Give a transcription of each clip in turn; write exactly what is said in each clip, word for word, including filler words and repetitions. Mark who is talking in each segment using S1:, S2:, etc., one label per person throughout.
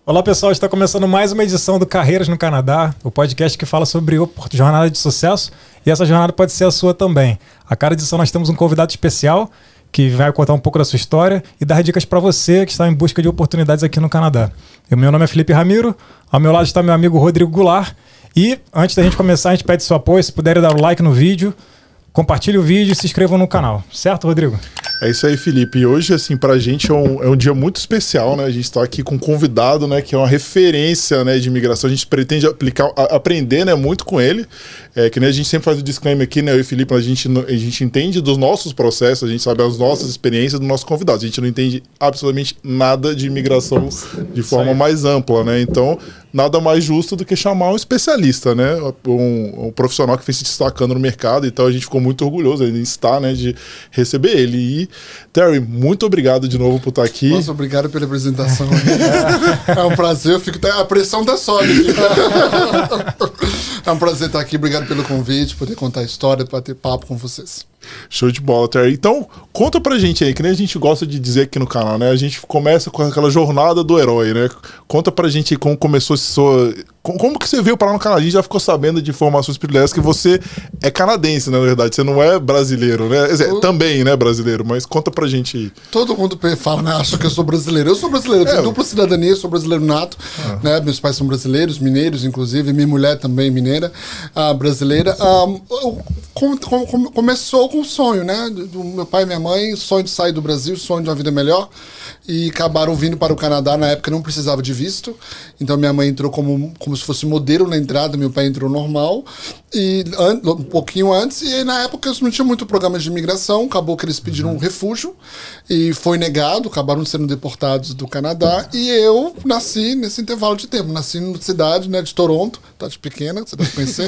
S1: Olá pessoal, está começando mais uma edição do Carreiras no Canadá, o podcast que fala sobre jornada de sucesso, e essa jornada pode ser a sua também. A cada edição nós temos um convidado especial que vai contar um pouco da sua história e dar dicas para você que está em busca de oportunidades aqui no Canadá. O meu nome é Felipe Ramiro, ao meu lado está meu amigo Rodrigo Goulart, e antes da gente começar a gente pede seu apoio, se puderem dar o like no vídeo, compartilhe o vídeo e se inscrevam no canal. Certo, Rodrigo?
S2: É isso aí, Felipe. E hoje, assim, pra gente é um, é um dia muito especial, né? A gente tá aqui com um convidado, né? Que é uma referência, né, de imigração. A gente pretende aplicar, a, aprender, né, muito com ele. É, que nem a gente sempre faz o disclaimer aqui, né? Eu e o Felipe, a gente, a gente entende dos nossos processos, a gente sabe as nossas experiências do nosso convidado. A gente não entende absolutamente nada de imigração de forma mais ampla, né? Então, nada mais justo do que chamar um especialista, né? Um, um profissional que vem se destacando no mercado. Então, a gente ficou muito orgulhoso, ele está, né, de receber ele. E, Terry, muito obrigado de novo por estar aqui.
S3: Nossa, obrigado pela apresentação. É um prazer, eu fico, a pressão tá sobe. É um prazer estar aqui, obrigado pelo convite, poder contar a história, bater papo com vocês.
S2: Show de bola, Terry. Então, conta pra gente aí, que nem a gente gosta de dizer aqui no canal, né? A gente começa com aquela jornada do herói, né? Conta pra gente aí como começou sua... Como que você veio parar no Canadá? A gente já ficou sabendo de informações privilegiadas que você é canadense, na verdade. Você não é brasileiro, né? Eu... Também, né, brasileiro. Mas conta pra gente aí.
S3: Todo mundo fala, né? Acha que eu sou brasileiro. Eu sou brasileiro. Eu tenho é. dupla cidadania. Eu sou brasileiro nato. Ah. Né? Meus pais são brasileiros, mineiros, inclusive. Minha mulher também mineira, uh, brasileira. Um, com, com, com, começou com um sonho, né? Do meu pai e minha mãe. Sonho de sair do Brasil, sonho de uma vida melhor. E acabaram vindo para o Canadá. Na época não precisava de visto. Então minha mãe entrou como, como se fosse modelo na entrada. Meu pai entrou normal. E an, um pouquinho antes. E aí, na época não tinha muito programa de imigração. Acabou que eles pediram um refúgio. E foi negado. Acabaram sendo deportados do Canadá. E eu nasci nesse intervalo de tempo. Nasci na cidade, né, de Toronto. Cidade pequena, você deve conhecer.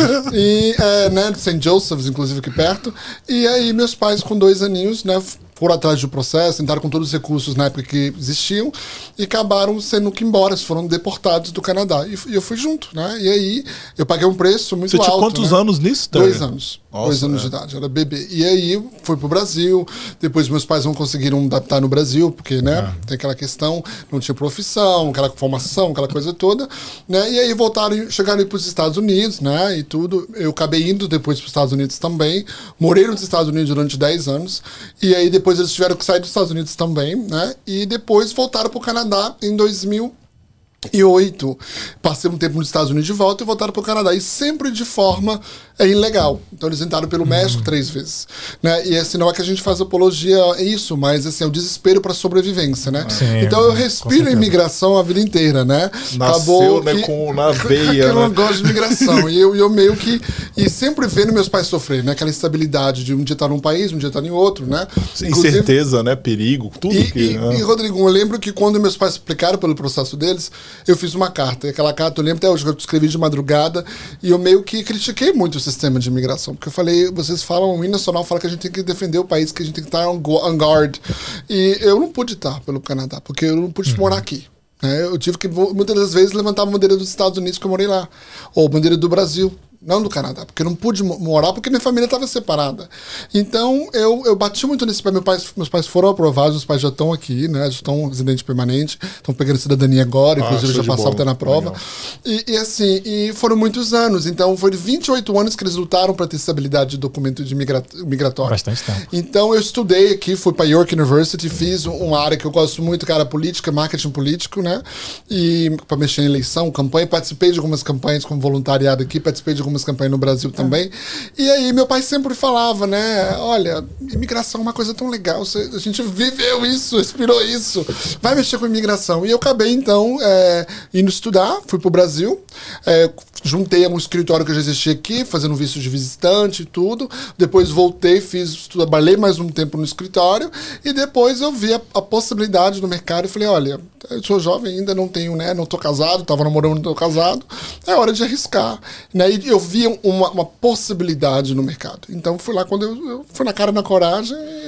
S3: E, é, né, de Saint Joseph's, inclusive, aqui perto. E aí meus pais, com dois aninhos, né, foram atrás do processo, tentaram com todos os recursos na época que existiam e acabaram sendo que embora, foram deportados do Canadá. E, e eu fui junto, né? E aí eu paguei um preço muito alto.
S2: Você tinha quantos
S3: né?
S2: anos nisso?
S3: Também? Dois anos.
S2: Nossa,
S3: dois anos
S2: é.
S3: de idade, era bebê. E aí fui pro Brasil, depois meus pais não conseguiram adaptar no Brasil, porque, né, é. tem aquela questão, não tinha profissão, aquela formação, aquela coisa toda, né? E aí voltaram, chegaram para os Estados Unidos, né, e tudo. Eu acabei indo depois para os Estados Unidos também, morei nos Estados Unidos durante dez anos, e aí depois eles tiveram que sair dos Estados Unidos também, né, e depois voltaram pro Canadá em dois mil e oito. Passei um tempo nos Estados Unidos de volta e voltaram para o Canadá. E sempre de forma é, ilegal. Então eles entraram pelo México uhum. três vezes. Né? E assim, não é que a gente faz apologia a isso, mas assim, é o desespero para sobrevivência. Né? Sim, então eu respiro imigração a vida inteira. Né?
S2: Nasceu,
S3: Acabou
S2: né,
S3: que,
S2: com na veia.
S3: Eu
S2: né?
S3: não gosto de imigração. e eu, eu meio que. E sempre vendo meus pais sofrerem, né? Aquela instabilidade de um dia estar num país, um dia estar em outro. Né?
S2: Incerteza, né? Perigo, tudo
S3: e,
S2: que.
S3: E,
S2: né?
S3: e, Rodrigo, eu lembro que quando meus pais explicaram pelo processo deles, eu fiz uma carta. E aquela carta, eu lembro até hoje que eu escrevi de madrugada, e eu meio que critiquei muito o sistema de imigração, porque eu falei, vocês falam, o hino nacional fala que a gente tem que defender o país, que a gente tem que estar on guard. E eu não pude estar pelo Canadá, porque eu não pude uhum. morar aqui. Né? Eu tive que, muitas das vezes, levantar a bandeira dos Estados Unidos que eu morei lá, ou bandeira do Brasil. Não do Canadá, porque eu não pude morar porque minha família estava separada. Então, eu, eu bati muito nesse pé. Meu pai, meus pais foram aprovados, os pais já estão aqui, né? Já estão residente permanente, estão pegando cidadania agora, ah, inclusive já passaram até na prova. E, e assim, e foram muitos anos. Então, foi de vinte e oito anos que eles lutaram para ter estabilidade de documento de migra migratório.
S1: Bastante tempo.
S3: Então, eu estudei aqui, fui para York University, fiz uma área que eu gosto muito, que era política, marketing político, né? E para mexer em eleição, campanha. Participei de algumas campanhas como voluntariado aqui, participei de algumas campanhas no Brasil também. É. E aí meu pai sempre falava, né, olha, imigração é uma coisa tão legal, a gente viveu isso, respirou isso, vai mexer com imigração. E eu acabei então é, indo estudar, fui pro Brasil, é, juntei a um escritório que já existia aqui, fazendo visto de visitante e tudo, depois voltei, fiz, trabalhei mais um tempo no escritório, e depois eu vi a, a possibilidade no mercado e falei, olha, eu sou jovem ainda, não tenho, né, não tô casado, tava namorando, não tô casado, é hora de arriscar. Né? E eu vi uma, uma possibilidade no mercado. Então fui lá quando eu, eu fui na cara na coragem e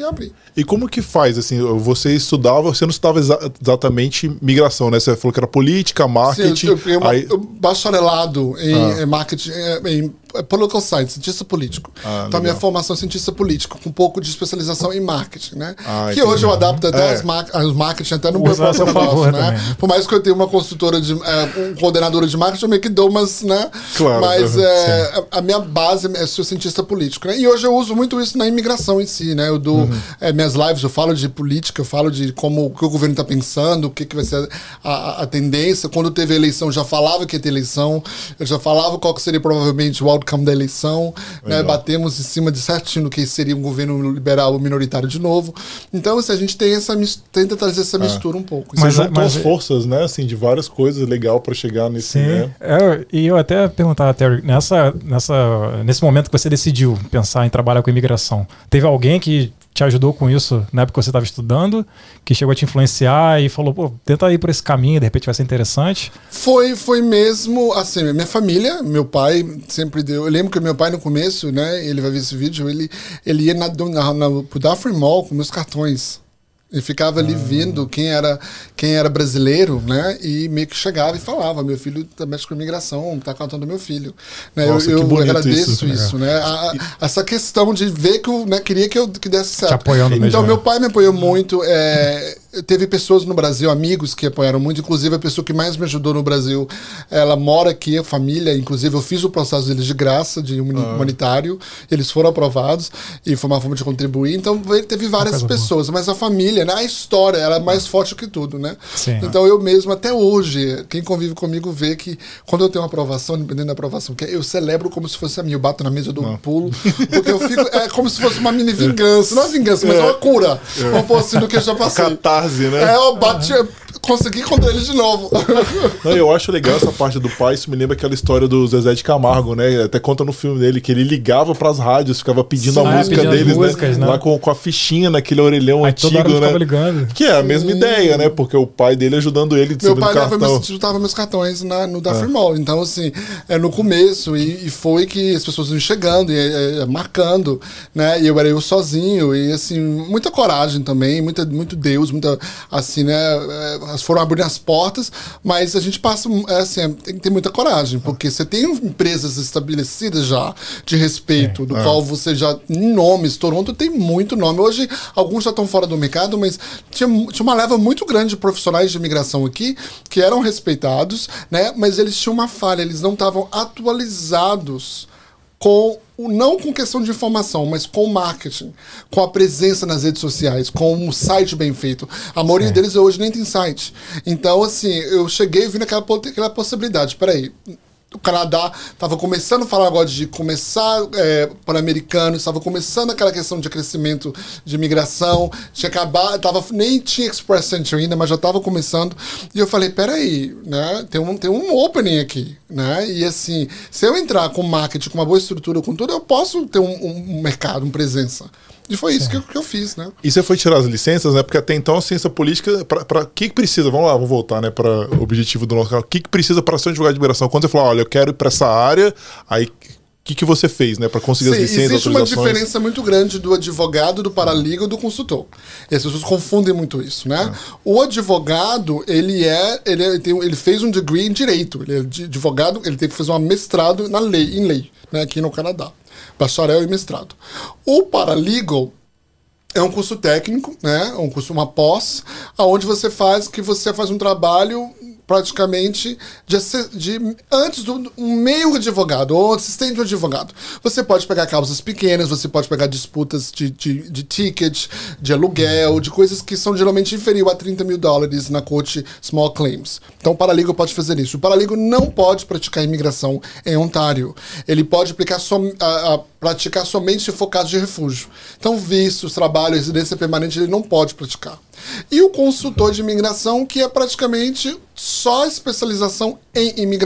S3: abrir.
S2: E como que faz, assim, você estudava, você não estudava exa exatamente migração, né? Você falou que era política, marketing...
S3: Sim, eu peguei uma,
S2: aí...
S3: bacharelado em,
S2: ah.
S3: em marketing, em political science, cientista político.
S2: Ah,
S3: então, a minha
S2: legal.
S3: formação é cientista político, com um pouco de especialização em marketing, né?
S2: Ah,
S3: que
S2: entendi.
S3: hoje eu adapto até
S2: É.
S3: as mar os marketing, até no
S1: Usa
S3: meu
S1: a seu
S3: próprio
S1: favor
S3: negócio, né?
S1: também.
S3: Por mais que eu tenha uma consultora, de, é, um coordenadora de marketing, eu meio que dou umas, né?
S2: Claro,
S3: Mas
S2: uhum,
S3: é, a, a minha base é ser cientista político, né? E hoje eu uso muito isso na imigração em si, né? Eu dou
S2: Uhum.
S3: é, minhas lives, eu falo de política, eu falo de como o que o governo está pensando, o que, que vai ser a, a, a tendência. Quando teve a eleição, eu já falava que ia ter eleição, eu já falava qual que seria provavelmente o outcome da eleição, né? Batemos em cima de certinho que seria um governo liberal ou minoritário de novo. Então, assim, a gente tem essa tenta trazer essa mistura um pouco.
S2: Você
S1: Mas-
S2: juntou
S1: mas-
S2: as forças, né? Assim, de várias coisas legal para chegar nesse...
S1: Sim,
S2: Né?
S1: é, e eu até perguntar, Terry, nessa, nessa, nesse momento que você decidiu pensar em trabalhar com imigração, teve alguém que te ajudou com isso na época que você estava estudando, que chegou a te influenciar e falou, pô, tenta ir por esse caminho, de repente vai ser interessante?
S3: Foi, foi mesmo, assim, minha família, meu pai sempre deu. Eu lembro que meu pai no começo, né, ele vai ver esse vídeo, ele, ele ia na, na, na, pro Dufferin Mall com meus cartões. Ele ficava ali vendo quem era, quem era brasileiro, né? E meio que chegava e falava, meu filho mexe com imigração, tá contando meu filho. Né?
S2: Nossa,
S3: eu
S2: que
S3: eu
S2: bonito
S3: agradeço
S2: isso.
S3: isso, né? A- a- essa questão de ver que eu né, queria que eu que desse certo.
S1: apoiando mesmo,
S3: Então,
S1: né?
S3: meu pai me apoiou muito. É, teve pessoas no Brasil, amigos que apoiaram muito. Inclusive, a pessoa que mais me ajudou no Brasil, ela mora aqui, a família. Inclusive, eu fiz o processo deles de graça, de humi- humanitário. Eles foram aprovados e foi uma forma de contribuir. Então, teve várias
S1: coisa boa.
S3: pessoas. Mas a família, né? A história, ela é mais forte que tudo, né?
S1: Sim.
S3: Então, eu mesmo, até hoje, quem convive comigo vê que quando eu tenho uma aprovação, dependendo da aprovação, que eu celebro como se fosse a minha. Eu bato na mesa, eu dou um pulo. Porque eu fico... É como se fosse uma mini vingança. Não é vingança, mas é uma cura. Vamos pôr assim do que eu já passei.
S2: Catarse, né?
S3: É, eu bati, eu consegui contra ele de novo.
S2: Não, eu acho legal essa parte do pai. Isso me lembra aquela história do Zezé de Camargo, né? Até conta no filme dele que ele ligava pras rádios, ficava pedindo
S3: Sim.
S2: a
S3: Ah,
S2: música
S1: pedindo as
S2: deles,
S1: músicas,
S2: né?
S1: né?
S2: Lá com, com a fichinha naquele orelhão
S1: Aí toda hora
S2: antigo,
S1: ele ficava
S2: né?
S1: ligando.
S2: Que é a mesma ideia, né? Porque o pai dele ajudando ele
S3: Meu
S2: distribuindo
S3: pai leva
S2: cartão.
S3: meus, juntava meus cartões na, no Dufferin Mall. Então, assim, é no começo, e, e foi que as pessoas iam chegando e é, é, marcando, né? E eu era eu sozinho, e assim, muita coragem também, muita, muito Deus, muita, assim, né? é, Foram abrindo as portas, mas a gente passa, é, assim, é, tem que ter muita coragem, porque você tem empresas estabelecidas já de respeito,
S1: É.
S3: do qual você já, em nomes, Toronto tem muito nome. Hoje, alguns já estão fora do mercado, mas tinha, tinha uma leva muito grande de profissionais de imigração aqui que eram respeitados, né? Mas eles tinham uma falha, eles não estavam atualizados com o não com questão de informação, mas com marketing, com a presença nas redes sociais, com um site bem feito. A maioria
S1: Sim.
S3: deles hoje nem tem site. Então, assim, eu cheguei e vi naquela po- aquela possibilidade. Peraí, o Canadá estava começando a falar agora de começar é, para americanos, estava começando aquela questão de crescimento de imigração, tinha acabado, tava, nem tinha Express Entry ainda, mas já estava começando. E eu falei, peraí, né, tem um, tem um opening aqui, né? E assim, se eu entrar com marketing, com uma boa estrutura, com tudo, eu posso ter um, um, um mercado, uma presença. E foi isso que eu, que eu fiz, né?
S2: E você foi tirar as licenças, né? Porque até então a ciência política, para que, que precisa? Vamos lá, vamos voltar, né? Para o objetivo do nosso canal. O que, que precisa para ser um advogado de imigração? Quando você falou, olha, eu quero ir para essa área, aí o que, que você fez, né? Para conseguir
S3: Sim,
S2: as licenças,
S3: existe uma
S2: autorizações?
S3: diferença muito grande do advogado, do paralegal e do consultor. E as pessoas confundem muito isso, né? O advogado, ele é, ele, é, ele, tem, ele fez um degree em direito. Ele é de- advogado, ele teve que fazer um mestrado na lei, em lei, né? Aqui no Canadá. Bacharel e mestrado. O paralegal é um curso técnico, né? Um curso, uma pós, aonde você faz que você faz um trabalho praticamente de, assi- de antes do um meio advogado ou assistente do advogado. Você pode pegar causas pequenas, você pode pegar disputas de, de, de ticket, de aluguel, de coisas que são geralmente inferior a trinta mil dólares na corte small claims. Então o paralegal pode fazer isso. O paralegal não pode praticar imigração em Ontário. Ele pode aplicar som, a, a, praticar somente se for caso de refúgio. Então vistos, trabalho, residência permanente, ele não pode praticar. E o consultor de imigração, que é praticamente só especialização em imigração.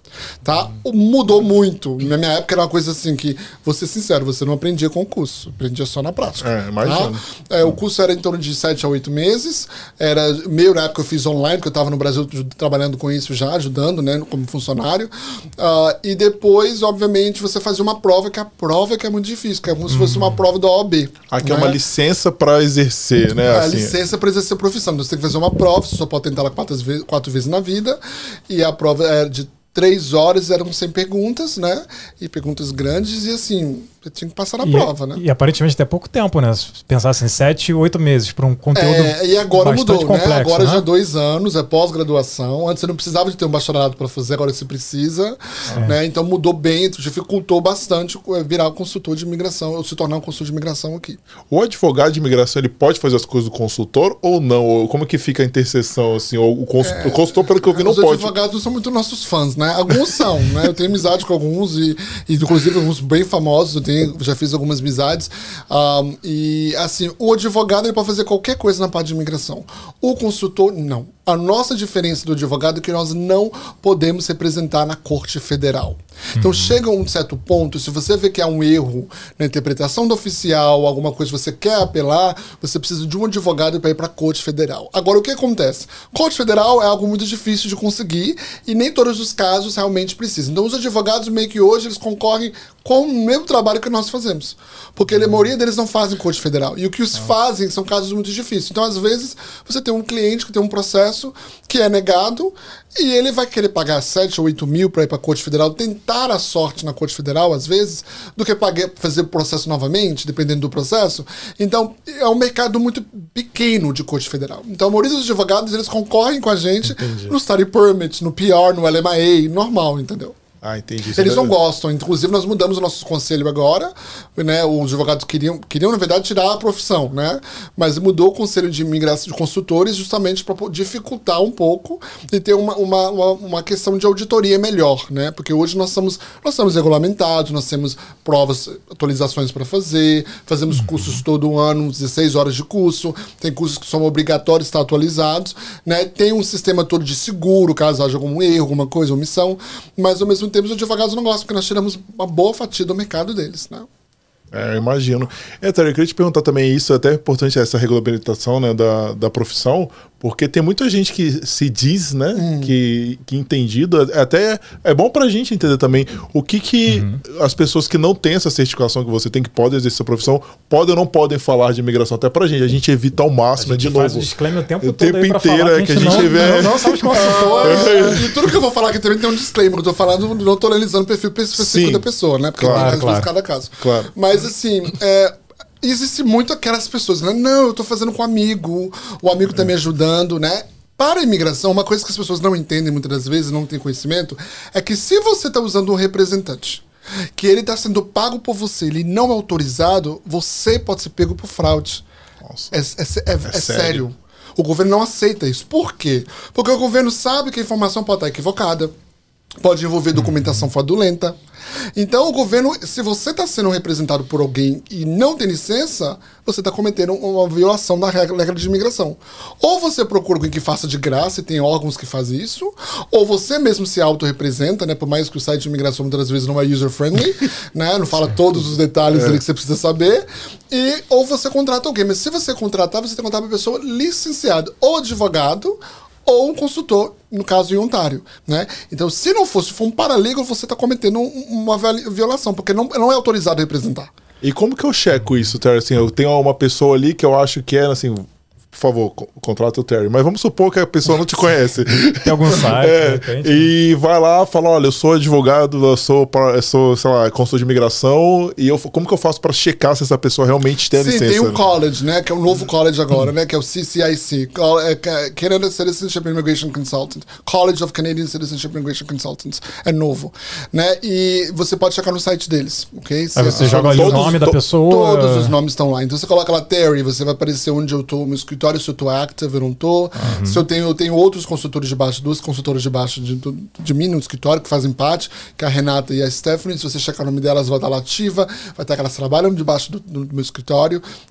S3: Tá? Mudou muito. Na minha época era uma coisa assim que, vou ser sincero, você não aprendia com o curso, aprendia só na prática.
S2: É, imagina.
S3: Tá? É, o curso era em torno de sete a oito meses. Era meio na época eu fiz online, porque eu estava no Brasil trabalhando com isso já, ajudando, né, como funcionário. Uh, e depois, obviamente, você fazia uma prova, que a prova que é muito difícil, que é como se fosse uma prova da O A B.
S2: Aqui
S3: né?
S2: é uma licença para exercer, né?
S3: É a
S2: assim.
S3: licença para exercer a profissão. Então, você tem que fazer uma prova, você só pode tentar ela quatro vezes, quatro vezes na vida. E a prova é de três horas, eram sem perguntas, né? E perguntas grandes, e assim, eu tinha que passar na
S1: e,
S3: prova, né?
S1: E aparentemente até pouco tempo, né? Se pensasse em sete, oito meses para um conteúdo.
S3: É, e agora mudou,
S1: complexo,
S3: né? Agora
S1: né?
S3: já dois anos, é pós-graduação. Antes você não precisava de ter um bacharelado para fazer, agora você precisa. É. Né? Então mudou bem, dificultou bastante virar consultor de imigração, ou se tornar um consultor de imigração aqui.
S2: O advogado de imigração, ele pode fazer as coisas do consultor ou não? Ou como que fica a interseção, assim? Ou o, consultor, é, o consultor, pelo que eu vi, não
S3: os
S2: pode.
S3: Os advogados são muito nossos fãs, né? Alguns são, né? Eu tenho amizade com alguns, e, e inclusive alguns bem famosos, eu tenho, já fiz algumas amizades. Um, e assim, o advogado ele pode fazer qualquer coisa na parte de imigração. O consultor, não. A nossa diferença do advogado é que nós não podemos representar na Corte Federal. Então, uhum. chega a um certo ponto, se você vê que há um erro na interpretação do oficial, alguma coisa que você quer apelar, você precisa de um advogado para ir para a Corte Federal. Agora, o que acontece? Corte Federal é algo muito difícil de conseguir e nem todos os casos realmente precisam. Então, os advogados meio que hoje eles concorrem com o mesmo trabalho que nós fazemos. Porque a maioria deles não fazem Corte Federal. E o que os ah. fazem são casos muito difíceis. Então, às vezes, você tem um cliente que tem um processo que é negado e ele vai querer pagar sete ou oito mil para ir para a Corte Federal, tentar a sorte na Corte Federal, às vezes, do que pagar, fazer o processo novamente, dependendo do processo. Então, é um mercado muito pequeno de Corte Federal. Então, a maioria dos advogados, eles concorrem com a gente Entendi. no Study Permit, no P R, no L M I A, normal, entendeu?
S2: Ah, entendi.
S3: Eles não gostam. Inclusive, nós mudamos o nosso conselho agora. Né? Os advogados queriam, queriam, na verdade, tirar a profissão, né? Mas mudou o conselho de imigração de consultores justamente para dificultar um pouco e ter uma, uma, uma, uma questão de auditoria melhor, né? Porque hoje nós somos, nós somos regulamentados, nós temos provas, atualizações para fazer, fazemos uhum. cursos todo ano, dezesseis horas de curso, tem cursos que são obrigatórios estar atualizados, né? Tem um sistema todo de seguro, caso haja algum erro, alguma coisa, omissão, mas ao mesmo tempo os advogados não gostam, porque nós tiramos uma boa fatia do mercado deles, né?
S2: É, eu imagino. É, Terry, eu queria te perguntar também isso, é até importante essa regulamentação, né, da, da profissão, porque tem muita gente que se diz, né, hum. que, que entendido, até é bom pra gente entender também o que que uhum. as pessoas que não têm essa certificação que você tem, que podem exercer a profissão, podem ou não podem falar de imigração, até pra gente, a gente evita ao máximo,
S1: a gente
S2: de
S1: faz
S2: novo.
S1: O disclaimer o tempo,
S2: o tempo
S1: todo
S2: inteiro, é que a gente
S1: não,
S2: vê...
S1: Não, não somos consultores.
S3: E tudo que eu vou falar aqui também tem um disclaimer, eu tô falando, não tô analisando o perfil específico Sim, da pessoa, né, porque
S2: claro,
S3: tem
S2: claro.
S3: cada caso.
S2: Claro.
S3: Mas assim, é... existe muito aquelas pessoas, né? Não, eu tô fazendo com um amigo, o amigo tá me ajudando, né? Para a imigração, uma coisa que as pessoas não entendem muitas das vezes, não têm conhecimento, é que se você está usando um representante, que ele está sendo pago por você, ele não é autorizado, você pode ser pego por fraude.
S2: Nossa.
S3: É, é, é, é, é sério. sério. O governo não aceita isso. Por quê? Porque o governo sabe que a informação pode estar equivocada, pode envolver documentação fraudulenta. Então, o governo, se você está sendo representado por alguém e não tem licença, você está cometendo uma violação da regra, regra de imigração. Ou você procura alguém que faça de graça, e tem órgãos que fazem isso, ou você mesmo se autorrepresenta, né? Por mais que o site de imigração muitas vezes não é user-friendly, né? Não fala todos os detalhes é. ali que você precisa saber, e, ou você contrata alguém. Mas se você contratar, você tem que contratar uma pessoa licenciada, ou advogado, ou um consultor, no caso em Ontário, né? Então, se não fosse, for um paralegal, você está cometendo um, uma violação, porque não, não é autorizado a representar.
S2: E como que eu checo isso, Terry? Assim, eu tenho uma pessoa ali que eu acho que é, assim... Por favor, contrata o Terry. Mas vamos supor que a pessoa não te conhece.
S1: Tem algum site,
S2: é,
S1: de repente,
S2: e vai lá e fala, olha, eu sou advogado, eu sou, eu sou sei lá, consultor de imigração, e eu, como que eu faço para checar se essa pessoa realmente tem a
S3: Sim,
S2: licença?
S3: Sim, tem um college, né, que é um novo college agora, né, que é o C C I C, Canada Citizenship Immigration Consultant, College of Canadian Citizenship Immigration Consultants, é novo, né, e você pode checar no site deles, ok?
S1: Aí você joga ali o nome da pessoa.
S3: Todos os nomes estão lá, então você coloca lá Terry, você vai aparecer onde eu tô, meu escritório, se eu tô active, eu não tô. Uhum. Se eu tenho, eu tenho outros consultores debaixo, duas consultoras debaixo de, de, de mim no escritório que fazem parte, que é a Renata e a Stephanie. Se você checar o nome delas, vai estar lá ativa, vai estar que elas trabalham debaixo do, do meu escritório.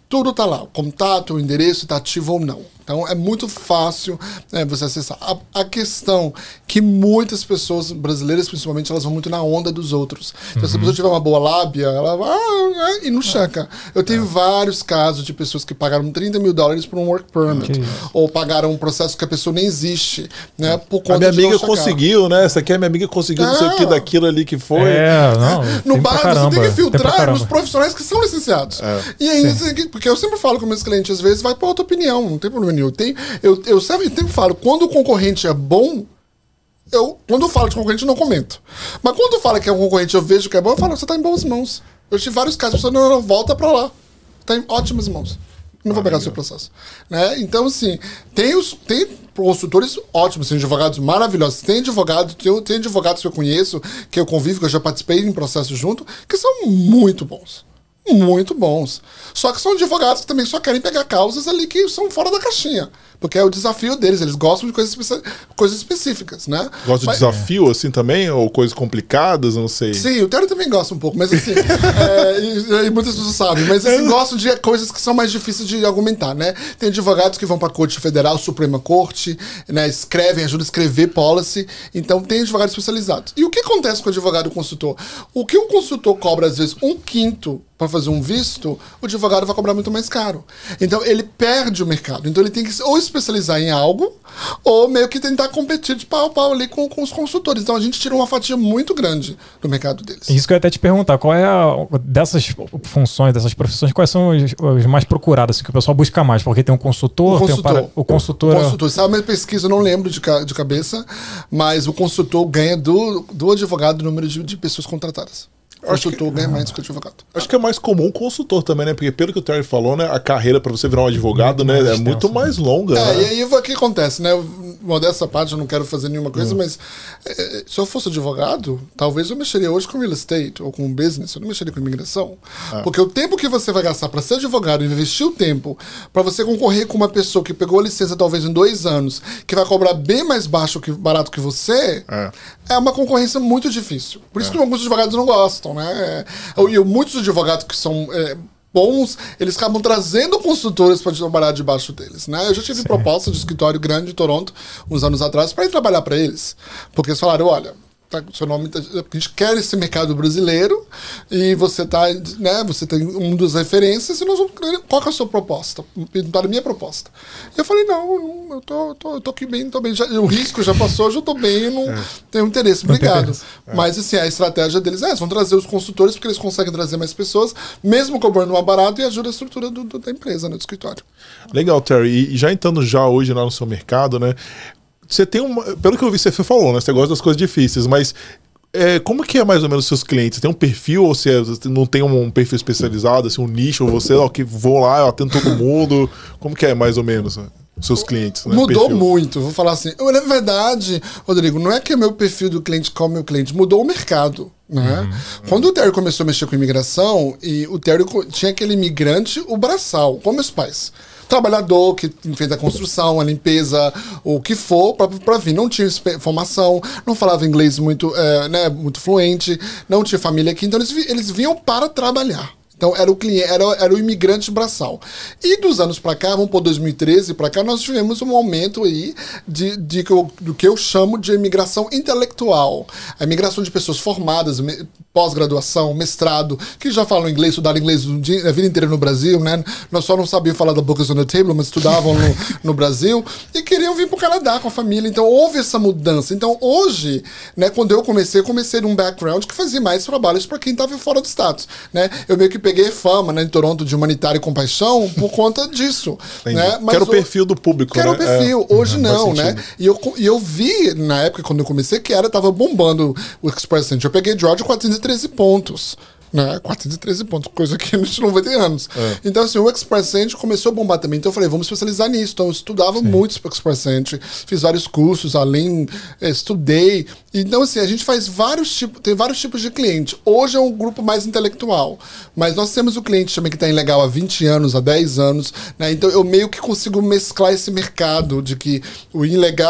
S3: tudo tá lá. O contato, o endereço está ativo ou não. Então, é muito fácil é, você acessar. A, a questão que muitas pessoas, brasileiras principalmente, elas vão muito na onda dos outros. Então, uhum. se a pessoa tiver uma boa lábia, ela vai ah, e não checa. Eu tive é. vários casos de pessoas que pagaram trinta mil dólares por um work permit. Okay. Ou pagaram um processo que a pessoa nem existe. Né, por conta
S2: a minha
S3: de
S2: amiga conseguiu, né? Essa aqui a minha amiga conseguiu
S3: é.
S2: não sei o que daquilo ali que foi.
S1: É, não.
S3: No bar,
S1: caramba,
S3: você tem que filtrar
S1: tem
S3: nos profissionais que são licenciados.
S2: É.
S3: E aí, Sim. porque eu sempre falo com meus clientes, às vezes, vai para outra opinião, não tem problema nenhum. Tem, eu, eu sempre, sempre falo, quando o concorrente é bom, eu, quando eu falo de concorrente, eu não comento. Mas quando eu falo que é um concorrente, eu vejo que é bom, eu falo, você está em boas mãos. Eu tive vários casos, a pessoa, não, não, volta para lá. Está em ótimas mãos. Não vou pegar o seu processo. Né? Então, assim, tem, os, tem consultores ótimos, tem advogados maravilhosos. Tem advogados, tem, tem advogados que eu conheço, que eu convivo, que eu já participei em processo junto, que são muito bons. Muito bons. Só que são advogados que também só querem pegar causas ali que são fora da caixinha. Porque é o desafio deles, eles gostam de coisas, espe coisas específicas, né?
S2: Gosta de desafio, assim, também? Ou coisas complicadas, não sei.
S3: Sim, o Terry também gosta um pouco, mas assim, é, e, e muitas pessoas sabem, mas assim, gostam de coisas que são mais difíceis de argumentar, né? Tem advogados que vão para a Corte Federal, Suprema Corte, né? Escrevem, ajudam a escrever policy, então tem advogados especializados. E o que acontece com o advogado e o consultor? O que o consultor cobra, às vezes, um quinto para fazer um visto, o advogado vai cobrar muito mais caro. Então, ele perde o mercado. Então, ele tem que ou especializar em algo, ou meio que tentar competir de pau a pau ali com, com os consultores. Então, a gente tira uma fatia muito grande do mercado deles.
S1: Isso que eu ia até te perguntar, qual é a, dessas funções, dessas profissões, quais são os, os mais procurados, assim, que o pessoal busca mais? Porque tem um consultor,
S3: o consultor,
S1: tem um para, o consultor...
S3: O consultor, sabe, a minha pesquisa, eu não lembro de, ca, de cabeça, mas o consultor ganha do, do advogado o número de, de pessoas contratadas. O consultor ganha mais que o advogado.
S2: Acho que é mais comum o consultor também, né? Porque pelo que o Terry falou, né? A carreira para você virar um advogado, muito né? É muito mais longa.
S3: É,
S2: né?
S3: e aí o que acontece, né? Modesta parte, eu não quero fazer nenhuma coisa, hum. mas é, se eu fosse advogado, talvez eu mexeria hoje com real estate ou com business, eu não mexeria com imigração. É. Porque o tempo que você vai gastar para ser advogado, investir o tempo para você concorrer com uma pessoa que pegou a licença talvez em dois anos, que vai cobrar bem mais baixo que barato que você, é, é uma concorrência muito difícil. Por isso é. que alguns advogados não gostam, né? E muitos advogados que são é, bons, eles acabam trazendo consultores para trabalhar debaixo deles, né? Eu já tive Sim. proposta de escritório grande em Toronto, uns anos atrás, para ir trabalhar para eles. Porque eles falaram, olha, tá, seu nome tá, a gente quer esse mercado brasileiro e você tá, né, você tem um das referências e nós vamos, qual que é a sua proposta? Perguntaram a minha proposta. E eu falei, não, eu tô, tô, eu tô aqui bem, tô bem, já, o risco já passou, eu já tô bem, eu não é. tenho interesse, obrigado. Interesse. É. Mas assim, a estratégia deles é, eles vão trazer os consultores porque eles conseguem trazer mais pessoas, mesmo cobrando mais barato e ajuda a estrutura do, do, da empresa, né, do escritório.
S2: Legal, Terry, e já entrando já hoje lá no seu mercado, né, você tem uma. Pelo que eu vi, você falou, né? Você gosta das coisas difíceis, mas é, como que é mais ou menos os seus clientes? Você tem um perfil ou você não tem um perfil especializado, assim, um nicho, ou você, ó, que vou lá, eu atendo todo mundo? Como que é mais ou menos os seus clientes? Né?
S3: Mudou
S2: perfil.
S3: muito, vou falar assim. Eu, na verdade, Rodrigo, não é que o meu perfil do cliente como meu cliente, mudou o mercado. Né? Uhum. Quando o Terry começou a mexer com imigração, e o Terry tinha aquele imigrante, o braçal, como meus pais. Trabalhador que fez a construção, a limpeza, o que for, para vir. Não tinha formação, não falava inglês muito, é, né, muito fluente, não tinha família aqui, então eles, eles vinham para trabalhar. Então era o cliente, era, era o imigrante braçal. E dos anos para cá, vamos por dois mil e treze para cá, nós tivemos um aumento aí de, de, de, do que eu chamo de imigração intelectual. A imigração de pessoas formadas, pós-graduação, mestrado, que já falam inglês, estudaram inglês a vida inteira no Brasil, né? Nós só não sabíamos falar da Books on the Table, mas estudavam no, no Brasil e queriam vir para o Canadá com a família. Então houve essa mudança. Então hoje, né, quando eu comecei, eu comecei num background que fazia mais trabalhos para quem estava fora do status, né? Eu meio que peguei fama, né, em Toronto de humanitário e compaixão por conta disso. Né?
S2: Mas que era o perfil do público,
S3: que era
S2: né?
S3: o perfil. É, Hoje não, né?
S2: Sentido.
S3: E eu, e eu vi, na época, quando eu comecei, que era, tava bombando o Express Entry. Eu peguei Georgia quatrocentos e treze pontos. Né? quatrocentos e treze pontos, coisa que a gente não vai ter anos. É. Então, assim, o Express Entry começou a bombar também. Então, eu falei, vamos especializar nisso. Então, eu estudava Sim. muito para Express Entry, fiz vários cursos, além, estudei. Então, assim, a gente faz vários tipos, tem vários tipos de cliente. Hoje é um grupo mais intelectual, mas nós temos o cliente também que está em legal há vinte anos, há dez anos, né? Então, eu meio que consigo mesclar esse mercado de que o ilegal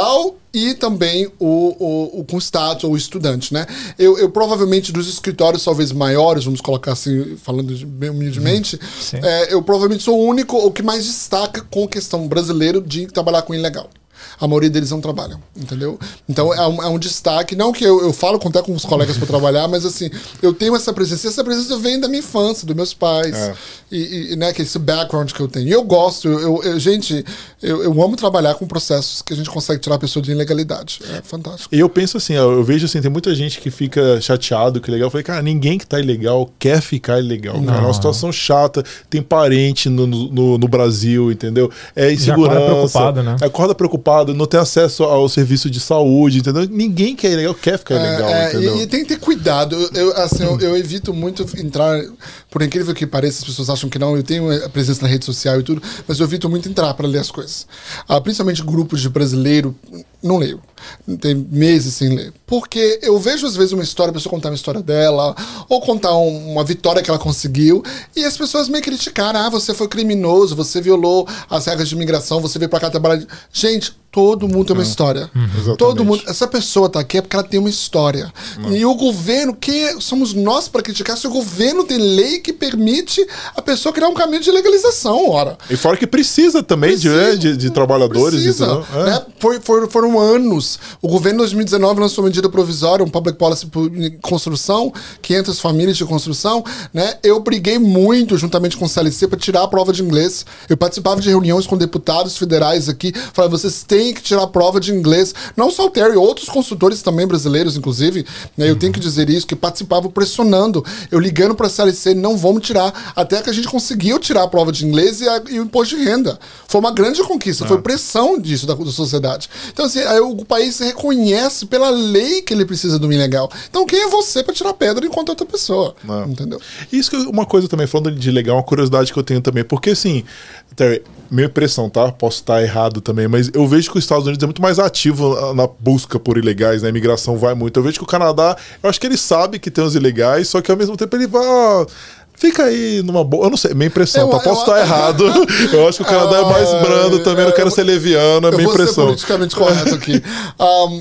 S3: e também o, o, o com status ou estudante, né? Eu, eu provavelmente dos escritórios talvez maiores, vamos colocar assim, falando de, bem humildemente,
S1: Sim.
S3: é, eu provavelmente sou o único, o que mais destaca com a questão brasileira de trabalhar com ilegal. A maioria deles não trabalham, entendeu? Então é um, é um destaque, não que eu, eu falo até com os colegas para trabalhar, mas assim, eu tenho essa presença, e essa presença vem da minha infância, dos meus pais,
S2: é.
S3: e, e né, que esse background que eu tenho. E eu gosto, eu, eu, gente, eu, eu amo trabalhar com processos que a gente consegue tirar a pessoa de ilegalidade. É fantástico.
S2: E eu penso assim, ó, eu vejo assim, tem muita gente que fica chateado, que legal. Eu falei, cara, ninguém que tá ilegal quer ficar ilegal. Cara. É uma situação chata, tem parente no, no, no Brasil, entendeu? É insegurança.
S1: Já acorda preocupado, né?
S2: Acorda preocupado, não tem acesso ao serviço de saúde, entendeu? Ninguém quer ilegal, quer ficar
S3: É,
S2: ilegal,
S3: é,
S2: entendeu?
S3: E, e tem que ter cuidado. Eu, eu, assim, eu, eu evito muito entrar, por incrível que pareça, as pessoas acham que não, eu tenho a presença na rede social e tudo, mas eu evito muito entrar para ler as coisas. Ah, principalmente grupos de brasileiro, não leio. Tem meses sem ler. Porque eu vejo, às vezes, uma história, a pessoa contar uma história dela, ou contar um, uma vitória que ela conseguiu, e as pessoas me criticaram. Ah, você foi criminoso, você violou as regras de imigração, você veio pra cá trabalhar. Gente, todo mundo tem uma história.
S2: Uhum.
S3: Todo mundo. Essa pessoa tá aqui é porque ela tem uma história. Uhum. E o governo, quem somos nós para criticar se o governo tem lei que permite a pessoa criar um caminho de legalização, ora.
S2: E fora que precisa também precisa, de, de, de trabalhadores.
S3: Precisa,
S2: é.
S3: né? Foi, foi, foram anos. O governo em dois mil e dezenove lançou uma medida provisória, um public policy de construção, quinhentas famílias de construção, né? Eu briguei muito juntamente com o C L C para tirar a prova de inglês. Eu participava de reuniões com deputados federais aqui, falava, vocês têm que tirar a prova de inglês. Não só o Terry, outros consultores também brasileiros, inclusive, né? Eu tenho que dizer isso, que participavam pressionando, eu ligando para a C L C, não vamos tirar, até que a gente conseguiu tirar a prova de inglês e, a, e o imposto de renda. Foi uma grande conquista, ah. foi pressão disso da, da sociedade. Então, assim, aí o país se reconhece pela lei que ele precisa do ilegal. Então, quem é você para tirar pedra enquanto outra pessoa? Não. Entendeu?
S2: Isso que é uma coisa também, falando de legal, uma curiosidade que eu tenho também, porque assim, Terry, minha impressão, tá? Posso estar errado também, mas eu vejo que os Estados Unidos é muito mais ativo na busca por ilegais, né? A imigração vai muito. Eu vejo que o Canadá, eu acho que ele sabe que tem os ilegais, só que ao mesmo tempo ele vai... Ah, fica aí numa boa. Eu não sei, minha impressão, eu, tá? Posso eu, estar eu, errado. Eu acho que o Canadá uh, é mais brando também, eu, não quero eu, ser leviano, é minha impressão. Eu vou ser
S3: politicamente correto aqui. Um,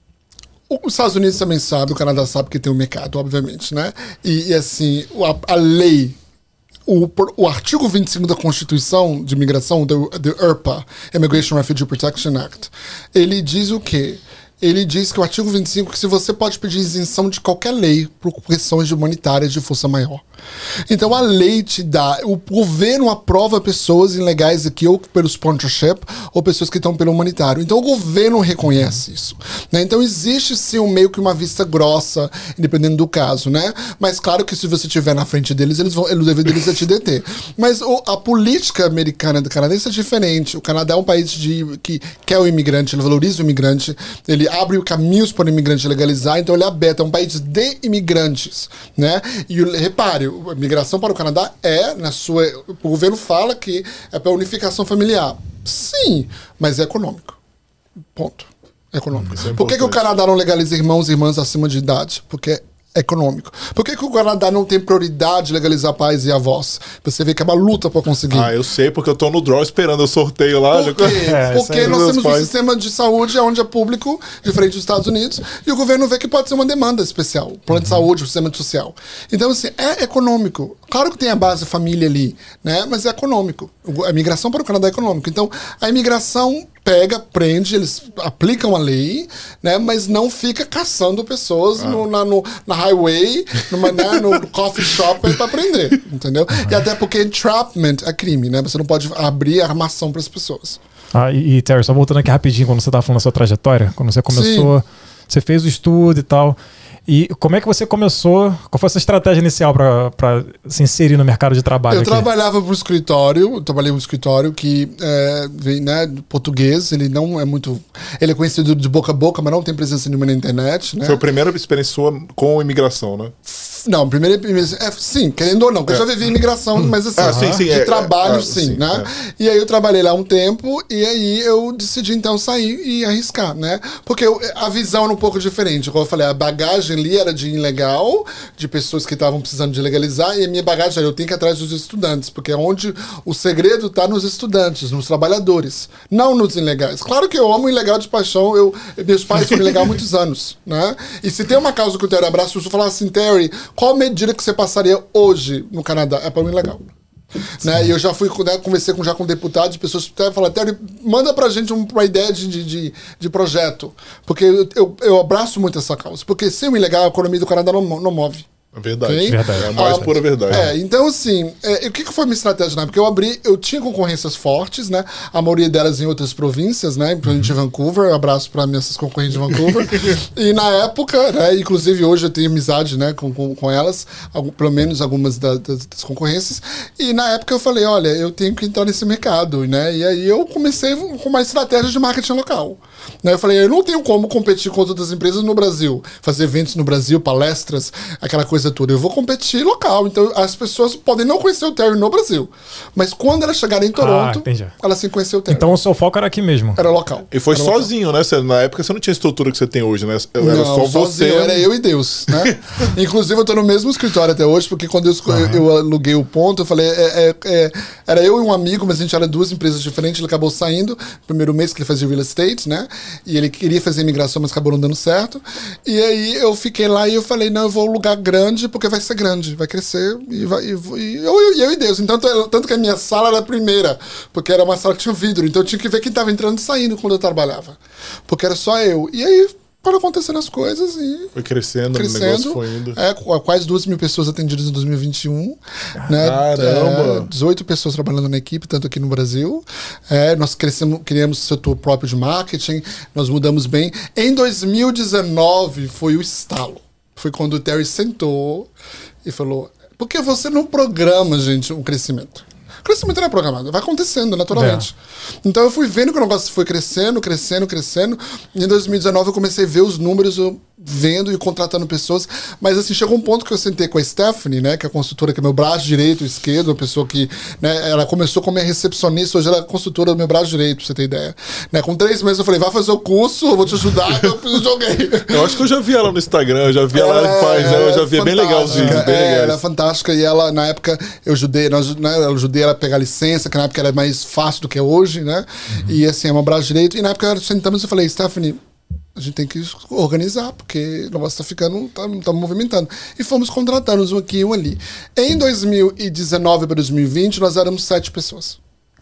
S3: os Estados Unidos também sabem, o Canadá sabe que tem um mercado, obviamente, né? E, e assim, a, a lei, o, o artigo vinte e cinco da Constituição de Imigração, do, do I R P A, Immigration Refugee Protection Act, ele diz o quê? Ele diz que o artigo vinte e cinco, que se você pode pedir isenção de qualquer lei por questões humanitárias de força maior. Então a lei te dá, o governo aprova pessoas ilegais aqui ou pelo sponsorship ou pessoas que estão pelo humanitário. Então o governo reconhece isso, né? Então existe sim um meio que uma vista grossa, dependendo do caso, né? Mas claro que se você estiver na frente deles, eles vão, o dever deles é te deter. Mas o, a política americana do canadense é diferente. O Canadá é um país de, que quer o imigrante, ele valoriza o imigrante, ele abre caminhos para o imigrante legalizar, então ele é aberto, é um país de imigrantes, né? E repare, a migração para o Canadá é, na sua... O governo fala que é para unificação familiar. Sim, mas é econômico. Ponto. É econômico. É Por que, que o Canadá não legaliza irmãos e irmãs acima de idade? Porque é econômico. Por que, que o Canadá não tem prioridade de legalizar pais e avós? Você vê que é uma luta para conseguir.
S2: Ah, eu sei, porque eu tô no draw esperando o sorteio lá.
S3: Por quê? É, porque nós temos pais. um sistema de saúde onde é público, diferente dos Estados Unidos, e o governo vê que pode ser uma demanda especial. O plano uhum. de saúde, o sistema social. Então, assim, é econômico. Claro que tem a base família ali, né? Mas é econômico. A imigração para o Canadá é econômico. Então, a imigração pega, prende, eles aplicam a lei, né, mas não fica caçando pessoas ah. no, na, no, na highway, numa, né, no coffee shop para prender, entendeu? Ah. E até porque entrapment é crime, né? Você não pode abrir armação para as pessoas.
S1: Ah, e, e Terry, só voltando aqui rapidinho, quando você estava falando da sua trajetória, quando você começou, Sim. você fez o estudo e tal. E como é que você começou? Qual foi a sua estratégia inicial para se inserir no mercado de trabalho?
S3: Eu
S1: aqui?
S3: trabalhava para um escritório, eu trabalhei em um escritório que é, vem, né, português, ele não é muito... Ele é conhecido de boca a boca, mas não tem presença nenhuma na internet. Né?
S2: Foi a primeira experiência sua com imigração, né?
S3: Não, primeiro, é, sim, querendo ou não, porque é. eu já vivi imigração, mas assim,
S2: ah, sim, sim,
S3: de
S2: é,
S3: trabalho,
S2: é, é,
S3: sim,
S2: sim,
S3: né?
S2: É.
S3: E aí eu trabalhei lá um tempo e aí eu decidi então sair e arriscar, né? Porque eu, a visão era um pouco diferente. Como eu falei, a bagagem ali era de ilegal, de pessoas que estavam precisando de legalizar, e a minha bagagem era eu tenho que ir atrás dos estudantes, porque é onde o segredo está nos estudantes, nos trabalhadores, não nos ilegais. Claro que eu amo ilegal de paixão, eu, meus pais foram ilegal há muitos anos, né? E se tem uma causa que o Terry abraça, se eu falar assim, Terry, qual medida que você passaria hoje no Canadá? É para um ilegal. Né? E eu já fui, né, conversei com, já com deputados, pessoas que falaram, Terry, manda pra gente um, uma ideia de, de, de projeto. Porque eu, eu, eu abraço muito essa causa. Porque sem o ilegal, a economia do Canadá não, não move.
S2: É verdade.
S3: Okay?
S1: verdade.
S2: É a mais
S3: ah,
S2: pura verdade.
S3: É, então assim, é, o que, que foi a minha estratégia na época? Eu abri, eu tinha concorrências fortes, né? A maioria delas em outras províncias, né? Principalmente uhum. Vancouver, um abraço para minhas concorrentes de Vancouver. E na época, né? Inclusive hoje eu tenho amizade, né? Com, com, com elas, algum, pelo menos algumas da, das, das concorrências. E na época eu falei, olha, eu tenho que entrar nesse mercado, né? E aí eu comecei com uma estratégia de marketing local. Né? Eu falei, eu não tenho como competir com outras empresas no Brasil, fazer eventos no Brasil, palestras, aquela coisa toda. Eu vou competir local, então as pessoas podem não conhecer o Terry no Brasil, mas quando elas chegarem em Toronto, ah, elas sim conheceram o Terry.
S1: Então o seu foco era aqui mesmo?
S3: Era local.
S2: E foi
S3: era
S2: sozinho, local. Né? Você, na época você não tinha a estrutura que você tem hoje, né? Era
S3: não,
S2: só você.
S3: Era eu e Deus, né? Inclusive eu tô no mesmo escritório até hoje, porque quando eu, eu, eu aluguei o ponto, eu falei, é, é, é, era eu e um amigo, mas a gente era duas empresas diferentes, ele acabou saindo, no primeiro mês que ele fazia real estate, né? E ele queria fazer imigração, mas acabou não dando certo. E aí eu fiquei lá e eu falei, não, eu vou alugar grande, porque vai ser grande, vai crescer e, vai, e, e eu, eu, eu e Deus. Então, tanto que a minha sala era a primeira, porque era uma sala que tinha vidro, então eu tinha que ver quem estava entrando e saindo quando eu trabalhava, porque era só eu. E aí foram acontecendo as coisas e
S2: foi crescendo, crescendo, o negócio foi indo.
S3: É, quase duas mil pessoas atendidas em dois mil e vinte e um. Né?
S2: Caramba!
S3: É, dezoito pessoas trabalhando na equipe, tanto aqui no Brasil. É, nós crescemos, criamos setor próprio de marketing, nós mudamos bem. Em dois mil e dezenove foi o estalo. Foi quando o Terry sentou e falou, por que você não programa, gente, um crescimento? O crescimento não é programado, vai acontecendo naturalmente. É. Então eu fui vendo que o negócio foi crescendo, crescendo, crescendo. E em dois mil e dezenove eu comecei a ver os números, eu vendo e contratando pessoas. Mas assim, chegou um ponto que eu sentei com a Stephanie, né, que é a consultora, que é meu braço direito e esquerdo, uma pessoa que, né, ela começou como minha recepcionista, hoje ela é consultora do meu braço direito, pra você ter ideia. Né, com três meses eu falei, vai fazer o curso, eu vou te ajudar, eu preciso de alguém.
S2: Eu acho que eu já vi ela no Instagram, eu já vi ela é, faz, é, eu já vi, é bem legal os vídeos, bem
S3: é,
S2: legais.
S3: Ela é fantástica e ela, na época, eu ajudei, nós, né, eu ajudei ela a pegar licença, que na época era mais fácil do que é hoje, né? Uhum. E assim, é um braço direito. E na época sentamos e eu falei, Stephanie, a gente tem que organizar, porque o negócio tá ficando, tá, tá movimentando. E fomos contratando um aqui e um ali. Em dois mil e dezenove para dois mil e vinte, nós éramos sete pessoas.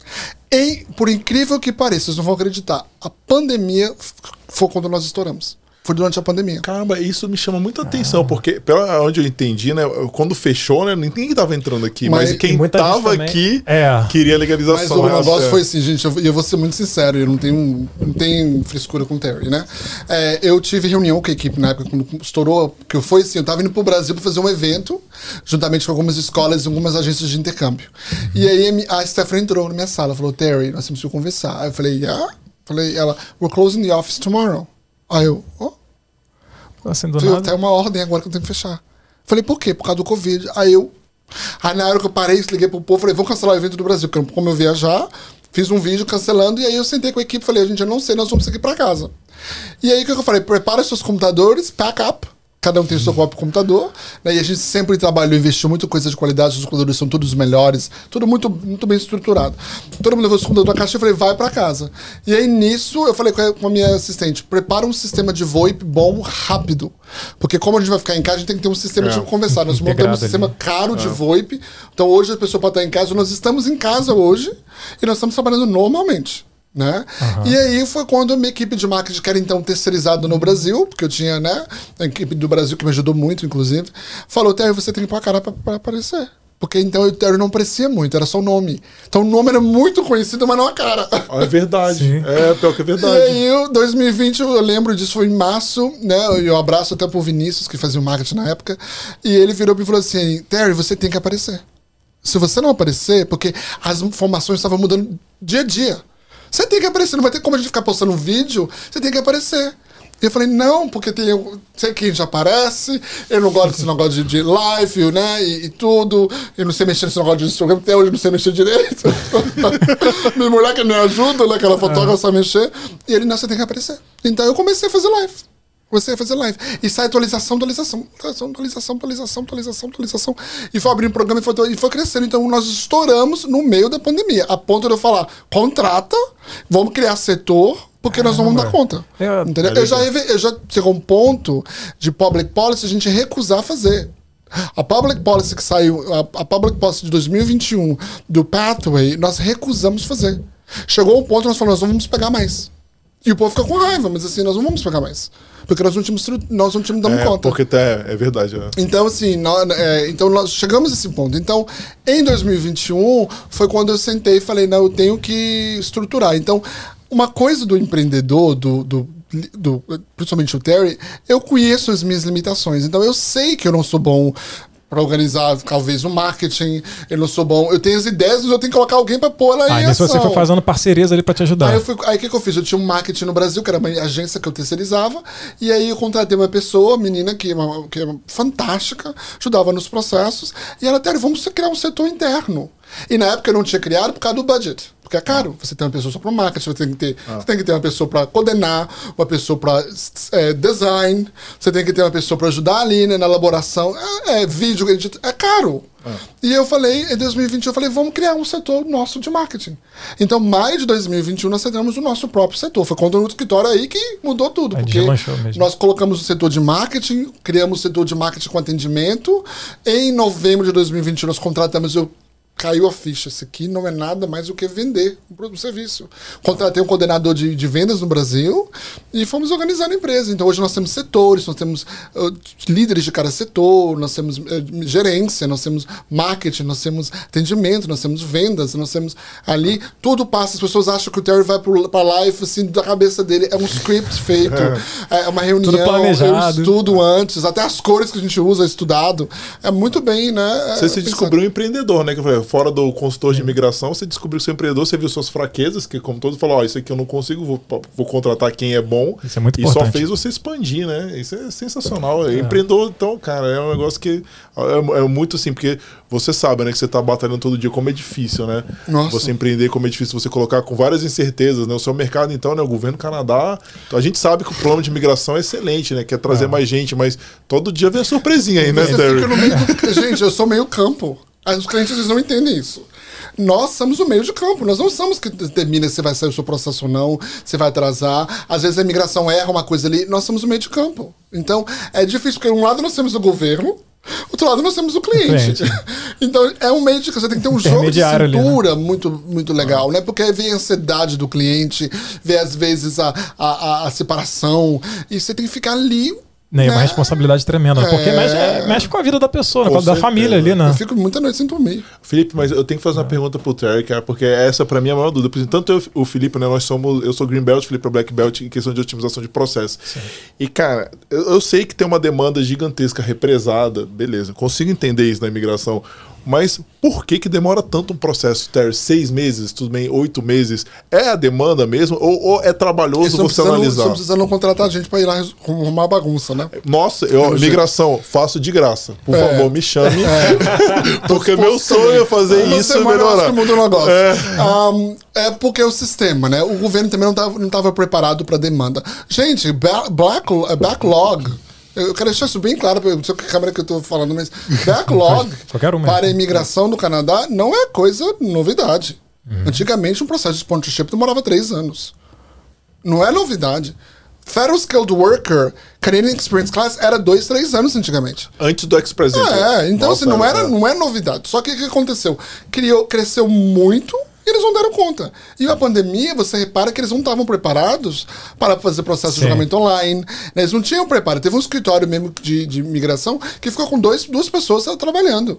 S3: E, por incrível que pareça, vocês não vão acreditar, a pandemia foi quando nós estouramos. Foi durante a pandemia.
S2: Caramba, isso me chama muita atenção, ah. porque, pelo onde eu entendi, né, quando fechou, né, ninguém tava entrando aqui, mas, mas quem tava aqui é. queria legalização.
S3: Mas o negócio é. foi assim, gente, eu, eu vou ser muito sincero, eu não tenho, não tenho frescura com o Terry, né? É, eu tive reunião com a equipe na época, quando estourou, que eu fui assim, eu tava indo pro Brasil pra fazer um evento, juntamente com algumas escolas e algumas agências de intercâmbio. Uhum. E aí a Stephanie entrou na minha sala, falou, Terry, nós temos que conversar. Aí eu falei, yeah? Falei, ela, we're closing the office tomorrow. Aí eu, ó. Oh.
S1: Assim, do
S3: Falei,
S1: nada.
S3: tem uma ordem agora que eu tenho que fechar. Falei, por quê? Por causa do Covid. Aí eu. Aí na hora que eu parei, liguei pro povo, falei, vou cancelar o evento do Brasil. Porque como eu viajar, fiz um vídeo cancelando. E aí eu sentei com a equipe e falei, a gente, eu não sei, nós vamos seguir pra casa. E aí o que eu falei? Prepara seus computadores, pack up. Cada um tem o seu próprio computador, né? E a gente sempre trabalhou, investiu muito coisa de qualidade, os computadores são todos melhores, tudo muito, muito bem estruturado. Todo mundo levou os computadores na caixa e eu falei, vai pra casa. E aí nisso eu falei com a minha assistente, prepara um sistema de VoIP bom, rápido. Porque como a gente vai ficar em casa, a gente tem que ter um sistema é. de conversar. Nós montamos um sistema ali. caro é. de VoIP, então hoje a pessoa pode estar em casa, nós estamos em casa hoje e nós estamos trabalhando normalmente. Né? Uhum. E aí foi quando a minha equipe de marketing, que era então terceirizada no Brasil, porque eu tinha, né, a equipe do Brasil que me ajudou muito, inclusive, falou, Terry, você tem que pôr a cara pra, pra aparecer. Porque então o Terry não parecia muito, era só o nome. Então o nome era muito conhecido, mas não a cara.
S2: É verdade. Sim. É, pior que é verdade.
S3: E aí, em dois mil e vinte, eu lembro disso, foi em março, né? E eu abraço até pro Vinícius, que fazia o marketing na época. E ele virou e falou assim, Terry, você tem que aparecer. Se você não aparecer, porque as informações estavam mudando dia a dia. Você tem que aparecer, não vai ter como a gente ficar postando um vídeo, você tem que aparecer. E eu falei, não, porque tem sei quem já aparece, eu não gosto desse negócio de, de live, né, e, e tudo, eu não sei mexer nesse negócio de Instagram, até hoje eu não sei mexer direito. Minha mulher que me ajuda, né, aquela fotógrafa sabe mexer, e ele, não, você tem que aparecer. Então eu comecei a fazer live. Comecei a fazer live. E sai atualização, atualização, atualização, atualização, atualização, atualização, atualização. E foi abrindo o programa e foi, e foi crescendo. Então nós estouramos no meio da pandemia, a ponto de eu falar, contrata, vamos criar setor, porque ah, nós não vamos dar conta. É, entendeu? É eu, já, eu já chegou um ponto de public policy a gente recusar fazer. A public policy que saiu, a, a public policy de dois mil e vinte e um do Pathway, nós recusamos fazer. Chegou um ponto que nós falamos, nós não vamos pegar mais. E o povo fica com raiva, mas assim, nós não vamos pegar mais. Porque nós não tínhamos, nós não tínhamos dado
S2: é,
S3: conta.
S2: Porque tá, é verdade. É.
S3: Então, assim, nós, é, então nós chegamos a esse ponto. Então, em dois mil e vinte e um, foi quando eu sentei e falei, não, eu tenho que estruturar. Então, uma coisa do empreendedor, do, do, do, principalmente o Terry, eu conheço as minhas limitações. Então, eu sei que eu não sou bom para organizar, talvez, o marketing, eu não sou bom. Eu tenho as ideias, mas eu tenho que colocar alguém para pôr lá
S1: ah,
S3: em ação.
S1: Aí você foi fazendo parcerias ali para te ajudar.
S3: Aí o que, que eu fiz? Eu tinha um marketing no Brasil, que era uma agência que eu terceirizava, e aí eu contratei uma pessoa, uma menina que é, uma, que é fantástica, ajudava nos processos, e ela, Terry, vamos criar um setor interno. E na época eu não tinha criado por causa do budget. Porque é caro. Você tem uma pessoa só para o marketing, você tem que ter, ah. você tem que ter uma pessoa para coordenar, uma pessoa para é, design, você tem que ter uma pessoa para ajudar ali, né, na elaboração. É, é vídeo, é caro. Ah. E eu falei, em dois mil e vinte e um, eu falei, vamos criar um setor nosso de marketing. Então, em maio de dois mil e vinte e um, nós criamos o nosso próprio setor. Foi quando o escritório aí que mudou tudo. Porque nós colocamos o setor de marketing, criamos o setor de marketing com atendimento. Em novembro de dois mil e vinte e um, nós contratamos o caiu a ficha. Isso aqui não é nada mais do que vender um serviço. Contratei um coordenador de, de vendas no Brasil e fomos organizando a empresa. Então, hoje nós temos setores, nós temos uh, líderes de cada setor, nós temos uh, gerência, nós temos marketing, nós temos atendimento, nós temos vendas, nós temos ali, tudo passa. As pessoas acham que o Terry vai para live, assim, da cabeça dele. É um script feito, é uma reunião,
S1: tudo planejado.
S3: Eu estudo antes, até as cores que a gente usa é estudado. É muito bem, né?
S2: Você é, se descobriu um empreendedor, né? Que foi fora do consultor de imigração, você descobriu seu empreendedor, você viu suas fraquezas, que como todos falou, ó, isso aqui eu não consigo, vou, vou contratar quem é bom.
S1: Isso é muito
S2: e
S1: importante.
S2: Só fez você expandir, né? Isso é sensacional. É. Empreendedor, então, cara, é um negócio que é, é muito assim, porque você sabe, né, que você tá batalhando todo dia, como é difícil, né?
S3: Nossa.
S2: Você empreender, como é difícil você colocar com várias incertezas, né? O seu mercado, então, né? O governo do Canadá, então, a gente sabe que o plano de imigração é excelente, né? Quer trazer é. mais gente, mas todo dia vem a surpresinha aí, né, Terry?
S3: Do... Gente, eu sou meio campo. Os clientes eles não entendem isso. Nós somos o meio de campo, nós não somos que determina se vai sair o seu processo ou não, se vai atrasar. Às vezes a imigração erra uma coisa ali, nós somos o meio de campo. Então é difícil, porque um lado nós temos o governo, outro lado nós temos o cliente. cliente. Então é um meio de campo, você tem que ter um jogo de cintura ali, né? muito, muito legal, né? Porque vem a ansiedade do cliente, vê às vezes a, a, a, a separação, e você tem que ficar ali.
S1: É uma responsabilidade tremenda, é... porque mexe, mexe com a vida da pessoa, né? Da família ali, né?
S3: Eu fico muita noite sem dormir.
S2: Felipe, mas eu tenho que fazer uma é. pergunta pro Terry, cara, porque essa pra mim é a maior dúvida. Tanto eu, o Felipe, né, nós somos, eu sou Green Belt, o Felipe é Black Belt em questão de otimização de processo. Sim. E, cara, eu, eu sei que tem uma demanda gigantesca represada, beleza, consigo entender isso na imigração, mas por que que demora tanto um processo, Terry? Seis meses, tudo bem, oito meses? É a demanda mesmo? Ou, ou é trabalhoso você analisar?
S3: Você precisa não contratar gente pra ir lá arrumar bagunça, né?
S2: Nossa, eu, migração, faço de graça. Por é. favor, me chame. É. Porque meu sonho é fazer Uma isso e melhorar.
S3: Que muda o negócio. É. Um, é porque é o sistema, né? O governo também não estava não tava preparado para demanda. Gente, back, backlog... Eu quero deixar isso bem claro, não sei que câmera que eu tô falando, mas backlog para a imigração do Canadá não é coisa novidade. Uhum. Antigamente, um processo de sponsorship demorava três anos. Não é novidade. Federal Skilled Worker, Canadian Experience Class, era dois, três anos antigamente.
S2: Antes do ex-presidente.
S3: É, então Nossa, assim, não, era, é. não é novidade. Só que o que aconteceu? Criou, cresceu muito... E eles não deram conta. E a pandemia, você repara que eles não estavam preparados para fazer processo Sim. de julgamento online. Né? Eles não tinham preparo. Teve um escritório mesmo de, de imigração que ficou com dois, duas pessoas trabalhando.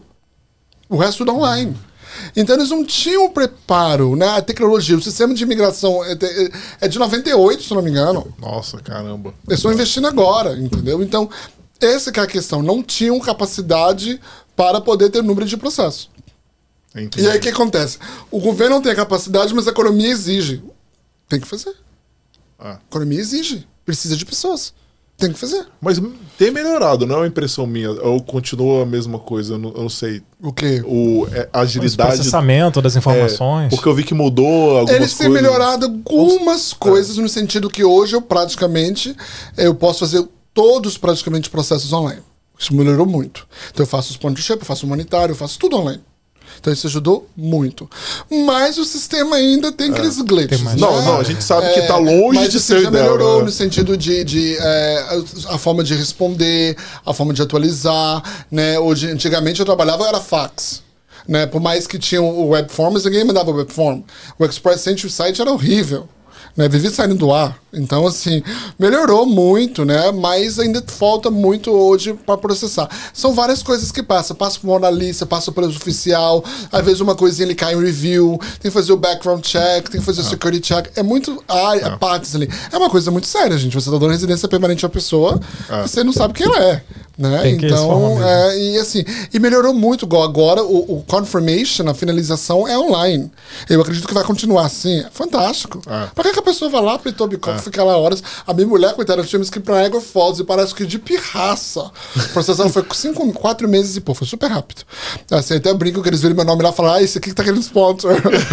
S3: O resto tudo online. Então eles não tinham preparo, né? A tecnologia, o sistema de imigração é de, é de noventa e oito, se não me engano.
S2: Nossa, caramba.
S3: Eles estão investindo agora, entendeu? Então, essa que é a questão. Não tinham capacidade para poder ter número de processo. Entendi. E aí o que acontece? O governo não tem a capacidade, mas a economia exige. Tem que fazer. Ah. A economia exige. precisa de pessoas. Tem que fazer.
S2: Mas tem melhorado, não é uma impressão minha? Ou continua a mesma coisa? Eu não, eu não sei.
S3: O quê?
S2: O, é, a agilidade.
S1: O processamento das informações.
S2: É, porque eu vi que mudou algumas
S3: Eles têm
S2: coisas.
S3: melhorado algumas coisas, é. no sentido que hoje eu praticamente eu posso fazer todos praticamente processos online. Isso melhorou muito. Então eu faço os point-to-ship, eu faço o monetário, eu faço tudo online. Então isso ajudou muito. Mas o sistema ainda tem aqueles é, glitches. Né?
S2: Não, não, a gente sabe é, que está longe
S3: mas
S2: de
S3: assim,
S2: ser
S3: já
S2: ideal,
S3: melhorou
S2: né?
S3: no sentido de, de é, a forma de responder, a forma de atualizar. Né? Hoje, antigamente eu trabalhava, era fax. Né? Por mais que tinha o webform, ninguém mandava o webform. O Express Entry site era horrível. Né, vivia saindo do ar. Então, assim, melhorou muito, né? Mas ainda falta muito hoje para processar. São várias coisas que passam. Passa por um analista, passa pelo oficial, às vezes uma coisinha ele cai em review, tem que fazer o background check, tem que fazer o security check. É muito área, ah, partes ali. É uma coisa muito séria, gente. Você tá dando residência permanente à pessoa, ah. você não sabe quem ela é. Né? Então, é, e assim, e melhorou muito. Igual agora, o, o confirmation, a finalização é online. Eu acredito que vai continuar assim. É fantástico. Ah. Pra que, que a pessoa vai lá pro Etobicoke, ah. fica lá horas? A minha mulher, coitada, tivemos que ir pra Niagara Falls e parece que de pirraça. O processo foi cinco, quatro meses e pô, foi super rápido. Assim, até brinco que eles viram meu nome lá e falaram, ah, esse aqui que tá querendo sponsor.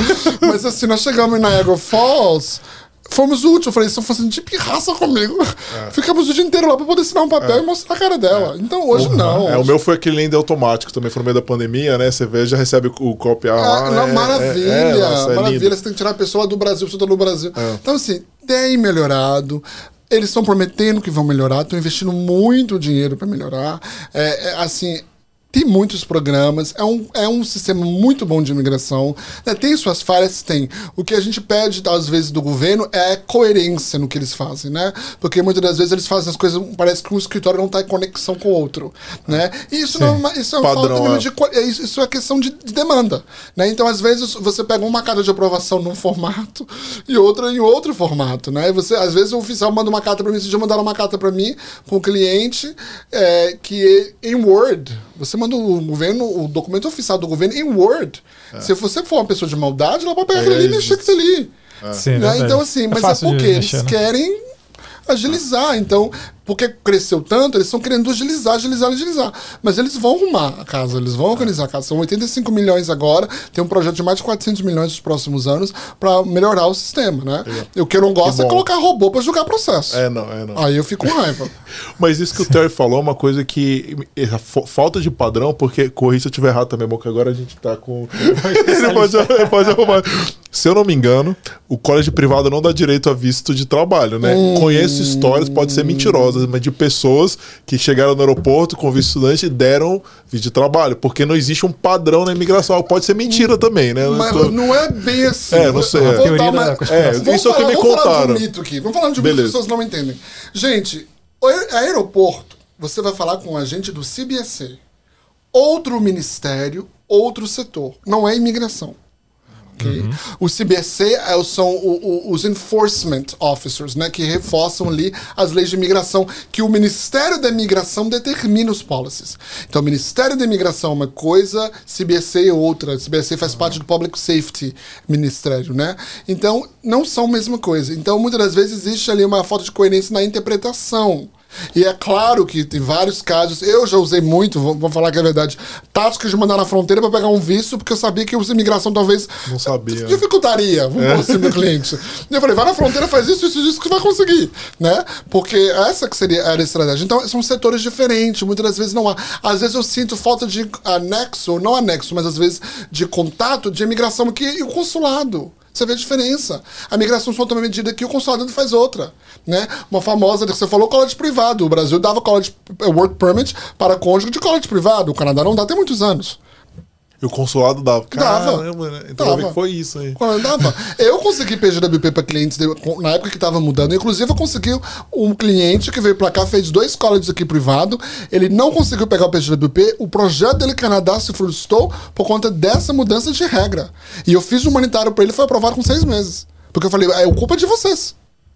S3: Mas assim, nós chegamos em Niagara Falls. Fomos úteis, eu falei, estão fazendo de pirraça comigo. É. Ficamos o dia inteiro lá pra poder assinar um papel é. e mostrar a cara dela. É. Então hoje uhum. não.
S2: É,
S3: hoje...
S2: O meu foi aquele lendo automático também, foi no meio da pandemia, né? Você vê, já recebe o copiar é, lá.
S3: Não,
S2: é,
S3: maravilha,
S2: é, é, nossa,
S3: maravilha. Você tem que tirar a pessoa do Brasil, você tá no Brasil. É. Então, assim, tem melhorado. Eles estão prometendo que vão melhorar, estão investindo muito dinheiro para melhorar. É, é, assim. Tem muitos programas, é um, é um sistema muito bom de imigração, né? Tem suas falhas, tem. O que a gente pede, às vezes, do governo é coerência no que eles fazem, né? Porque muitas das vezes eles fazem as coisas, parece que um escritório não está em conexão com o outro, né? E isso, não, isso é uma
S2: Padrão,
S3: falta
S2: é.
S3: de... Isso é questão de, de demanda, né? Então, às vezes, você pega uma carta de aprovação num formato e outra em outro formato, né? E você, às vezes, o oficial manda uma carta para mim, vocês já mandaram uma carta para mim, para um cliente, é, que é em Word. Você manda o governo, o documento oficial do governo em Word. É. Se você for uma pessoa de maldade, ela pode pegar aquilo ali e mexer com isso ali.
S2: É.
S1: Sim,
S3: né? Então, assim, mas é, é porque eles mexer, né? querem agilizar. Então, porque cresceu tanto, eles estão querendo agilizar, agilizar, agilizar. Mas eles vão arrumar a casa, eles vão organizar a casa. São oitenta e cinco milhões agora, tem um projeto de mais de quatrocentos milhões nos próximos anos para melhorar o sistema, né? É. O que eu não gosto que é colocar robô para julgar processo.
S2: É, não, é, não.
S3: Aí eu fico com raiva.
S2: Mas isso que o Terry falou é uma coisa que... Falta de padrão, porque, corri se eu estiver errado também, porque agora a gente tá com... ele, pode, ele pode arrumar. Se eu não me engano, o colégio privado não dá direito a visto de trabalho, né? Hum... Conheço histórias, pode ser mentirosas, mas de pessoas que chegaram no aeroporto com visto estudante e deram visto de trabalho, porque não existe um padrão na imigração. Pode ser mentira também, né?
S3: Mas
S2: tô...
S3: não é bem assim.
S2: É, não sei.
S3: Eu vou
S1: teoria
S3: uma...
S1: da conspiração.
S2: É, isso é o que me
S3: vamos
S2: contaram.
S3: Falar de um mito aqui. Vamos falar de um mito que as pessoas não entendem. Gente, o aeroporto, você vai falar com um agente do C B S A. Outro ministério, outro setor. Não é imigração. Okay? Uhum. O C B S A são o, o, os enforcement officers, né, que reforçam ali as leis de imigração, que o Ministério da Imigração determina os policies. Então, o Ministério da Imigração é uma coisa, C B S A é outra. C B S A faz uhum. parte do Public Safety Ministério, né? Então, não são a mesma coisa. Então, muitas das vezes existe ali uma falta de coerência na interpretação. E é claro que tem vários casos, eu já usei muito, vamos falar que é verdade, táticas de mandar na fronteira para pegar um visto, porque eu sabia que a imigração talvez
S2: não sabia.
S3: dificultaria o é. meu cliente. E eu falei, vai na fronteira, faz isso, isso, isso que você vai conseguir, né? Porque essa que seria era a estratégia. Então, são setores diferentes, muitas das vezes não há. Às vezes eu sinto falta de anexo, não anexo, mas às vezes de contato de imigração aqui e o consulado. Você vê a diferença. A migração só toma medida que o consulado faz outra. Né? Uma famosa que você falou, college privado. O Brasil dava college, work permit para cônjuge de college privado. O Canadá não dá até muitos anos.
S2: E o consulado dava.
S3: Dava.
S2: Caramba, né? Então dava. Foi isso aí.
S3: Dava. Eu consegui P G W P para clientes de, na época que estava mudando. Inclusive, eu consegui um cliente que veio para cá, fez dois colleges aqui privado. Ele não conseguiu pegar o P G W P. O projeto dele Canadá se frustrou por conta dessa mudança de regra. E eu fiz um humanitário para ele, foi aprovado com seis meses. Porque eu falei, é culpa de vocês.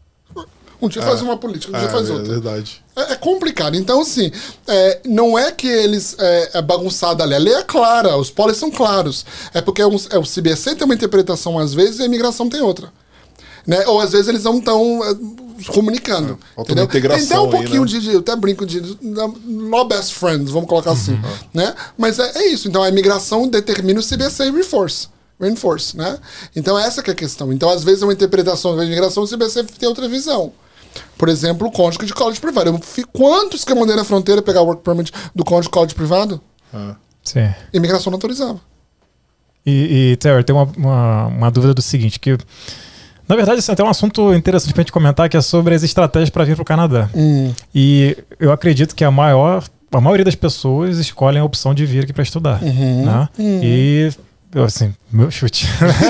S3: Um dia é, faz uma política, um dia é, faz outra.
S2: É verdade.
S3: É, é complicado. Então, assim, é, não é que eles é, é bagunçado ali. A lei é clara, os policies são claros. É porque é um, é, o C B S tem uma interpretação às vezes e a imigração tem outra. Né? Ou às vezes eles não estão comunicando.
S2: É,
S3: entendeu?
S2: integração
S3: Tem até um
S2: aí,
S3: pouquinho
S2: né?
S3: de, eu até brinco de no best friends, vamos colocar assim,
S2: Uhum.
S3: né? Mas é, é isso. Então a imigração determina o C B C Reinforce. Reinforce, né? Então essa que é a questão. Então às vezes é uma interpretação da imigração, o C B C tem outra visão. Por exemplo, o cônjuge de college privado. Eu fui, quantos que eu mandei na fronteira pegar o work permit do cônjuge de college privado?
S2: Ah.
S1: Sim.
S3: Imigração não autorizava.
S1: E, e Terry, tem uma, uma, uma dúvida do seguinte, que na verdade assim, tem um assunto interessante pra gente comentar, que é sobre as estratégias para vir para o Canadá.
S3: Hum.
S1: E eu acredito que a maior, a maioria das pessoas escolhem a opção de vir aqui para estudar.
S3: Uhum.
S1: Né?
S3: Uhum.
S1: E eu, assim, meu chute.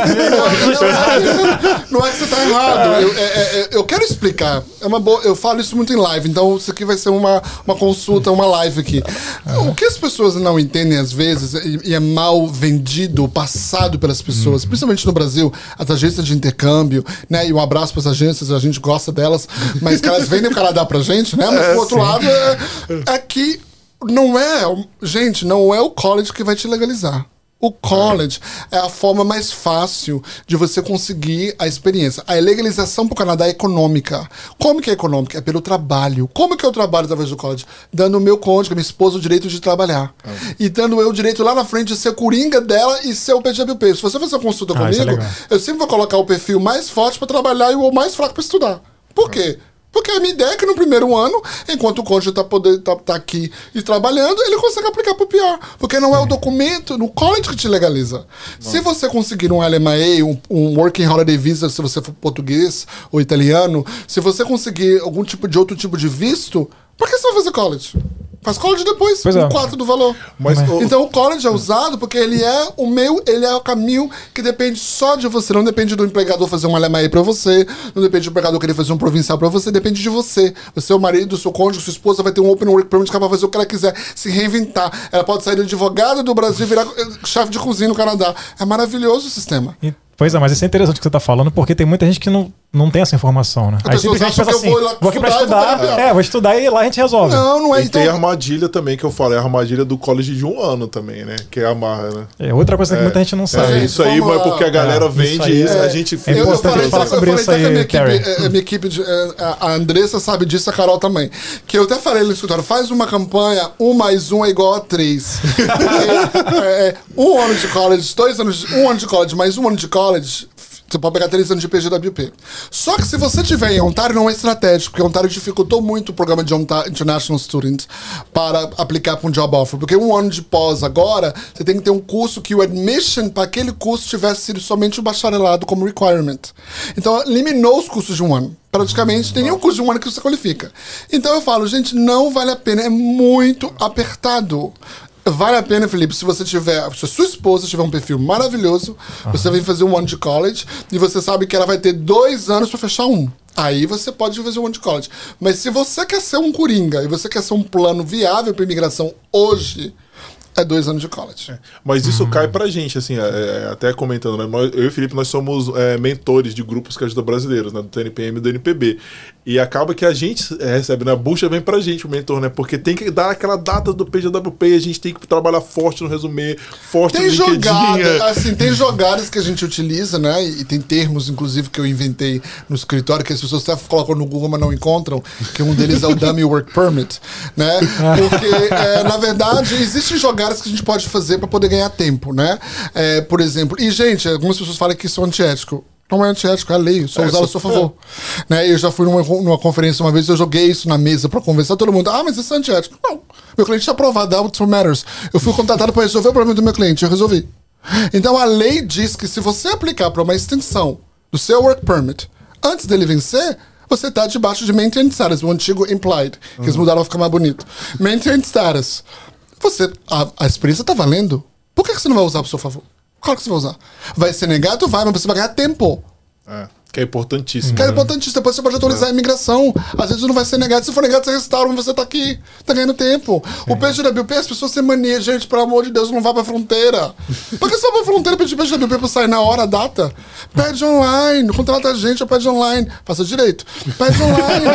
S3: Não, não é que você tá errado. Eu, é, é, eu quero explicar. É uma boa, eu falo isso muito em live, então isso aqui vai ser uma, uma consulta, uma live aqui. O que as pessoas não entendem às vezes, e, e é mal vendido, passado pelas pessoas, uhum. principalmente no Brasil, as agências de intercâmbio, né? E um abraço para as agências, a gente gosta delas, mas que elas vendem o Canadá pra gente, né? Mas é, por outro sim. lado, é, é que não é, gente, não é o college que vai te legalizar. O college é a forma mais fácil de você conseguir a experiência. A legalização para o Canadá é econômica. Como que é econômica? É pelo trabalho. Como que eu trabalho através do college? Dando o meu cônjuge, minha esposa, o direito de trabalhar. Uhum. E dando eu o direito lá na frente de ser coringa dela e ser o P J W P. Se você fazer uma consulta ah, comigo, é eu sempre vou colocar o perfil mais forte para trabalhar e o mais fraco para estudar. Por quê? Porque a minha ideia é que no primeiro ano, enquanto o cônjuge está tá, tá aqui e trabalhando, ele consegue aplicar para o P R. Porque não é o documento no college que te legaliza. Não. Se você conseguir um L M A, um, um Working Holiday Visa, se você for português ou italiano, se você conseguir algum tipo de outro tipo de visto, por que você vai fazer college? Faz college depois,
S1: pois
S3: um
S1: é.
S3: quarto do valor.
S2: Mas,
S3: Mas,
S2: o...
S3: Então o college é usado porque ele é o meu, ele é o caminho que depende só de você. Não depende do empregador fazer um L M A pra você, não depende do empregador querer fazer um provincial pra você, depende de você. Você é o marido, seu cônjuge, sua esposa vai ter um Open Work Permit que ela vai fazer o que ela quiser, se reinventar. Ela pode sair de advogada do Brasil e virar chefe de cozinha no Canadá. É maravilhoso o sistema.
S1: E... Pois é, mas isso é interessante o que você está falando, porque tem muita gente que não, não tem essa informação, né?
S3: Aí simplesmente pensa assim,
S1: vou, lá vou aqui pra estudar, estudar é, vou estudar e lá a gente resolve.
S3: Não, não é.
S2: E
S3: então...
S2: tem a armadilha também que eu falo, é a armadilha do college de um ano também, né? Que é a marra, né?
S1: É outra coisa que é, muita gente não sabe.
S2: É, isso aí, mas porque a galera é, vende isso, isso é, a gente
S1: fica... É importante eu, eu falar sobre eu isso aí,
S3: a minha
S1: Terry.
S3: Equipe, a minha equipe, de, a Andressa sabe disso, a Carol também. Que eu até falei no escritório, faz uma campanha, um mais um é igual a três. Porque, é, um ano de college, dois anos, de, um ano de college, mais um ano de college... Você pode pegar três anos de P G W P. Só que se você tiver em Ontário, não é estratégico, porque Ontário dificultou muito o programa de International Student para aplicar para um job offer. Porque um ano de pós agora, você tem que ter um curso que o admission para aquele curso tivesse sido somente o bacharelado como requirement. Então, eliminou os cursos de um ano. Praticamente, tem nenhum curso de um ano que você qualifica. Então eu falo, gente, não vale a pena, é muito apertado. Vale a pena, Felipe, se você tiver, se a sua esposa tiver um perfil maravilhoso, uhum. você vem fazer um ano de college e você sabe que ela vai ter dois anos para fechar um. Aí você pode fazer um ano de college. Mas se você quer ser um coringa e você quer ser um plano viável para imigração hoje, é dois anos de college.
S2: É, mas isso uhum. cai pra gente, assim, é, até comentando, né? Nós, eu e o Felipe, nós somos é, mentores de grupos que ajudam brasileiros, né? Do T N P M e do N P B. E acaba que a gente recebe, né? A bucha vem pra gente, o mentor, né? Porque tem que dar aquela data do P J W P e a gente tem que trabalhar forte no resumê, forte
S3: tem
S2: no LinkedIn.
S3: Jogada, assim, tem jogadas que a gente utiliza, né? E tem termos, inclusive, que eu inventei no escritório, que as pessoas até colocam no Google, mas não encontram, que um deles é o Dummy Work Permit, né? Porque, é, na verdade, existem jogadas que a gente pode fazer para poder ganhar tempo, né? É, por exemplo, e, gente, algumas pessoas falam que isso é antiético. Não é antiético, é a lei, só é, usar a seu favor. É. Né? Eu já fui numa, numa conferência uma vez, eu joguei isso na mesa pra conversar, todo mundo, ah, mas isso é antiético. Não, meu cliente está aprovado, that's what matters. Eu fui contratado para resolver o problema do meu cliente, eu resolvi. Então a lei diz que se você aplicar para uma extensão do seu work permit antes dele vencer, você está debaixo de maintained status, o antigo implied, que uhum. eles mudaram pra ficar mais bonito. Maintained status. Você, a, a experiência está valendo. Por que você não vai usar pro seu favor? Claro que você vai usar. Vai ser negado? Vai, mas você vai ganhar tempo.
S2: É, que é importantíssimo.
S3: Que é importantíssimo. Depois você pode atualizar é. a imigração. Às vezes não vai ser negado. Se for negado, você restaura, mas você tá aqui. Tá ganhando tempo. Sim. O P J W P, as pessoas têm mania. Gente, pelo amor de Deus, não vá pra fronteira. Por que você vai pra fronteira pedir P J W P pra sair na hora, a data? Pede online. Contrata a gente ou pede online. Faça direito. Pede online.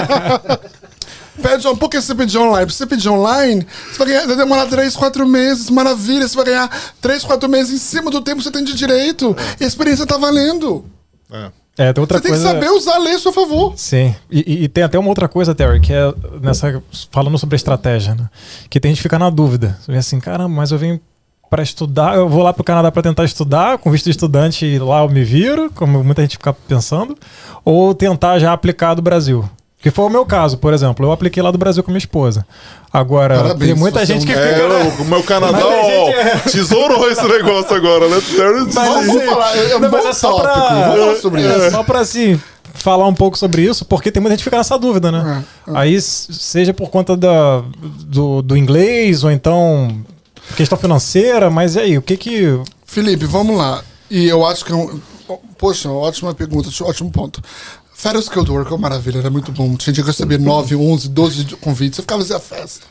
S3: Pede online. Por que você pedir online? Se você pedir online, você vai, ganhar, vai demorar três, quatro meses. Maravilha. Você vai ganhar três, quatro meses em cima do tempo que você tem de direito. É. E a experiência tá valendo.
S2: É.
S1: É, tem outra
S3: Você tem
S1: coisa...
S3: que saber usar a lei a seu favor.
S1: Sim, e, e tem até uma outra coisa, Terry, que é nessa, falando sobre estratégia, né? Que tem gente que fica na dúvida. Você vê assim, caramba, mas eu vim para estudar, eu vou lá pro Canadá para tentar estudar, com visto de estudante, e lá eu me viro, como muita gente fica pensando, ou tentar já aplicar do Brasil. Que foi o meu caso, por exemplo. Eu apliquei lá do Brasil com minha esposa. Agora,
S3: Parabéns,
S1: tem muita gente
S3: é um...
S1: que fica...
S2: É, o meu Canadá, ó, tesourou esse negócio agora, né?
S1: Mas,
S3: Vamos falar, é um
S1: não, mas
S3: bom
S1: é só
S3: tópico.
S1: pra,
S3: Vamos falar sobre
S1: é,
S3: isso.
S1: Só pra, assim, falar um pouco sobre isso, porque tem muita gente que fica nessa dúvida, né?
S3: É, é.
S1: Aí, seja por conta da, do, do inglês, ou então questão financeira, mas e aí, o que que...
S3: Felipe, vamos lá. E eu acho que é um... Poxa, ótima pergunta, ótimo ponto. Federal Skilled Worker é uma maravilha, era muito bom. Tinha que receber nove, onze, doze convites. Você ficava fazendo a festa.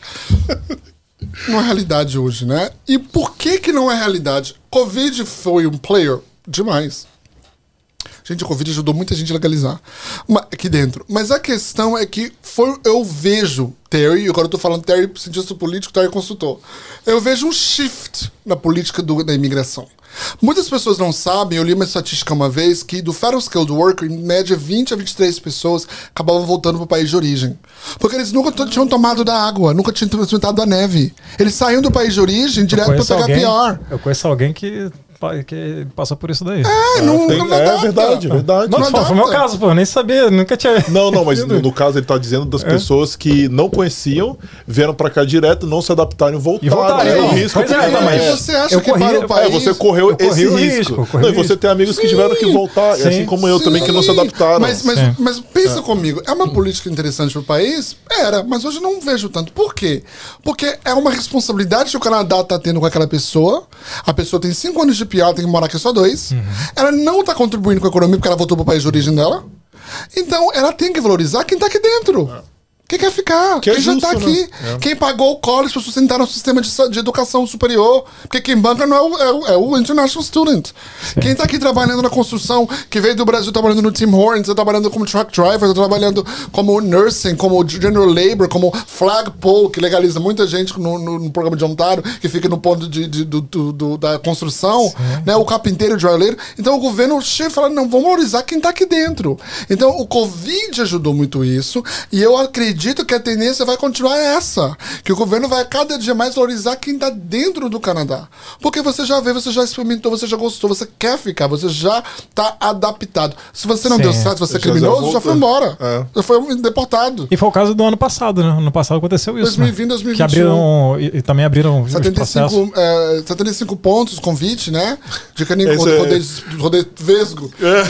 S3: Não é realidade hoje, né? E por que que não é realidade? Covid foi um player demais. Gente, a Covid ajudou muita gente a legalizar Ma- aqui dentro. Mas a questão é que foi, eu vejo, Terry, e agora eu tô falando Terry, cientista político, Terry consultor. Eu vejo um shift na política do, da imigração. Muitas pessoas não sabem, eu li uma estatística uma vez, que do Federal Skilled Worker, em média vinte a vinte e três pessoas acabavam voltando pro país de origem. Porque eles nunca t- tinham tomado da água, nunca tinham experimentado da neve. Eles saíam do país de origem direto pra
S1: conheço
S3: pegar
S1: alguém,
S3: P R.
S1: Eu conheço alguém que, que passou por isso daí.
S3: É, não,
S2: tem-
S3: não
S2: é
S3: adapta.
S2: verdade, verdade.
S1: Não,
S3: não
S1: foi o meu
S3: adapta.
S1: caso, pô, eu nem sabia, nunca tinha...
S2: Não, não, mas no,
S1: visto.
S2: no caso ele tá dizendo das
S1: É.
S2: pessoas que não conheciam, vieram pra cá direto, não se adaptaram e voltaram.
S1: E voltaram,
S2: É um
S1: não.
S2: risco.
S1: Pois é,
S2: porque-
S1: não, mas
S3: E você acha
S1: eu
S3: que
S1: corri-
S3: para o
S2: É,
S3: país...
S2: você correu
S1: eu corri
S2: esse
S1: o
S2: risco.
S1: risco, eu corri
S2: Não,
S1: o
S2: e você
S1: risco.
S2: tem amigos que
S3: Sim.
S2: tiveram que voltar,
S1: Sim.
S2: assim como eu também, que não se
S3: Sim.
S2: adaptaram.
S3: Mas, mas,
S1: Sim.
S3: mas pensa comigo, é uma política interessante para o país? Era, mas hoje não vejo tanto. Por quê? Porque é uma responsabilidade que o Canadá tá tendo com aquela pessoa. A pessoa tem cinco anos de P R, tem que morar aqui só dois.
S1: Uhum.
S3: Ela não tá contribuindo com a economia porque ela voltou pro país de origem dela. Então, ela tem que valorizar quem tá aqui dentro. Quem quer ficar?
S2: Que é
S3: quem já
S2: justo,
S3: tá aqui?
S2: né? É.
S3: Quem pagou o college para sustentar o sistema de, sa- de educação superior? Porque quem banca não é o, é o, é o international student. Quem tá aqui trabalhando na construção, que veio do Brasil trabalhando no Tim Hortons, tá trabalhando como truck driver, tá trabalhando como nursing, como general labor, como flagpole, que legaliza muita gente no, no, no programa de Ontário, que fica no ponto de, de- do, do- do- da construção, né? O carpinteiro, o joalheiro. Então o governo chega e fala, não, vamos valorizar quem tá aqui dentro. Então o Covid ajudou muito isso, e eu acredito acredito que a tendência vai continuar essa. Que o governo vai cada dia mais valorizar quem está dentro do Canadá. Porque você já vê, você já experimentou, você já gostou, você quer ficar, você já está adaptado. Se você não
S1: Sim.
S3: deu certo, você é
S2: Já- já
S3: criminoso, já
S2: voltou.
S3: foi embora.
S2: É.
S3: Já foi deportado.
S1: E foi o caso do ano passado, né? No passado aconteceu isso.
S3: dois mil e vinte,
S1: né?
S3: dois mil e
S1: Que
S3: vinte e um.
S1: abriram. E, e também abriram os
S3: setenta e
S1: processos.
S3: cinco, é, setenta e cinco pontos, convite, né? De caninho,
S2: Esse é-
S3: rodeio, rodeio vesgo. Né?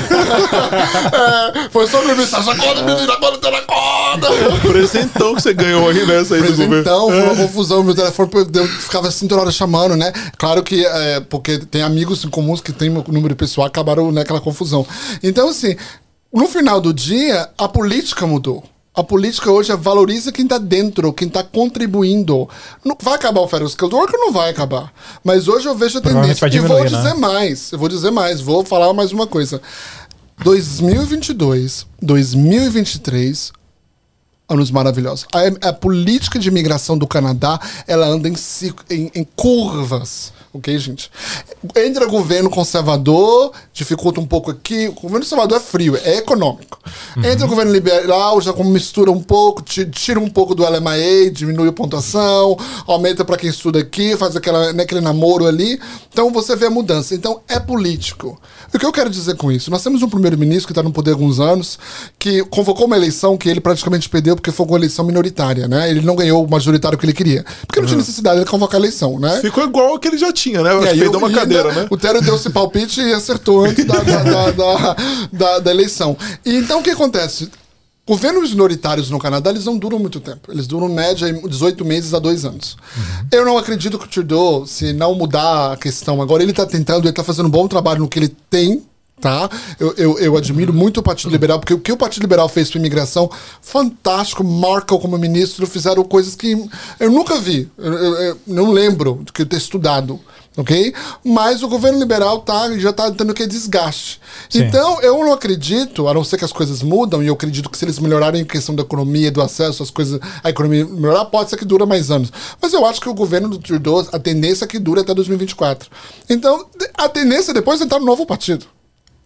S3: É, foi só uma mensagem, acorda, menino, agora tá na corda.
S2: Presentão que você ganhou aí nessa aí do governo.
S3: Então, foi uma confusão. Meu telefone eu ficava assim toda hora chamando, né? Claro que, é, porque tem amigos em comuns que tem meu número pessoal, acabaram naquela confusão. Então, assim, no final do dia, a política mudou. A política hoje é valoriza quem está dentro, quem está contribuindo. Não vai acabar o Federal Skilled Worker? Não vai acabar. Mas hoje eu vejo a
S1: Provavelmente
S3: tendência.
S1: vai
S3: E vou
S1: diminuir,
S3: dizer
S1: né?
S3: mais. Eu vou dizer mais. Vou falar mais uma coisa. dois mil e vinte e dois, dois mil e vinte e três, anos maravilhosos. A, a política de imigração do Canadá, ela anda em, circo- em, em curvas. Ok, gente? Entra governo conservador, dificulta um pouco aqui. O governo conservador é frio, é econômico. Entra o governo liberal, já como mistura um pouco, ti- tira um pouco do L M I A, diminui a pontuação, aumenta para quem estuda aqui, faz aquela, né, aquele namoro ali. Então você vê a mudança. Então é político. O que eu quero dizer com isso? Nós temos um primeiro-ministro que está no poder há alguns anos, que convocou uma eleição que ele praticamente perdeu porque foi uma eleição minoritária, né? Ele não ganhou o majoritário que ele queria. Porque não tinha necessidade de convocar a eleição, né?
S2: Ficou igual que ele já tinha, né? Acho
S3: E
S2: que
S3: aí
S2: perdeu
S3: eu-
S2: uma
S3: e
S2: cadeira,
S3: ainda
S2: né?
S3: O Tero deu esse palpite e acertou antes da, da, da, da, da- da eleição. E então o que acontece? Governos minoritários no Canadá, eles não duram muito tempo. Eles duram, em média, dezoito meses a dois anos. Eu não acredito que o Trudeau, se não mudar a questão agora, ele está tentando, ele está fazendo um bom trabalho no que ele tem, tá? Eu, eu, eu admiro muito o Partido Liberal, porque o que o Partido Liberal fez para imigração, fantástico. Markle como ministro, fizeram coisas que eu nunca vi. Eu, eu- eu não lembro de que eu ter estudado. Ok? Mas o governo liberal tá, já está tendo que desgaste.
S1: Sim.
S3: Então, eu não acredito, a não ser que as coisas mudam, e eu acredito que se eles melhorarem a questão da economia, do acesso às coisas, a economia melhorar, pode ser que dura mais anos. Mas eu acho que o governo do Trudeau, a tendência é que dure até dois mil e vinte e quatro. Então, a tendência é depois entrar no novo partido.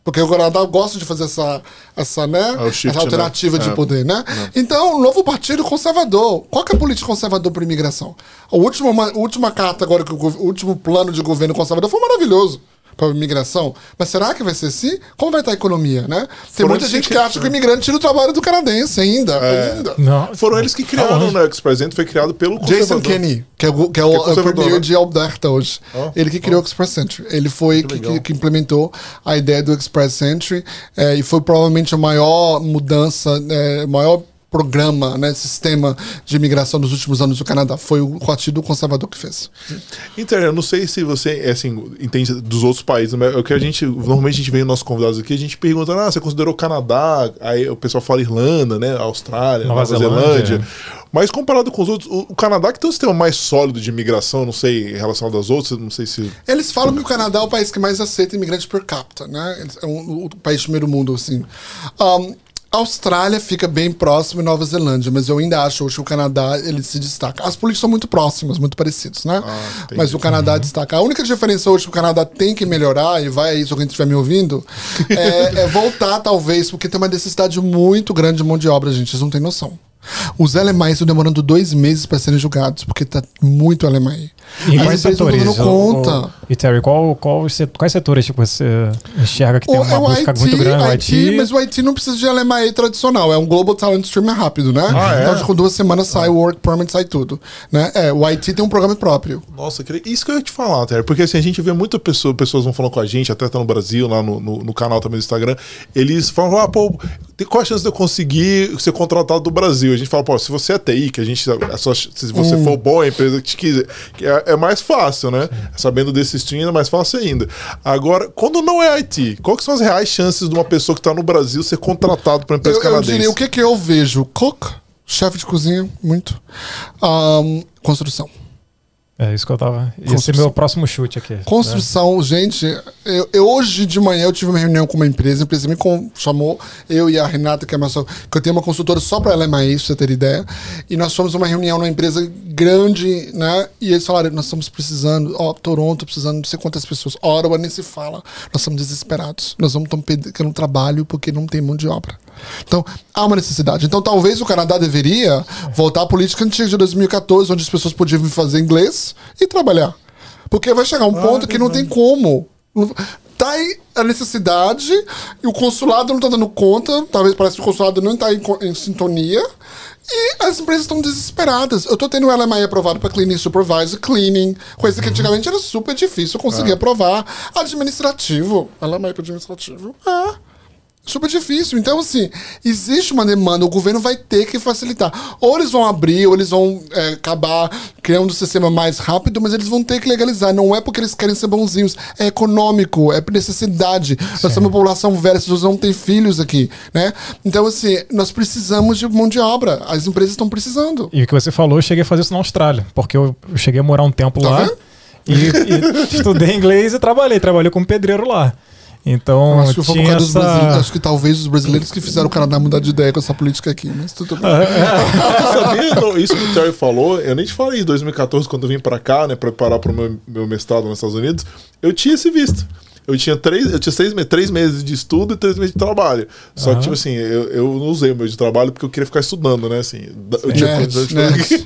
S3: Porque o Canadá gosta de fazer essa, essa, né,
S2: é shift,
S3: essa alternativa
S2: né?
S3: de
S2: é.
S3: poder, né?
S2: É.
S3: Então, o novo partido conservador. Qual que é a política conservadora para imigração? A última, uma, última carta agora, que o, o último plano de governo conservador foi maravilhoso para a imigração. Mas será que vai ser assim? Como vai estar a economia, né? Tem
S2: Foram
S3: muita gente que, que acha que o imigrante tira o trabalho do canadense ainda. É. ainda.
S1: Não,
S2: Foram eles que criaram, né? O Express Entry foi criado pelo
S3: Jason Kenney, que é o, que é o,
S2: que é
S3: o premier de Alberta hoje.
S2: Oh,
S3: ele que criou oh. o Express Entry. Ele foi que, que, que implementou a ideia do Express Entry é, e foi provavelmente a maior mudança, é, maior programa, né, sistema de imigração dos últimos anos do Canadá. Foi o Partido Conservador que fez.
S2: Então, eu não sei se você assim, entende dos outros países, mas é o que a gente, normalmente a gente vem nos nossos convidados aqui, a gente pergunta, ah, você considerou o Canadá? Aí o pessoal fala Irlanda, né, Austrália, Nova, Nova Zelândia. Zelândia. Mas comparado com os outros, o, o Canadá que tem um sistema mais sólido de imigração, não sei, em relação das outras, não sei se...
S3: Eles falam que o Canadá é o país que mais aceita imigrantes per capita, né? É um, o país do primeiro mundo, assim. Um, A Austrália fica bem próximo e Nova Zelândia, mas eu ainda acho hoje que o Canadá ele se destaca. As políticas são muito próximas, muito parecidas, né? Ah, mas o Canadá uhum. destaca. A única diferença hoje que o Canadá tem que melhorar, e vai aí se alguém estiver me ouvindo, é, é voltar talvez, porque tem uma necessidade muito grande de mão de obra, gente. Vocês não têm noção. Os L M Is estão demorando dois meses para serem julgados, porque tá muito L M I.
S1: E quais setores?
S3: Não conta.
S1: O, e Terry, qual, qual, quais setores tipo, você enxerga que tem o, uma busca I T, muito grande? O
S3: I T, I T, mas o I T não precisa de L M I tradicional, é um Global Talent Stream rápido, né?
S2: Ah, é?
S3: Então, com duas semanas sai o ah. Work Permit, sai tudo. Né? É, o I T tem um programa próprio.
S2: Nossa, isso que eu ia te falar, Terry, porque assim, a gente vê muita pessoa, pessoas vão falando com a gente, até tá no Brasil, lá no, no, no canal também do Instagram, eles falam, ah, pô, qual a chance de eu conseguir ser contratado do Brasil? A gente fala, pô, se você é T I, que a gente, a sua, se você hum. for bom, a empresa que te quiser, que é, é mais fácil, né? Sim. Sabendo desse stream é mais fácil ainda. Agora, quando não é I T, quais são as reais chances de uma pessoa que está no Brasil ser contratado para uma empresa
S3: eu,
S2: canadense?
S3: Eu diria, o que, que eu vejo? Cook, chefe de cozinha, muito. Um, construção.
S1: É isso que eu tava... Esse é meu próximo chute aqui.
S3: Construção, né? Gente, eu, eu hoje de manhã eu tive uma reunião com uma empresa, a empresa me com, chamou, eu e a Renata, que é uma, que eu tenho uma consultora só para L M I, pra você ter ideia, e nós fomos uma reunião numa empresa grande, né? E eles falaram, nós estamos precisando, ó, Toronto, precisando não sei quantas pessoas, Ottawa nem se fala, nós estamos desesperados, nós vamos estar perdendo trabalho porque não tem mão de obra. Então, há uma necessidade. Então, talvez o Canadá deveria voltar à política antiga de dois mil e catorze, onde as pessoas podiam vir fazer inglês e trabalhar. Porque vai chegar um ah, ponto que não tem como. Tá aí a necessidade e o consulado não tá dando conta. Talvez parece que o consulado não tá em, em sintonia. E as empresas estão desesperadas. Eu tô tendo o L M I aprovado para Cleaning Supervisor, Cleaning, coisa que antigamente era super difícil conseguir ah. aprovar. Administrativo. L M I para administrativo. Ah. Super difícil. Então, assim, existe uma demanda, o governo vai ter que facilitar. Ou eles vão abrir, ou eles vão é, acabar criando um sistema mais rápido, mas eles vão ter que legalizar. Não é porque eles querem ser bonzinhos, é econômico, é por necessidade. Sim. Nós somos uma população velha, as pessoas não têm filhos aqui, né? Então, assim, nós precisamos de mão de obra. As empresas estão precisando.
S1: E o que você falou, eu cheguei a fazer isso na Austrália, porque eu cheguei a morar um tempo tá lá e, e estudei inglês e trabalhei. Trabalhei como pedreiro lá. Então,
S3: acho que,
S1: tinha essa...
S3: acho que talvez os brasileiros que fizeram o Canadá mudar de ideia com essa política aqui, mas tudo bem.
S2: Sabia, não, isso que o Terry falou, eu nem te falei em dois mil e catorze, quando eu vim pra cá, né, preparar pro meu, meu mestrado nos Estados Unidos, eu tinha esse visto. Eu tinha, três, eu tinha seis, três meses de estudo e três meses de trabalho. Só uhum. que, tipo assim, eu, eu não usei o meu de trabalho porque eu queria ficar estudando, né? Assim, eu tinha condições de fazer.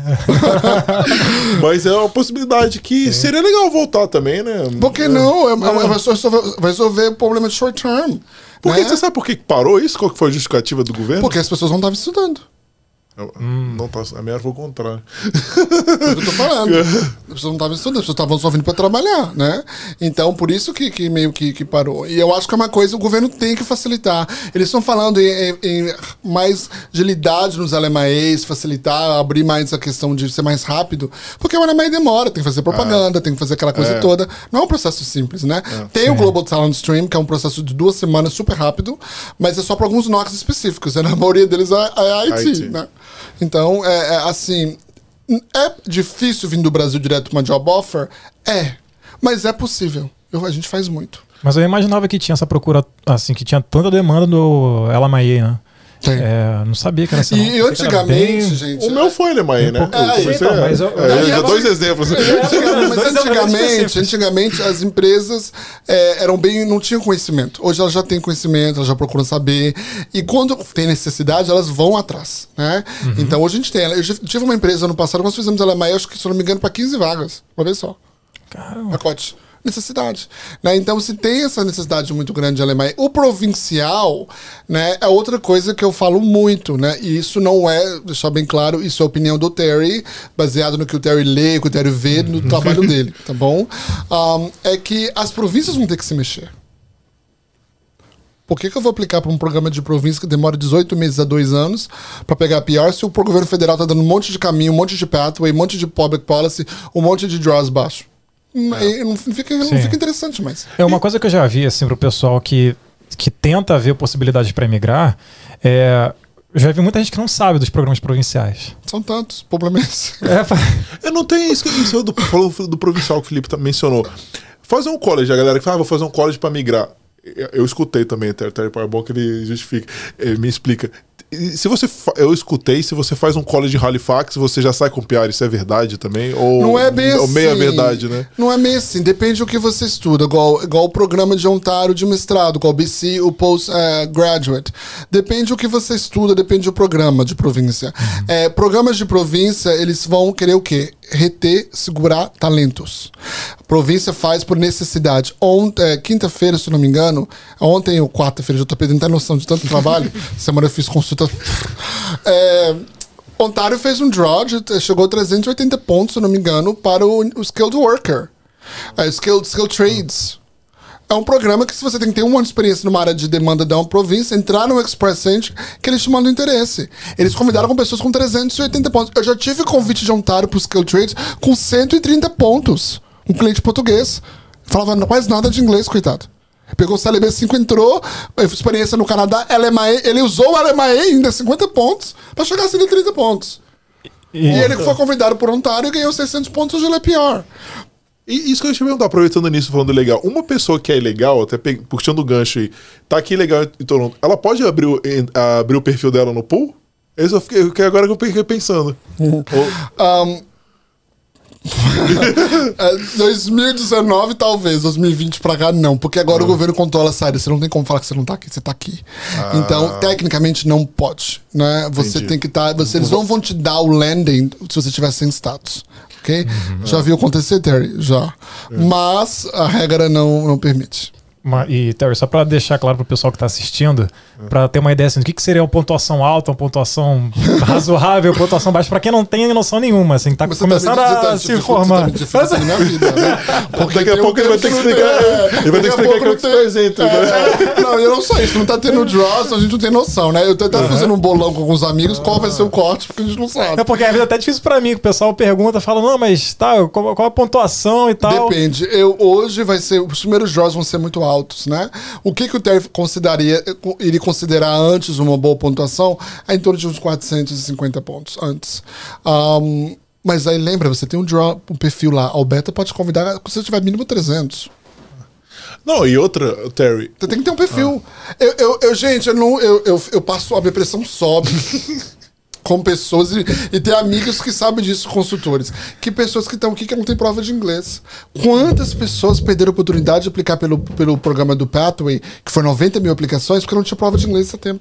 S2: Mas é uma possibilidade que Sim. seria legal voltar também, né?
S3: Por que não? É, é. Vai, resolver, vai resolver o problema de short term.
S2: Porque
S3: né?
S2: Você sabe por que parou isso? Qual que foi a justificativa do governo?
S3: Porque as pessoas não estavam estudando.
S2: Eu, hum. não tá, a minha foi o contrário.
S3: É o que eu tô falando. As pessoas não estavam estudando, as pessoas estavam só vindo para trabalhar, né? Então, por isso que, que meio que, que parou. E eu acho que é uma coisa o governo tem que facilitar. Eles estão falando em, em, em mais agilidade nos L M Is, facilitar, abrir mais a questão de ser mais rápido, porque o L M I demora, tem que fazer propaganda, ah. tem que fazer aquela coisa é. toda. Não é um processo simples, né? É. Tem Sim. o Global Talent Stream, que é um processo de duas semanas super rápido, mas é só para alguns N O Cs específicos, né? Na maioria deles é, é I T, I T, né? Então, é, é assim, é difícil vir do Brasil direto uma job offer? É, mas é possível. Eu, a gente faz muito.
S1: Mas eu imaginava que tinha essa procura, assim, que tinha tanta demanda do L M I A, né? É, não sabia que era assim.
S3: E
S1: não.
S3: antigamente,
S1: bem...
S3: gente...
S2: O meu foi Alemanha, né?
S3: É,
S2: Eu
S3: então,
S1: mas eu-
S2: é,
S3: eu-
S2: dois exemplos.
S3: Antigamente, mas
S1: Dois
S3: antigamente,
S1: específicos.
S3: antigamente as empresas é, eram bem, não tinham conhecimento. Hoje elas já têm conhecimento, elas já procuram saber. E quando tem necessidade, elas vão atrás, né?
S1: Uhum.
S3: Então hoje a gente tem. Eu já tive uma empresa no passado, nós fizemos ela mais, acho que se eu não me engano, para quinze vagas. Uma vez só.
S1: Caramba.
S3: Pacote. Necessidade. Né? Então, se tem essa necessidade muito grande de Alemanha, o provincial, né, é outra coisa que eu falo muito, né? E isso não é, deixar bem claro, isso é a opinião do Terry, baseado no que o Terry lê, que o Terry vê no trabalho dele, tá bom? Um, é que as províncias vão ter que se mexer. Por que, que eu vou aplicar para um programa de província que demora dezoito meses a dois anos para pegar P R se o governo federal está dando um monte de caminho, um monte de pathway, um monte de public policy, um monte de draws baixo? É. Não, fica, não fica interessante mais.
S1: É uma coisa que eu já vi, assim, pro pessoal que, que tenta ver possibilidades para emigrar, é... Eu já vi muita gente que não sabe dos programas provinciais.
S3: São tantos, problemas.
S1: É,
S2: Eu não tenho isso, isso do, falou do provincial que o Felipe mencionou. Fazer um college, a galera que fala, ah, vou fazer um college para migrar. Eu, eu escutei também, é bom que ele justifica, ele me explica. Se você fa... Eu escutei, se você faz um college em Halifax, você já sai com P R, isso é verdade também? Ou
S3: não é bem
S2: ou
S3: assim.
S2: meia verdade, né?
S3: Não é bem assim, depende do que você estuda, igual, igual o programa de Ontário de mestrado, igual o B C, o Postgraduate. Uh, depende do que você estuda, depende do programa de província. Uhum. É, programas de província, eles vão querer o quê? Reter, segurar talentos. A província faz por necessidade. Ont é, Quinta-feira, se não me engano, ontem ou quarta-feira, já tô perdendo até noção de tanto trabalho. Semana eu fiz consulta. É, Ontário fez um draw, de, chegou a trezentos e oitenta pontos, se não me engano, para o, o Skilled Worker. É, skilled, skilled Trades. É um programa que se você tem que ter um ano de experiência numa área de demanda da uma província, entrar no Express Entry, que eles te mandam interesse. Eles convidaram com pessoas com trezentos e oitenta pontos. Eu já tive convite de Ontário para o Skilled Trades com cento e trinta pontos. Um cliente português. Falava quase nada de inglês, coitado. Pegou o C L B cinco, entrou, experiência no Canadá, L M A E, ele usou o L M A E ainda cinquenta pontos para chegar a cento e trinta pontos. E, e ele foi convidado por Ontário e ganhou seiscentos pontos, hoje ele é pior.
S2: E isso que eu ia te perguntar, aproveitando nisso, falando legal. Uma pessoa que é ilegal, até puxando o gancho aí, tá aqui legal em Toronto, ela pode abrir o, abrir o perfil dela no pool? Isso eu fiquei, que agora que eu fiquei pensando.
S3: Uhum. um, dois mil e dezenove talvez, dois mil e vinte pra cá não, porque agora uhum. o governo controla a saída, você não tem como falar que você não tá aqui, você tá aqui. Ah. Então, tecnicamente não pode, né? Você Entendi. tem que estar, tá, você, eles não vão te dar o landing se você tiver sem status, ok? Uhum. Já viu acontecer, Terry? Já. Uhum. Mas a regra não, não permite.
S1: E, Terry, só para deixar claro para o pessoal que está assistindo, é. para ter uma ideia assim, do que, que seria uma pontuação alta, uma pontuação razoável, uma pontuação baixa, para quem não tem noção nenhuma, assim, está começando tá, a tá, se informar.
S3: Mas... na minha vida, né?
S2: Porque daqui a pouco ele vai ter que explicar.
S3: É,
S2: ele vai ter que explicar que eu te apresento.
S3: É, não, eu não sou isso, não tá tendo draws, a gente não tem noção, né? Eu tô até uhum. fazendo um bolão com alguns amigos, qual vai ser o corte, porque a gente não sabe.
S1: É porque às vezes é até difícil para mim, que o pessoal pergunta, fala, não, mas tá, qual, qual a pontuação e tal.
S3: Depende. Eu, hoje vai ser, os primeiros draws vão ser muito altos, né? O que, que o Terry consideraria, iria considerar antes uma boa pontuação? É em torno de uns quatrocentos e cinquenta pontos antes. Um, mas aí lembra, você tem um draw, um perfil lá. A Alberta pode te convidar se você tiver mínimo trezentos.
S2: Não, e outra, Terry...
S3: Você tem que ter um perfil. Ah. Eu, eu, eu, gente, eu, não, eu, eu, eu passo, a minha pressão sobe. Com pessoas e, e ter amigos que sabem disso, consultores. Que pessoas que estão aqui que não tem prova de inglês. Quantas pessoas perderam a oportunidade de aplicar pelo, pelo programa do Pathway, que foi noventa mil aplicações, porque não tinha prova de inglês nesse tempo?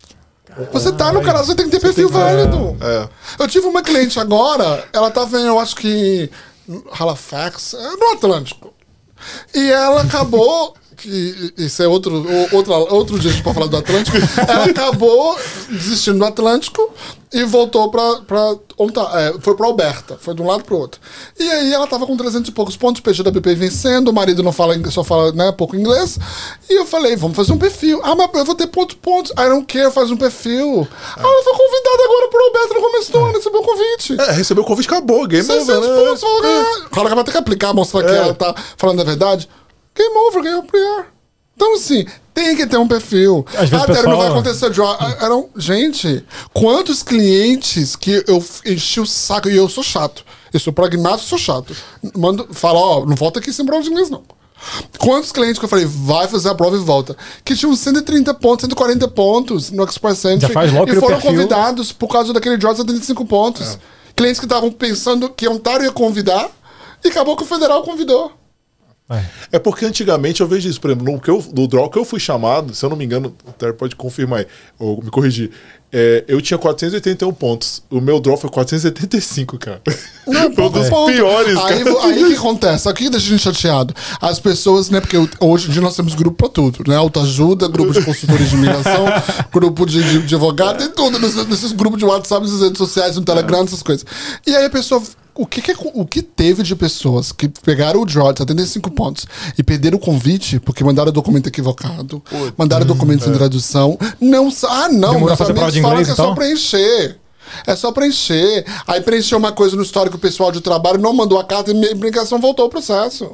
S3: Você tá no canal, você tem que ter você perfil válido. É, é. Eu tive uma cliente agora, ela tava em, eu acho que Halifax, no Atlântico. E ela acabou... que isso é outro, outro, outro dia a gente pode falar do Atlântico. Ela acabou desistindo do Atlântico e voltou pra, pra é, foi pra Alberta, foi de um lado pro outro. E aí ela tava com trezentos e poucos pontos, P G W P vencendo, o marido não fala, só fala, né, pouco inglês. E eu falei, vamos fazer um perfil. Ah, mas eu vou ter pontos, pontos. I don't care, faz um perfil. Ah, ela foi convidada agora pro Alberta no começo do ano, recebeu o convite.
S2: É, recebeu o convite, acabou, game over,
S3: seiscentos pontos, é. Claro que vai ter que aplicar, mostrar é. que ela tá falando a verdade. Game over, ganhou o P R. Então, assim, tem que ter um perfil.
S1: Às vezes
S3: ah,
S1: pessoal...
S3: não vai acontecer draw. Eram, gente, quantos clientes que eu enchi o saco, e eu sou chato. Eu sou pragmático, sou chato. Mando, falo, ó, não volta aqui sem prova de inglês, não. Quantos clientes que eu falei, vai fazer a prova e volta? Que tinham cento e trinta pontos, cento e quarenta pontos no Express Entry.
S1: Já faz logo
S3: e foram
S1: perfil.
S3: convidados por causa daquele Draw de setenta e cinco pontos. É. Clientes que estavam pensando que a Ontário ia convidar e acabou que o federal convidou.
S2: É. é porque antigamente eu vejo isso, por exemplo, no, que eu, no draw que eu fui chamado, se eu não me engano, o Terry pode confirmar aí, ou me corrigir. É, eu tinha quatrocentos e oitenta e um pontos. O meu draw foi quatrocentos e setenta e cinco, cara.
S3: Não,
S2: foi um dos é. piores,
S3: aí,
S2: cara.
S3: Aí o que acontece? Aqui deixa a gente chateado. As pessoas, né? Porque hoje em dia nós temos grupo pra tudo, né? Autoajuda, grupo de consultores de imigração, grupo de, de, de advogado, tem tudo nesses, nesses grupos de WhatsApp, nas redes sociais, no Telegram, essas coisas. E aí a pessoa. O que, que, o que teve de pessoas que pegaram o draw de setenta e cinco pontos e perderam o convite porque mandaram o documento equivocado, Putz, mandaram hum, documento sem é. tradução? Não, ah, não,
S1: Demorou fazer prova de inglês,
S3: que
S1: então?
S3: É só preencher. É só preencher. Aí preencheu uma coisa no histórico pessoal de trabalho, não mandou a carta e a imigração voltou ao processo.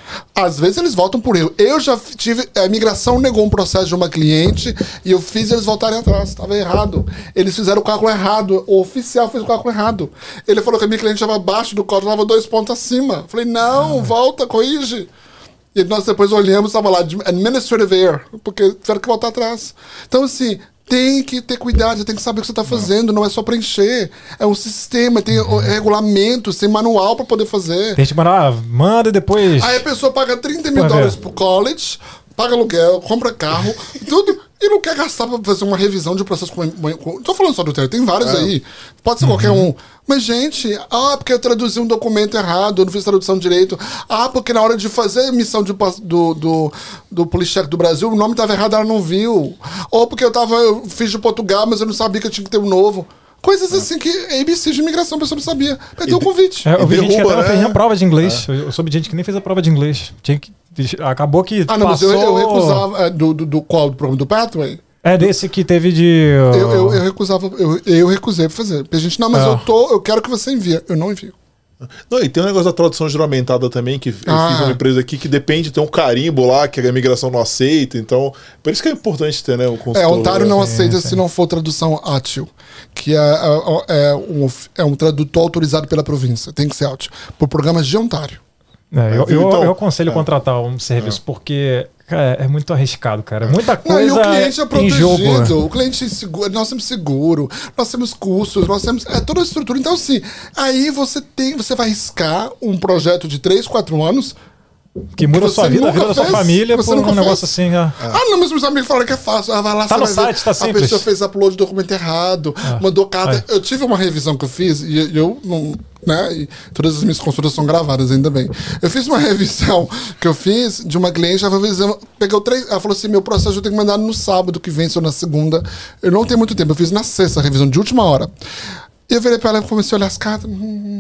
S3: Às vezes eles voltam por erro. Eu já tive. A imigração negou um processo de uma cliente e eu fiz eles voltarem atrás. Estava errado. Eles fizeram o cálculo errado. O oficial fez o cálculo errado. Ele falou que a minha cliente estava abaixo do código, estava dois pontos acima. Falei, não, volta, corrige. E nós depois olhamos, estava lá, administrative error, porque tiveram que voltar atrás. Então, assim. Tem que ter cuidado, tem que saber o que você está fazendo, não é só preencher. É um sistema, tem uhum. regulamentos, tem manual para poder fazer.
S1: Tem que mandar, manda depois.
S3: Aí a pessoa paga trinta mil dólares pro college, paga aluguel, compra carro, tudo, e não quer gastar para fazer uma revisão de processo. Com, com, não tô falando só do Terry, tem vários é. aí. Pode ser uhum. qualquer um. Mas, gente, ah, porque eu traduzi um documento errado, eu não fiz tradução direito. Ah, porque na hora de fazer a emissão de, do, do, do Police Check do Brasil, o nome estava errado, ela não viu. Ou porque eu, tava, eu fiz de Portugal, mas eu não sabia que eu tinha que ter um novo. Coisas assim que A B C de imigração a pessoa não sabia. Perdeu o convite.
S1: É, eu vi gente que até não fez a prova de inglês. É. Eu soube de gente que nem fez a prova de inglês. Tinha que, acabou que
S3: Ah, não,
S1: passou...
S3: mas eu, eu recusava é, do, do, do qual? Do programa do Pathway?
S1: É desse que teve de...
S3: Uh... Eu, eu, eu recusava, eu, eu recusei pra fazer. Porque a gente, não, mas é. eu tô, eu quero que você envie. Eu não envio.
S2: Não, e tem um negócio da tradução juramentada também, que eu
S3: ah.
S2: fiz uma empresa aqui que depende, tem um carimbo lá que a imigração não aceita, então por isso que é importante ter, né, o consultor.
S3: É, Ontário não
S1: sim,
S3: aceita
S1: sim.
S3: se não for tradução átil, que é, é, é, um, é um tradutor autorizado pela província, tem que ser átil, por programas de Ontário.
S1: É, eu, eu,
S2: então,
S1: eu aconselho
S2: é.
S1: contratar um serviço, é. porque cara, é muito arriscado, cara. Muita coisa
S3: não, e o cliente é protegido,
S1: em jogo.
S3: O cliente é seguro, nós temos seguro, nós temos custos, nós temos é, toda a estrutura. Então, assim, aí você tem, você vai arriscar um projeto de três, quatro anos
S1: que muda a sua vida, a vida da sua família, por um negócio assim. É.
S3: Ah, não, mas meus amigos falaram que é fácil. Ah, vai lá,
S1: tá
S3: você
S1: no
S3: vai
S1: site,
S3: ver.
S1: Tá simples.
S3: A pessoa fez upload de documento errado, ah. mandou carta.
S1: Ai.
S3: Eu tive uma revisão que eu fiz e eu não. Né, e todas as minhas consultas são gravadas, ainda bem. Eu fiz uma revisão que eu fiz de uma cliente, ela, revisão, pegou três, ela falou assim: meu processo eu tenho que mandar no sábado que vem, ou na segunda. Eu não tenho muito tempo, eu fiz na sexta a revisão de última hora. E eu virei pra ela e comecei a olhar as cartas.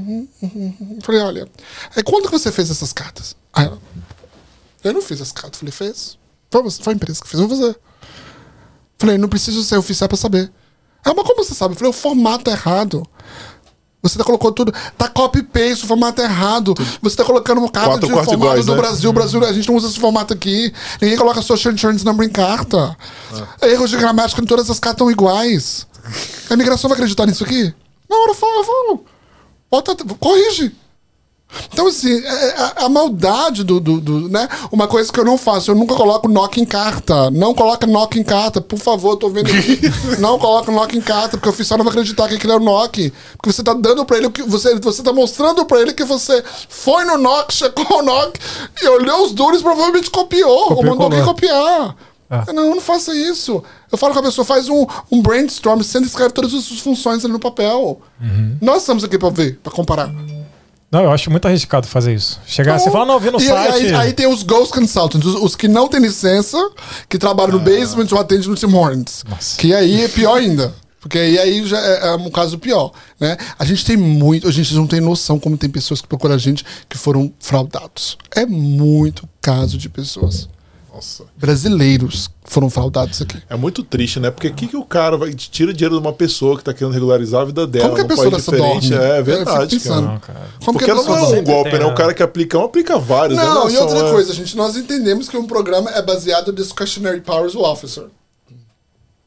S3: Falei, olha, aí quando que você fez essas cartas? Aí ela, eu não fiz as cartas. Falei, fez? Foi, foi a empresa que fez, vou fazer. Falei, não preciso ser oficial pra saber. Ah, mas como você sabe? Falei, o formato é errado. Você tá colocando tudo. Tá copy-paste, o formato é errado. Você tá colocando uma carta de formato iguais, do né? Brasil. O Brasil, a gente não usa esse formato aqui. Ninguém coloca social insurance number em carta. Ah. Erros de gramática em todas as cartas estão iguais. A imigração vai acreditar nisso aqui? Na hora eu falo, eu falo. Bota, corrige. Então, assim, a, a maldade do, do, do, né? Uma coisa que eu não faço, eu nunca coloco knock em carta. Não coloca knock em carta, por favor, tô vendo aqui. Não coloca knock em carta, porque o oficial não vai acreditar que aquilo é o knock. Porque você tá dando pra ele o que. Você, você tá mostrando pra ele que você foi no knock, checou o knock e olhou os duros, provavelmente copiou, copiou ou mandou alguém copiar. Ah. Não, não faça isso. Eu falo com a pessoa, faz um, um brainstorm, senta e escreve todas as suas funções ali no papel. Uhum. Nós estamos aqui pra ver, pra comparar.
S1: Não, eu acho muito arriscado fazer isso. Chegar assim e falar, não, vi no
S3: e,
S1: site.
S3: Aí, aí tem os Ghost Consultants, os, os que não têm licença, que trabalham ah. no basement ou atendem no Tim Hortons. Nossa. Que aí é pior ainda. Porque aí, aí já é, é um caso pior, né? A gente tem muito, a gente não tem noção como tem pessoas que procuram a gente que foram fraudados. É muito caso de pessoas. Nossa. Brasileiros foram fraudados aqui.
S2: É muito triste, né? Porque o que, que o cara vai, tira dinheiro de uma pessoa que tá querendo regularizar a vida dela?
S3: Como que a pessoa dessa dorme?
S2: É verdade, cara.
S3: Não, cara. Como
S2: Porque ela não é um golpe, né? O cara que aplica um, aplica vários.
S3: Não,
S2: né?
S3: E outra
S2: é...
S3: coisa, gente, nós entendemos que um programa é baseado no Discretionary Powers do Officer.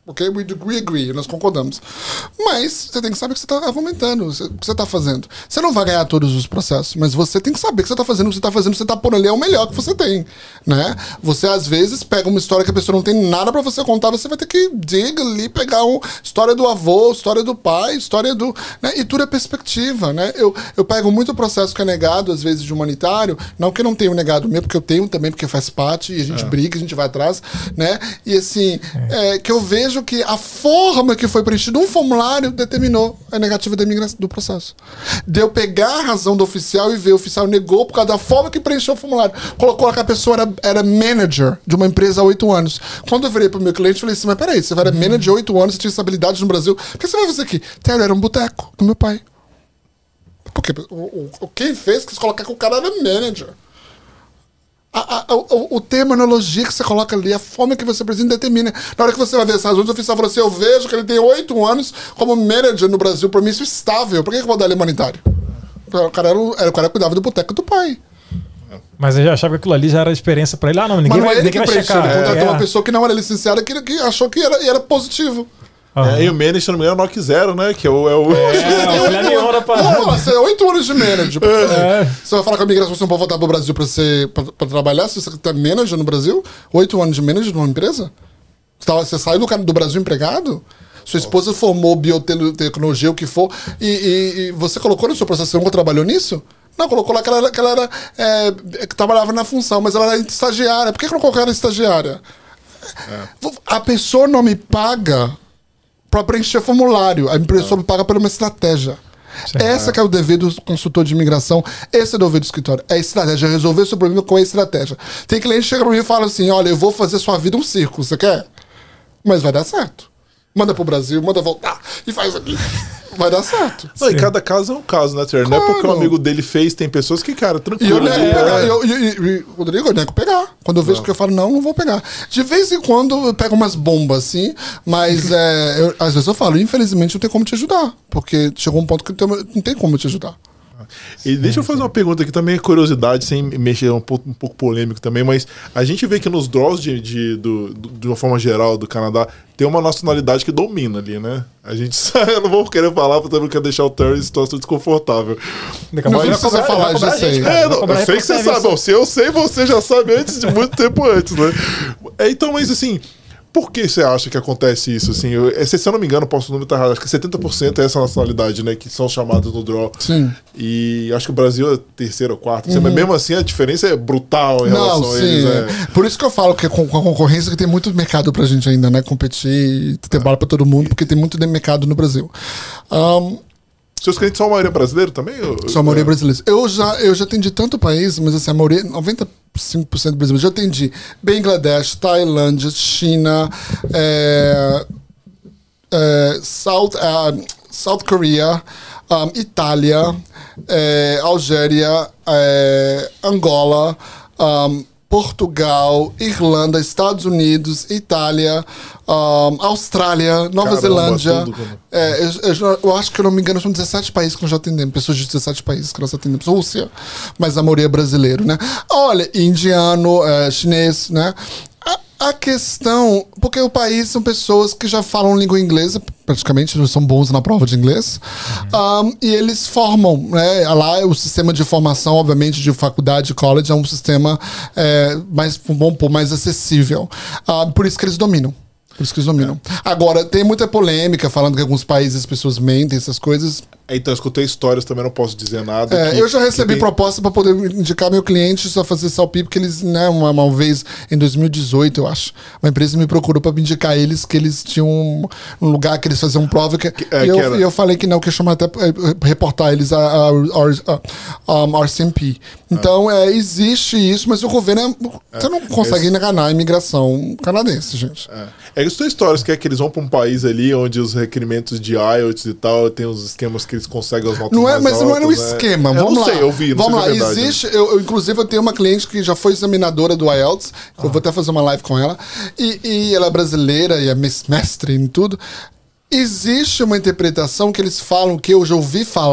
S3: Ok? We agree, agree, nós concordamos. Mas você tem que saber o que você está argumentando, o que você está fazendo. Você não vai ganhar todos os processos, mas você tem que saber o que você está fazendo, o que você está fazendo, o que você está por ali é o melhor que você tem, né? Você, às vezes, pega uma história que a pessoa não tem nada para você contar, você vai ter que dig ali, pegar uma história do avô, história do pai, história do... Né? E tudo é perspectiva, né? Eu, eu pego muito processo que é negado, às vezes, de humanitário, não que eu não tenho negado mesmo, porque eu tenho também, porque faz parte, e a gente é. briga, a gente vai atrás, né? E assim, é. É, que eu vejo que a forma que foi preenchido um formulário determinou a negativa da imigração do processo. De eu pegar a razão do oficial e ver o oficial negou por causa da forma que preencheu o formulário. Colocou que a pessoa era, era manager de uma empresa há oito anos. Quando eu virei pro meu cliente, eu falei assim, mas peraí, você era manager há oito anos, você tinha estabilidade no Brasil, o que você vai fazer aqui? Era um boteco do meu pai. Porque o, o, o quem fez quis colocar que o cara era manager. A, a, a, o, o terminologia que você coloca ali, a forma que você precisa determina. Na hora que você vai ver essas razões, o oficial falou assim, eu vejo que ele tem oito anos como manager no Brasil, por mim isso é estável. Por que eu vou dar ele humanitário? O cara, era, era, o cara cuidava do boteco do pai.
S1: Mas eu já achava que aquilo ali já era experiência pra ele. Ah, não, ninguém
S3: Mas não
S1: vai,
S3: é ele
S1: ninguém
S3: que
S1: vai
S3: preencheu,
S1: checar.
S3: ele contratou
S1: É.
S3: uma pessoa que não era licenciada, que, que achou que era, era positivo.
S1: Uhum.
S2: É, e o manager, se não me engano, é o Nock Zero, né? Que é o... É o...
S1: É, o filé mignon da parada.
S3: Não, você é oito anos de manager.
S1: É.
S3: Você vai falar com a migração, você não pode voltar pro Brasil pra, ser, pra, pra trabalhar, se você tá manager no Brasil? Oito anos de manager numa empresa? Você, tá, você saiu do, do Brasil empregado? Sua esposa formou biotecnologia, o que for, e, e, e você colocou no seu processo, você nunca trabalhou nisso? Não, colocou lá que ela era, que, ela era é, que trabalhava na função, mas ela era estagiária. Por que que não colocou ela estagiária? É. A pessoa não me paga para preencher formulário. A pessoa me paga por uma estratégia. Certo. Essa que é o dever do consultor de imigração, esse é o dever do escritório. É estratégia, resolver o seu problema com a estratégia. Tem cliente que chega para mim e fala assim, olha, eu vou fazer sua vida um circo, você quer? Mas vai dar certo. Manda pro Brasil, manda voltar e faz aqui. Vai dar certo.
S2: Não, e cada caso é um caso, né, Terry? Claro. Não é porque um amigo dele fez, tem pessoas que, cara, tranquilo.
S3: E eu nego
S2: é.
S3: pegar. Eu, eu, eu, eu, Rodrigo, eu nego pegar. Quando eu vejo não. que eu falo, não, não vou pegar. De vez em quando eu pego umas bombas assim, mas é, eu, às vezes eu falo, infelizmente não tem como te ajudar. Porque chegou um ponto que não tem como te ajudar.
S2: E deixa eu fazer uma pergunta aqui também, curiosidade, sem mexer, um pouco, um pouco polêmico também, mas a gente vê que nos draws de, de, do, do, de uma forma geral do Canadá tem uma nacionalidade que domina ali, né? A gente sabe, eu não vou querer falar porque eu não quero deixar o Terry em situação desconfortável.
S3: Não precisa falar, já sei.
S2: É, não, eu sei que você sabe. Bom, se eu sei, você já sabe antes de muito tempo antes, né? É, então, mas assim... Por que você acha que acontece isso? Assim, eu, se eu não me engano, posso o número estar errado, acho que setenta por cento é essa nacionalidade, né? Que são chamados no draw.
S3: Sim.
S2: E acho que o Brasil é terceiro ou quarto. Uhum. Mas mesmo assim, a diferença é brutal em
S3: não,
S2: relação
S3: sim,
S2: a eles.
S3: É. É. Por isso que eu falo que com, com a concorrência que tem muito mercado pra gente ainda, né? Competir, ter bala pra todo mundo, porque tem muito mercado no Brasil. Um,
S2: Seus clientes são a maioria brasileiro também?
S3: São a maioria brasileira. Eu já, eu já atendi tanto país, mas assim, a maioria, noventa por cento brasileiro. Já atendi Bangladesh, Tailândia, China, é, é, South, uh, South Korea, um, Itália, é, Algéria, é, Angola, um, Portugal, Irlanda, Estados Unidos, Itália, um, Austrália, Nova Caramba, Zelândia. Tudo, é, eu, eu, eu acho que, eu não me engano, são dezessete países que nós já atendemos. Pessoas de dezessete países que nós atendemos. Rússia, mas a maioria é brasileiro, né? Olha, indiano, é, chinês, né? A, a questão... Porque o país são pessoas que já falam língua inglesa, praticamente, eles são bons na prova de inglês. Uhum. Um, e eles formam, né? Lá o sistema de formação, obviamente, de faculdade, college, é um sistema é, mais, bom, mais acessível. Uh, por isso que eles dominam. Por isso que eles dominam. É. Agora, tem muita polêmica falando que em alguns países as pessoas mentem, essas coisas.
S2: É, então, eu escutei histórias, também não posso dizer nada.
S3: É,
S2: que,
S3: eu já recebi
S2: tem...
S3: proposta para poder indicar meu cliente só fazer salpi, porque eles, né, uma, uma vez em dois mil e dezoito, eu acho, uma empresa me procurou para me indicar eles, que eles tinham um, um lugar que eles faziam prova. Que, que, é, e, eu, que e eu falei que não, que eu chamar até reportar eles a, a, a, a, a R C M P. Então, ah. é, existe isso, mas o governo é, você não consegue esse... enganar a imigração canadense, gente.
S2: É, é isso, tem histórias que é que eles vão para um país ali onde os requerimentos de I E L T S e tal, tem os esquemas que eles conseguem as notas
S3: não é,
S2: mais
S3: mas
S2: altas,
S3: não é no
S2: né?
S3: esquema.
S2: Eu
S3: Vamos
S2: não
S3: lá.
S2: sei, eu vi, não
S3: Vamos
S2: sei
S3: lá,
S2: se é
S3: existe. Eu, eu, inclusive, eu tenho uma cliente que já foi examinadora do I E L T S. Ah. Eu vou até fazer uma live com ela. E, e ela é brasileira e é mestre em tudo. Existe uma interpretação que eles falam que eu já ouvi falar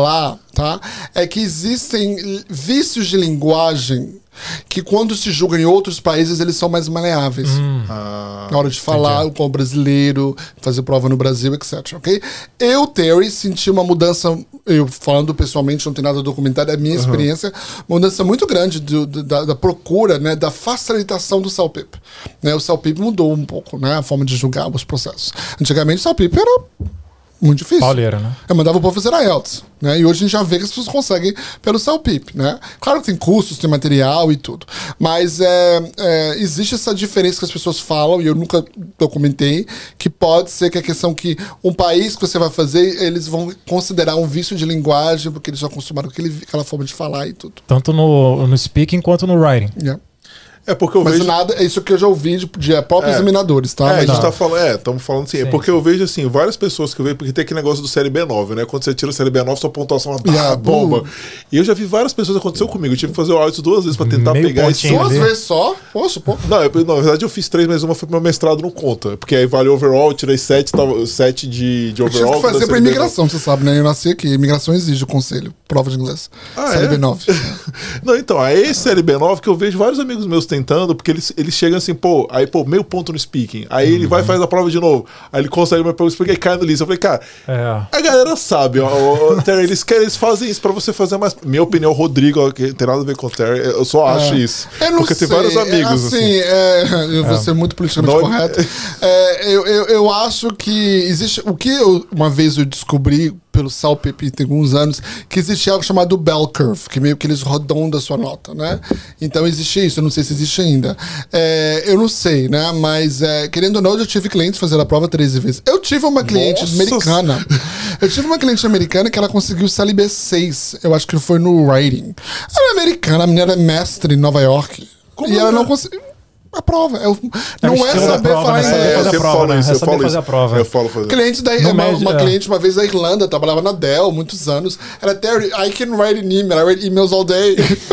S3: tá? É que existem vícios de linguagem que quando se julga em outros países, eles são mais maleáveis.
S1: Hum.
S3: Ah, na hora de falar entendi. Com o brasileiro, fazer prova no Brasil, etcétera. Ok? Eu, Terry, senti uma mudança, eu falando pessoalmente, não tem nada documentado, é a minha uhum. experiência, uma mudança muito grande do, do, da, da procura, né, da facilitação do CELPIP. Né, o CELPIP mudou um pouco, né, a forma de julgar os processos. Antigamente, o CELPIP era muito difícil.
S1: Pauleira, né?
S3: Eu mandava o povo fazer a I E L T S, né? E hoje a gente já vê que as pessoas conseguem pelo CELPIP, né? Claro que tem custos, tem material e tudo. Mas é, é, existe essa diferença que as pessoas falam, e eu nunca documentei, que pode ser que a questão que um país que você vai fazer, eles vão considerar um vício de linguagem, porque eles já acostumaram com aquele, aquela forma de falar e tudo.
S1: Tanto no, no speaking quanto no writing.
S3: Yeah.
S2: É porque eu
S3: Mas
S2: vejo...
S3: nada, é isso que eu já ouvi de, de próprios
S2: é.
S3: examinadores, tá?
S2: É,
S3: Mas
S2: a gente
S3: não.
S2: tá falando, é, estamos falando assim,
S1: Sim.
S2: é porque eu vejo assim, várias pessoas que eu vejo, porque tem aquele negócio do série B nove, né? Quando você tira a série B nove, sua pontuação é
S3: Yeah,
S2: bomba.
S3: boom.
S2: E eu já vi várias pessoas, aconteceu comigo, eu tive que fazer o áudio duas vezes pra tentar
S1: Meio
S2: pegar esse...
S1: pontinho
S3: Duas
S1: ali.
S3: vezes só? Poxa, pô.
S2: Não, eu, na verdade eu fiz três, mas uma foi pro meu mestrado, não conta. Porque aí vale overall, tirei sete, tava, sete de, de
S3: Eu
S2: overall.
S3: tive que fazer
S2: da
S3: pra
S2: série B nove.
S3: imigração, você sabe, né? Eu nasci aqui, imigração exige o conselho, prova de inglês.
S2: Ah,
S3: série
S2: é?
S3: B nove.
S2: Não, então, aí esse série B nove que eu vejo vários amigos meus tentando, porque eles, eles chegam assim, pô, aí, pô, meio ponto no speaking. Aí ele vai e faz a prova de novo. Aí ele consegue uma prova speaking e cai no list. Eu falei, cara,
S1: É.
S2: a galera sabe, ó, ó, Terry, eles, querem, eles fazem isso pra você fazer mais. Minha opinião, Rodrigo, ó, que tem nada a ver com o Terry, eu só acho
S3: É.
S2: isso.
S3: Eu não
S2: Porque
S3: sei.
S2: tem vários amigos,
S3: assim.
S2: assim.
S3: É, eu vou ser muito politicamente
S2: Não-
S3: correto. É, eu, eu, eu acho que existe. O que eu, uma vez eu descobri pelo CELPIP tem alguns anos, que existe algo chamado Bell Curve, que meio que eles rodam da sua nota, né? Então existe isso, eu não sei se existe ainda. É, eu não sei, né? Mas, é, querendo ou não, eu já tive clientes fazendo a prova treze vezes. Eu tive uma cliente
S2: Nossa.
S3: americana. Eu tive uma cliente americana que ela conseguiu C L B seis. Eu acho que foi no writing. Ela é americana, a menina é mestre em Nova York.
S2: Como
S3: e ela
S2: é?
S3: não conseguiu. A prova. É o-
S1: É o
S3: não é
S1: estilo da
S3: saber
S1: prova,
S3: falar
S1: né? Saber
S3: inglês.
S1: fazer a
S2: eu
S1: prova,
S2: falo
S1: né?
S2: isso,
S1: É
S2: eu
S1: saber
S2: falo
S1: fazer
S2: isso.
S1: a prova.
S2: Eu falo fazer.
S3: Cliente da,
S1: No
S3: uma,
S1: médio,
S3: uma
S1: é.
S3: cliente uma vez da Irlanda, trabalhava na Dell muitos anos. Ela até, I can write an email, I write emails all day.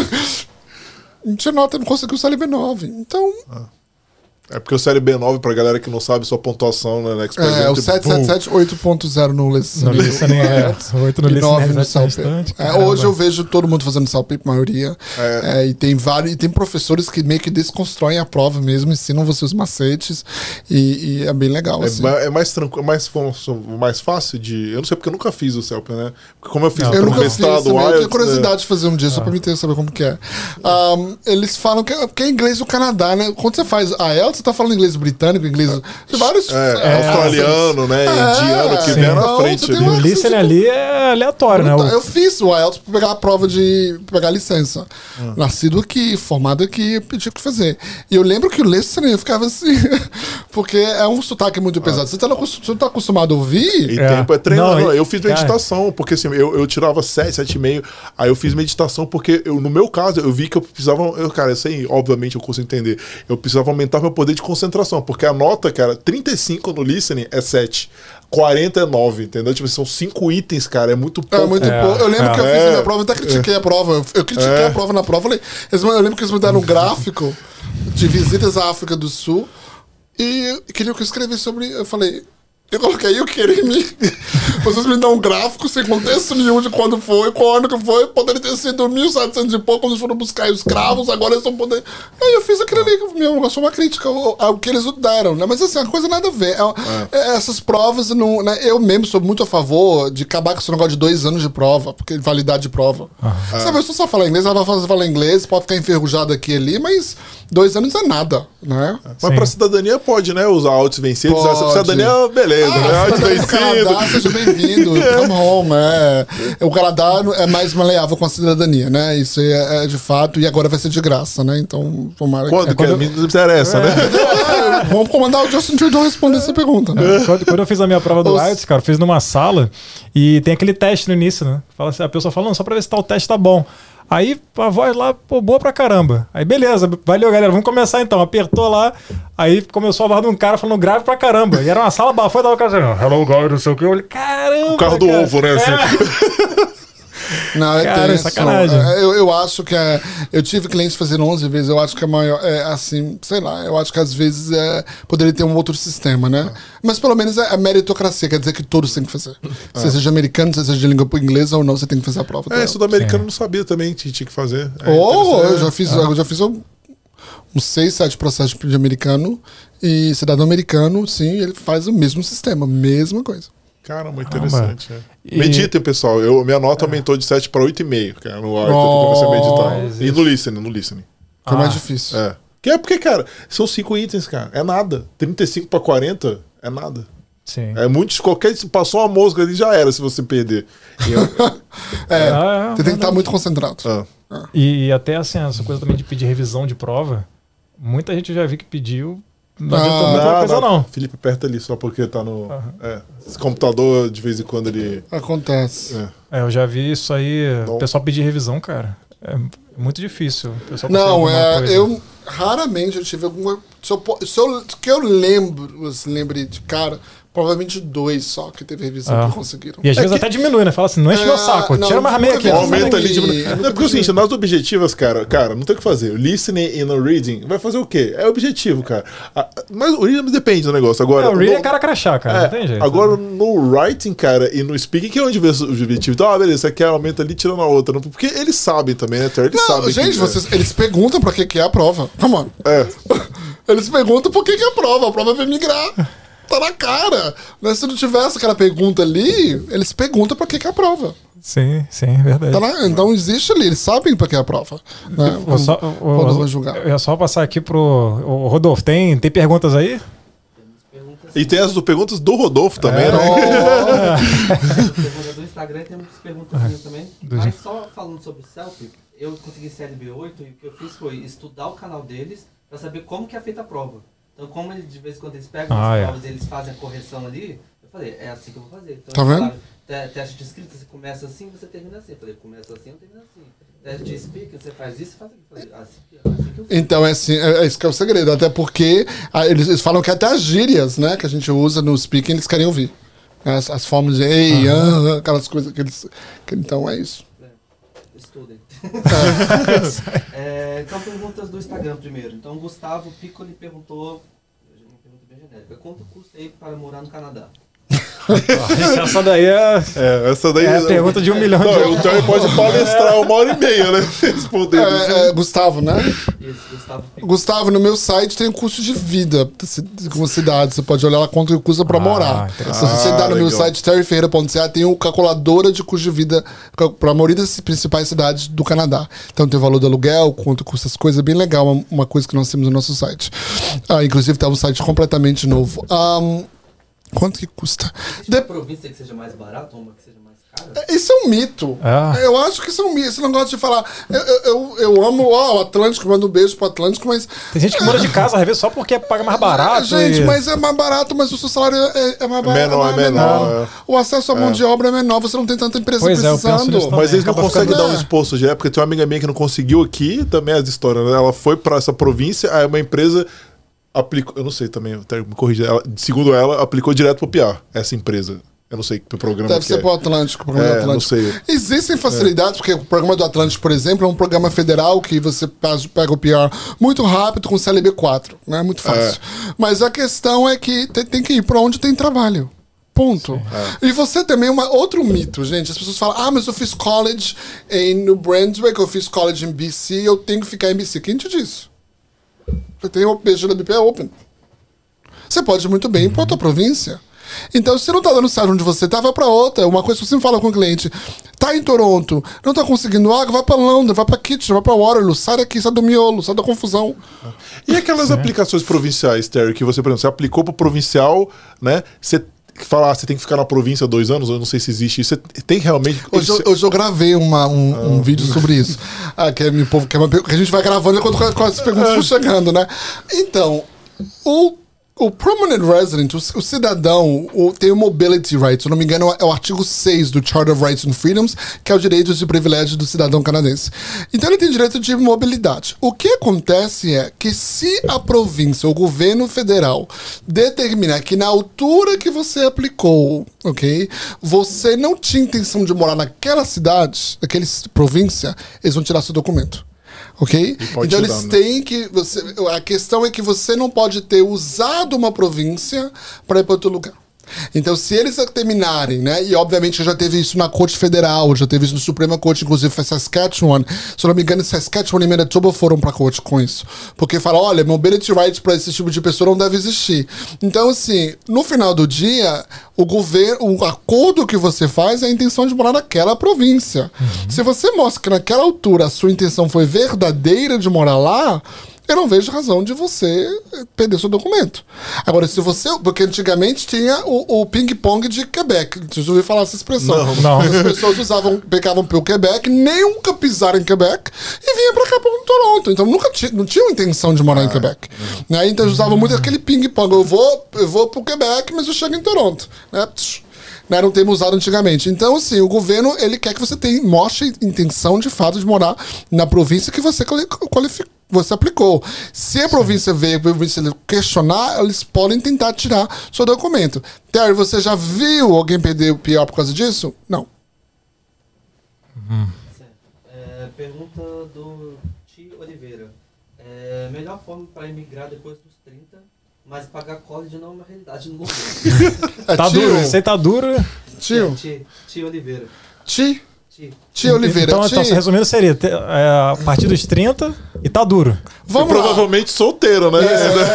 S3: Não tinha nota, não conseguiu C L B nove. Então,
S2: É porque o série B nove, pra galera que não sabe sua pontuação, né? Expert
S3: é, o
S2: Entry,
S3: sete sete sete oito ponto zero no
S1: No
S3: listening.
S1: listening, é. oito no
S3: E nove
S1: listening,
S3: no
S1: restante,
S3: CELPIP.
S1: restante.
S3: É,
S1: Caramba.
S3: hoje eu vejo todo mundo fazendo CELPIP, a maioria.
S2: É.
S3: É, e tem vários, e tem professores que meio que desconstroem a prova mesmo, ensinam você os macetes. E, e é bem legal.
S2: É,
S3: assim.
S2: ma- é mais tranquilo, é mais, mais fácil de. Eu não sei porque eu nunca fiz o CELP, né? Porque como eu fiz
S1: Não,
S3: Eu
S2: pelo
S3: nunca fiz
S2: mestrado,
S3: também, eu tenho
S2: IELTS,
S3: curiosidade de fazer um dia, só pra me ter, saber como que é. Um, eles falam que, que é inglês do Canadá, né? Quando você faz a I E L T S, você tá falando inglês britânico, inglês de vários...
S2: É,
S3: é,
S2: australiano, né?
S3: É,
S2: Indiano que
S3: sim.
S2: vem na
S3: Então,
S2: frente
S3: você tem
S2: ali.
S3: uma-
S1: O listening ali é aleatório, né? O-
S3: Eu fiz o I E L T S pra pegar a prova de pra pegar a licença. Nascido aqui, formado aqui, eu pedi que fazer. E eu lembro que o listening eu ficava assim, porque é um sotaque muito pesado. Você, tá, não acostum- você não tá acostumado a ouvir?
S2: E
S1: É.
S2: tempo é treinando.
S1: Não, e-
S2: eu fiz
S1: cara.
S2: meditação, porque assim, eu, eu tirava sete, sete e meio. Aí eu fiz meditação, porque eu, no meu caso, eu vi que eu precisava. Eu, cara, isso aí, obviamente, eu consigo entender. Eu precisava aumentar meu poder de concentração, porque a nota, cara, trinta e cinco no listening é sete. quarenta é nove, entendeu? Tipo, são cinco itens, cara. É muito pouco.
S3: É muito
S1: É,
S3: pouco. Eu lembro
S1: é.
S3: que eu fiz
S2: É.
S3: a minha prova, eu até critiquei a prova. Eu, eu critiquei
S2: É.
S3: a prova na prova. Falei, eles, eu lembro que eles me deram um gráfico de visitas à África do Sul e queriam que eu escrevesse sobre. Eu falei. Eu coloquei, eu queria me. Vocês me dão um gráfico sem contexto nenhum de quando foi, qual ano que foi. Poderia ter sido mil e setecentos e pouco, quando eles foram buscar os escravos, agora eles estão podendo. Aí eu fiz aquilo ali, meu, eu sou uma crítica ao, ao que eles deram, né? Mas assim, a coisa nada a ver. É, é, essas provas, não, né? Eu mesmo sou muito a favor de acabar com esse negócio de dois anos de prova, porque validade de prova. Sabe, eu só só falar inglês, ela vai fazer falar inglês, pode ficar enferrujada aqui e ali, mas dois anos é nada, né?
S2: Mas
S1: Sim.
S2: pra cidadania pode, né? Usar autos vencidos.
S3: Pode.
S2: Essa cidadania, beleza,
S3: Ah,
S2: né? Autos
S3: cidadania do Canadá,
S2: vencidos.
S3: seja bem-vindo. Come home. É. O Canadá é mais maleável com a cidadania, né? Isso é, é de fato. E agora vai ser de graça, né? Então, tomara
S2: Quando
S3: que...
S2: que é? Me interessa, né?
S3: É, vamos comandar o Justin Trudeau responder essa pergunta, né?
S1: Quando, quando eu fiz a minha prova do
S3: Os-
S1: I E L T S, cara, eu fiz numa sala e tem aquele teste no início, né? Fala assim, a pessoa fala, não, só pra ver se tá, o teste tá bom. Aí a voz lá, pô, boa pra caramba. Aí beleza, valeu galera, vamos começar então. Apertou lá, aí começou a voz de um cara falando grave pra caramba. E era uma sala bafada, tava o cara assim, hello guys, não sei o que. Eu olhei, caramba.
S2: O carro do
S1: cara.
S2: ovo, né? Assim.
S1: É.
S3: Não, é
S1: Cara,
S3: tenso.
S1: sacanagem.
S3: Eu, eu acho que é. Eu tive clientes fazendo onze vezes, eu acho que é maior. É assim, sei lá, eu acho que às vezes é, poderia ter um outro sistema, né? Mas pelo menos é a meritocracia, quer dizer que todos têm que fazer. Ah. Se seja americano, se seja de língua inglesa ou não, você tem que fazer a prova.
S2: É, isso do americano eu não sabia também que tinha que fazer. É
S3: oh, eu já fiz, ah. eu já fiz um, uns seis, sete processos de americano e cidadão americano, sim, ele faz o mesmo sistema, mesma coisa.
S2: Caramba, interessante. É. E... Meditem, pessoal. Eu, minha nota é. aumentou de sete para oito vírgula cinco, cara, no ar, oh, que você meditar. E no listening, no listening.
S3: Que é mais difícil.
S2: É. Que é porque, cara, são cinco itens, cara. É nada. trinta e cinco para quarenta é nada.
S1: Sim.
S2: É muito. Qualquer. Passou uma mosca ali já era se você perder.
S3: Eu... é, ah, é, você tem que estar muito concentrado.
S2: Ah.
S1: Ah. E, e até assim, essa coisa também de pedir revisão de prova. Muita gente já vi que pediu. Não adiantou ah, muita não, coisa, não. não.
S2: Felipe, aperta ali só porque tá no. Uhum. É, esse computador, de vez em quando, ele.
S3: Acontece.
S1: É, é eu já vi isso aí. Bom. O pessoal pedir revisão, cara. É muito difícil. O pessoal
S3: não, é. Coisa. Eu raramente eu tive alguma. Se eu, se eu, que eu lembro, assim, lembrei de cara. Provavelmente dois só que teve revisão ah. que conseguiram.
S1: E às é vezes que... até diminui, né? Fala assim, não enche é, meu saco, não, tira mais meia aqui.
S2: Aumenta ali. Diminui. Não, porque é o seguinte, nas objetivas, cara, cara, não tem o que fazer. O listening e no reading vai fazer o quê? É objetivo, cara. Mas o reading depende do negócio. Agora,
S1: é, o reading
S2: no...
S1: é cara crachá, cara, é, não tem jeito.
S2: Agora, né? No writing, cara, e no speaking, que é onde vê o objetivo. Então, ah, beleza, essa aqui aumenta ali, tirando a outra. Porque eles sabem também, né, Terry? Eles
S3: não,
S2: sabem
S3: gente,
S2: que,
S3: vocês, é. eles perguntam pra que, que é a prova. Come on.
S2: É.
S3: Eles perguntam por que, que é a prova. A prova vai migrar. Tá na cara. Mas se não tivesse aquela pergunta ali, eles perguntam pra que, que é a prova.
S1: Sim, sim, é verdade.
S3: Tá lá, então existe ali, eles sabem pra que é a prova. Né?
S1: Vou só, o, o, julgar. Eu ia só passar aqui pro o Rodolfo. Tem, tem perguntas aí?
S2: E tem as do perguntas do Rodolfo também,
S1: é,
S2: né?
S4: Oh. Pergunta do Instagram, temos perguntas minhas também.
S1: Do
S4: Mas só falando sobre o selfie, eu consegui C L B oito e o que eu fiz foi estudar o canal deles pra saber como que é feita a prova. Então, como eles, de vez em quando eles pegam ah, as provas e é. eles fazem a correção ali, eu falei, é assim que eu vou fazer. Então,
S3: tá vendo?
S4: Falaram, teste de escrita, você começa assim, você termina assim. Eu falei, começa assim, eu termino assim. Teste de speaker, você faz isso, faz aquilo. Eu falei, assim, assim que eu fiz.
S3: Então, é, assim, é, é isso que é o segredo. Até porque a, eles, eles falam que até as gírias, né, que a gente usa no speaking, eles querem ouvir. As, as formas de ei, ah, ah, aquelas coisas que eles... Que, então, é isso.
S4: É, estudem. é, então, perguntas do Instagram primeiro. Então, o Gustavo Piccoli perguntou... Quanto custa aí para morar no Canadá?
S1: Essa daí é,
S2: é, essa daí
S1: é a pergunta de um milhão
S2: não,
S1: de reais.
S2: O Terry pode palestrar uma hora e meia, né? Respondendo.
S3: É, é, Gustavo, né?
S4: Isso, Gustavo.
S3: Gustavo, no meu site tem um custo de vida com cidade. Você pode olhar lá quanto custa para ah, morar. Se você dá no legal. meu site terry ferreira ponto c a, tem uma calculadora de custo de vida para a maioria das principais cidades do Canadá. Então tem o valor do aluguel, quanto custa as coisas, é bem legal, uma, uma coisa que nós temos no nosso site. Ah, inclusive tá um site completamente novo. Um, Quanto que custa?
S4: Existe de... uma província que seja mais barata ou uma que seja mais cara?
S3: Isso é um mito. Ah. Eu acho que isso é um mito. Esse negócio de falar. Eu, eu, eu amo ó, o Atlântico, mando um beijo pro Atlântico, mas.
S1: Tem gente que muda de casa, às vezes, só porque paga mais barato.
S3: Gente,
S1: e...
S3: mas é mais barato, mas o seu salário é, é mais barato.
S2: Menor, é menor. menor. É.
S3: O acesso à mão é. de obra é menor, você não tem tanta empresa
S1: pois
S3: precisando.
S1: É,
S2: mas eles não conseguem dar um exposto direto, porque tem uma amiga minha que não conseguiu aqui, também as histórias, né? Ela foi pra essa província, aí uma empresa. Aplicou, eu não sei também, me corrija. Ela, segundo ela, aplicou direto pro P R, essa empresa. Eu não sei que programa
S3: Deve
S2: que
S3: ser
S2: é.
S3: pro Atlântico, programa
S2: é,
S3: do Atlântico.
S2: Não sei.
S3: Existem facilidades, é. porque o programa do Atlântico, por exemplo, é um programa federal que você pega o P R muito rápido com C L B quatro, né? Muito fácil. É. Mas a questão é que tem, tem que ir para onde tem trabalho. Ponto. É. E você também, uma, outro mito, gente. As pessoas falam, ah, mas eu fiz college em New Brunswick, eu fiz college em B C, eu tenho que ficar em B C. Quem te disse? Você tem o P G da B P é Open. Você pode ir muito bem ir para outra província. Então, se não tá dando certo onde você tá, vai para outra. Uma coisa que eu sempre falo com o cliente: tá em Toronto, não tá conseguindo água, vai para Londres, vai para Kitchener, vai para Waterloo, sai daqui, sai do miolo, sai da confusão.
S2: E aquelas Sim. aplicações provinciais, Terry, que você, por exemplo, você aplicou para provincial, né? Você falar, você tem que ficar na província dois anos, eu não sei se existe isso. Você tem realmente.
S3: Hoje, eu, hoje eu gravei uma, um, ah. um vídeo sobre isso. Ah, que, é, meu povo, que, é uma, que a gente vai gravando enquanto as perguntas vão chegando, né? Então, o o permanent resident, o, o cidadão, o, tem o mobility rights, se não me engano, é o artigo seis do Charter of Rights and Freedoms, que é o direito de privilégio do cidadão canadense. Então ele tem direito de mobilidade. O que acontece é que se a província, o governo federal, determinar que na altura que você aplicou, ok, você não tinha intenção de morar naquela cidade, naquela província, eles vão tirar seu documento. Ok? Então eles
S2: né?
S3: têm que. Você, a questão é que você não pode ter usado uma província para ir para outro lugar. Então, se eles terminarem, né? E obviamente já teve isso na Corte Federal, já teve isso no Suprema Corte, inclusive foi Saskatchewan. Se eu não me engano, Saskatchewan e Manitoba foram pra Corte com isso. Porque fala, olha, mobility rights para esse tipo de pessoa não deve existir. Então, assim, no final do dia, o governo, o acordo que você faz é a intenção de morar naquela província. Uhum. Se você mostra que naquela altura a sua intenção foi verdadeira de morar lá, eu não vejo razão de você perder seu documento. Agora, se você... Porque antigamente tinha o, o ping-pong de Quebec. Vocês ouviram falar essa expressão?
S1: Não, não.
S3: As pessoas usavam, pegavam pelo Quebec, nunca pisaram em Quebec e vinham pra cá, pra Toronto. Então, nunca não tinham intenção de morar ah, em Quebec. Né? Então, eles usavam muito aquele ping-pong. Eu vou, eu vou pro Quebec, mas eu chego em Toronto. Né? Né, não temos usado antigamente. Então, assim, o governo, ele quer que você tenha, mostre intenção, de fato, de morar na província que você qualificou, você aplicou. Se a província veio, a província questionar, eles podem tentar tirar seu documento. Terry, você já viu alguém perder o P R por causa disso? Não.
S4: Uhum. É, pergunta do Ti Oliveira. É, melhor forma para emigrar depois dos trinta, mas pagar college não é uma realidade no governo.
S3: É,
S1: tá
S3: tio.
S1: duro, isso aí tá duro.
S3: Tio.
S4: É, Ti, Ti Oliveira.
S3: Ti?
S4: Ti.
S3: Ti Oliveira.
S1: Então,
S3: Ti.
S1: então, resumindo, seria te- é, a partir dos trinta e tá duro.
S3: Vamos
S2: e
S3: lá.
S2: provavelmente solteiro, né?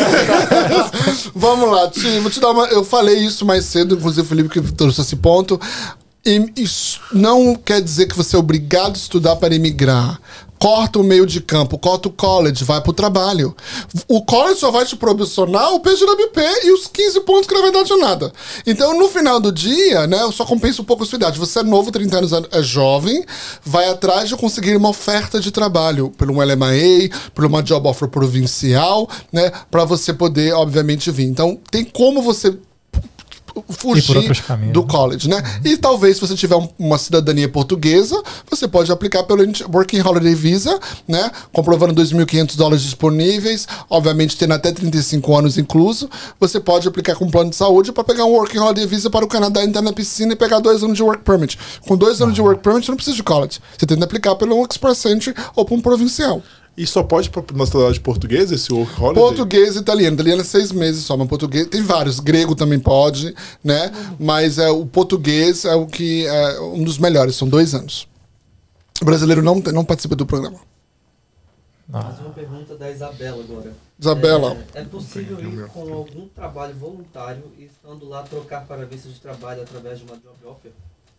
S3: É. Vamos lá, Ti, vou te dar uma. Eu falei isso mais cedo, inclusive o Felipe que trouxe esse ponto. E isso não quer dizer que você é obrigado a estudar para emigrar. Corta o meio de campo, corta o college, vai pro trabalho. O college só vai te proporcionar o P G W P e os quinze pontos que na verdade é nada. Então, no final do dia, né, eu só compenso um pouco a sua idade. Você é novo, trinta anos, é jovem, vai atrás de conseguir uma oferta de trabalho pelo um L M I A, por uma job offer provincial, né, para você poder, obviamente, vir. Então, tem como você fugir
S1: caminhos,
S3: do
S1: né?
S3: college, né? Uhum. E talvez, se você tiver um, uma cidadania portuguesa, você pode aplicar pelo Working Holiday Visa, né? Comprovando dois mil e quinhentos dólares disponíveis, obviamente tendo até trinta e cinco anos incluso. Você pode aplicar com um plano de saúde para pegar um Working Holiday Visa para o Canadá, entrar na piscina e pegar dois anos de Work Permit. Com dois anos de Work Permit, você não precisa de college. Você tem que aplicar pelo Express Entry ou para um provincial.
S2: E só pode para uma cidade portuguesa esse work holiday?
S3: Português e italiano. Italiano é seis meses só, mas português... Tem vários. Grego também pode, né? Mas é, o português é o que é um dos melhores. São dois anos. O brasileiro não, não participa do programa.
S4: Mais uma pergunta da Isabela agora.
S3: Isabela.
S4: É, é possível ir com algum trabalho voluntário e estando lá trocar para visto de trabalho através de uma job offer?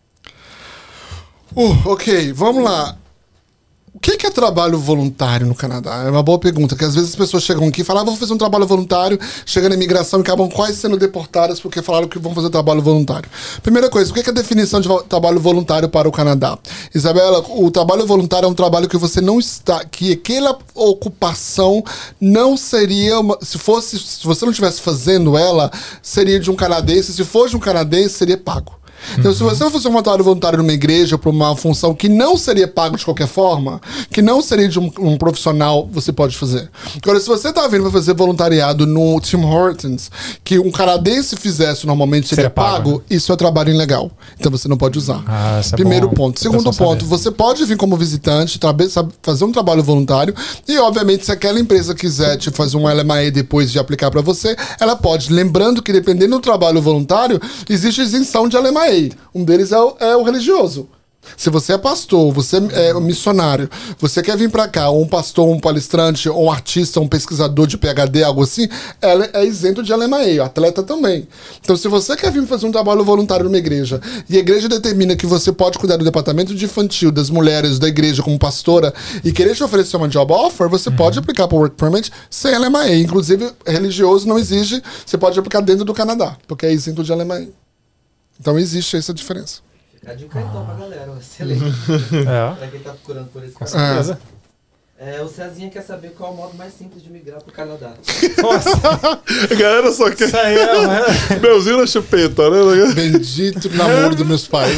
S3: Uh, ok, vamos lá. O que é trabalho voluntário no Canadá? É uma boa pergunta, porque às vezes as pessoas chegam aqui e falam, ah, vou fazer um trabalho voluntário, chegam na imigração e acabam quase sendo deportadas porque falaram que vão fazer trabalho voluntário. Primeira coisa, o que é a definição de trabalho voluntário para o Canadá? Isabela, o trabalho voluntário é um trabalho que você não está, que aquela ocupação não seria, uma, se fosse, se você não estivesse fazendo ela, seria de um canadense, se for de um canadense, seria pago. Então, uhum. se você for fazer um trabalho voluntário numa igreja para uma função que não seria pago de qualquer forma, que não seria de um, um profissional, você pode fazer. Agora, se você está vindo para fazer voluntariado no Tim Hortons, que um canadense fizesse normalmente seria, seria pago, pago né? Isso é trabalho ilegal. Então você não pode usar. Ah, Primeiro é ponto. Segundo ponto, saber. Você pode vir como visitante, fazer um trabalho voluntário e, obviamente, se aquela empresa quiser te fazer um L M I A depois de aplicar para você, ela pode. Lembrando que, dependendo do trabalho voluntário, existe isenção de L M I A. Um deles é o, é o religioso. Se você é pastor, você é missionário, você quer vir pra cá, ou um pastor, um palestrante, ou um artista, um pesquisador de P H D, algo assim, ela é isento de L M I A, atleta também. Então, se você quer vir fazer um trabalho voluntário numa igreja, e a igreja determina que você pode cuidar do departamento de infantil, das mulheres, da igreja como pastora, e querer te oferecer uma job offer, você uhum. pode aplicar para o Work Permit sem L M I A. Inclusive, religioso não exige, você pode aplicar dentro do Canadá, porque é isento de L M I A. Então, existe essa diferença.
S4: Fica de um cartão pra galera, excelente.
S1: É.
S4: Pra quem tá procurando por esse
S1: Com certeza.
S4: É, o Cezinha quer saber qual é o modo mais simples de migrar pro Canadá.
S1: Nossa.
S2: A galera só quer...
S1: Isso aí é, né?
S2: Meuzinho na chupeta, né?
S3: Bendito namoro dos meus pais.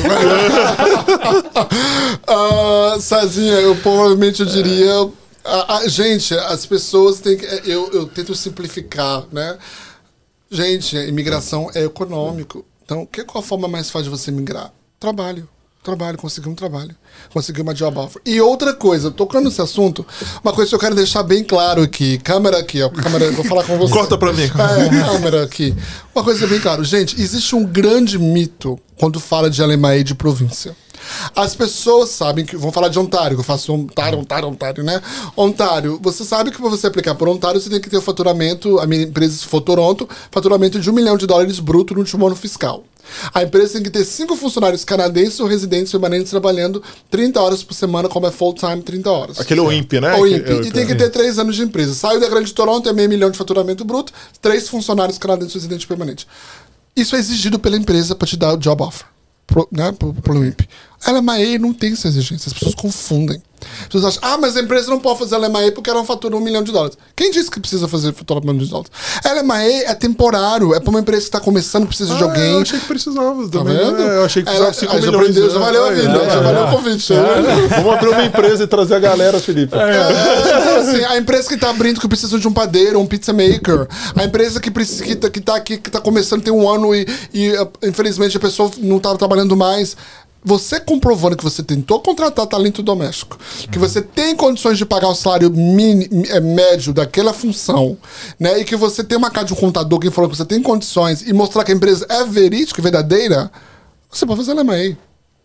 S3: uh, Cezinha, eu provavelmente eu diria... Uh, uh, gente, as pessoas têm que... Eu, eu tento simplificar, né? Gente, imigração é econômico. Então, que, qual a forma mais fácil de você migrar? Trabalho. Trabalho, conseguir um trabalho. Conseguir uma job offer. E outra coisa, tocando nesse assunto, uma coisa que eu quero deixar bem claro aqui. Câmera aqui, ó. Câmera, vou falar com você.
S2: Corta pra mim.
S3: É, câmera aqui. Uma coisa bem clara. Gente, existe um grande mito quando fala de L M A de província. As pessoas sabem que... Vão falar de Ontário, que eu faço Ontário, Ontário, Ontário, né? Ontário, você sabe que para você aplicar por Ontário, você tem que ter o faturamento, a minha empresa, se for Toronto, faturamento de um milhão de dólares bruto no último ano fiscal. A empresa tem que ter cinco funcionários canadenses ou residentes permanentes trabalhando trinta horas por semana, como é full-time, trinta horas.
S2: Aquele O I M P, né?
S3: O I M P. E tem que ter três anos de empresa. Saiu da Grande Toronto, é meio milhão de faturamento bruto, três funcionários canadenses ou residentes permanentes. Isso é exigido pela empresa para te dar o job offer. Pro, né, pro, pro O I M P. L M A não tem essa exigência, as pessoas confundem. As pessoas acham, ah, mas a empresa não pode fazer L M A porque ela fatura um milhão de dólares. Quem disse que precisa fazer faturamento um milhão de dólares? L M A é temporário, é para uma empresa que está começando, precisa
S2: ah,
S3: de alguém.
S2: Eu achei que precisava
S3: tá
S2: também.
S3: Vendo?
S2: É, eu achei que precisava
S3: de
S2: cinco
S3: milhões. Já
S2: aprendeu,
S3: já valeu a vida,
S2: é,
S3: já
S2: é,
S3: valeu
S2: é.
S3: o convite.
S2: É. Vamos abrir uma empresa e trazer a galera, Felipe.
S3: É, é, assim, a empresa que está abrindo, que precisa de um padeiro, um pizza maker. A empresa que está que tá, que tá aqui, que está começando, tem um ano e, e infelizmente a pessoa não está trabalhando mais. Você comprovando que você tentou contratar talento doméstico, que você tem condições de pagar o salário mini, médio daquela função, né? E que você tem uma carta de um contador que falou que você tem condições e mostrar que a empresa é verídica e verdadeira, você pode fazer L M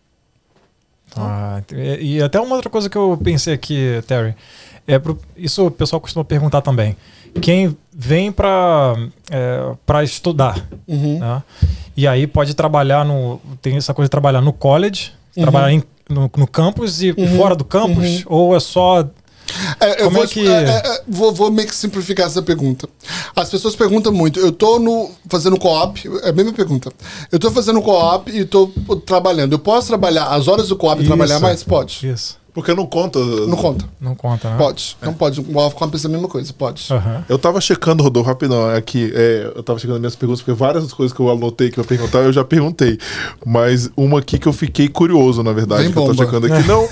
S3: A.
S1: Ah, e, e até uma outra coisa que eu pensei aqui, Terry, é pro, isso o pessoal costuma perguntar também. Quem vem para é, para estudar,
S3: Uhum.
S1: né? E aí pode trabalhar no... Tem essa coisa de trabalhar no college,
S3: Uhum.
S1: trabalhar em, no, no campus e
S3: Uhum.
S1: fora do campus,
S3: Uhum.
S1: ou é só...
S3: É, eu
S1: Como
S3: vou,
S1: é que...
S3: é, é, vou, vou meio que simplificar essa pergunta. As pessoas perguntam muito. Eu tô no, fazendo co-op, é a mesma pergunta. Eu tô fazendo co-op e tô trabalhando. Eu posso trabalhar as horas do co-op e trabalhar mais? Pode.
S1: Isso.
S2: Porque não conta.
S3: Não conta.
S1: Não conta, né?
S3: Pode. Não pode. O off-comp é a mesma coisa. Pode.
S1: Uhum.
S2: Eu tava checando, Rodolfo, rapidão, aqui. É, eu tava checando minhas perguntas, porque várias das coisas que eu anotei que eu ia perguntar, eu já perguntei. Mas uma aqui que eu fiquei curioso, na verdade,
S3: Vem
S2: que bomba. Eu tô checando aqui. Não.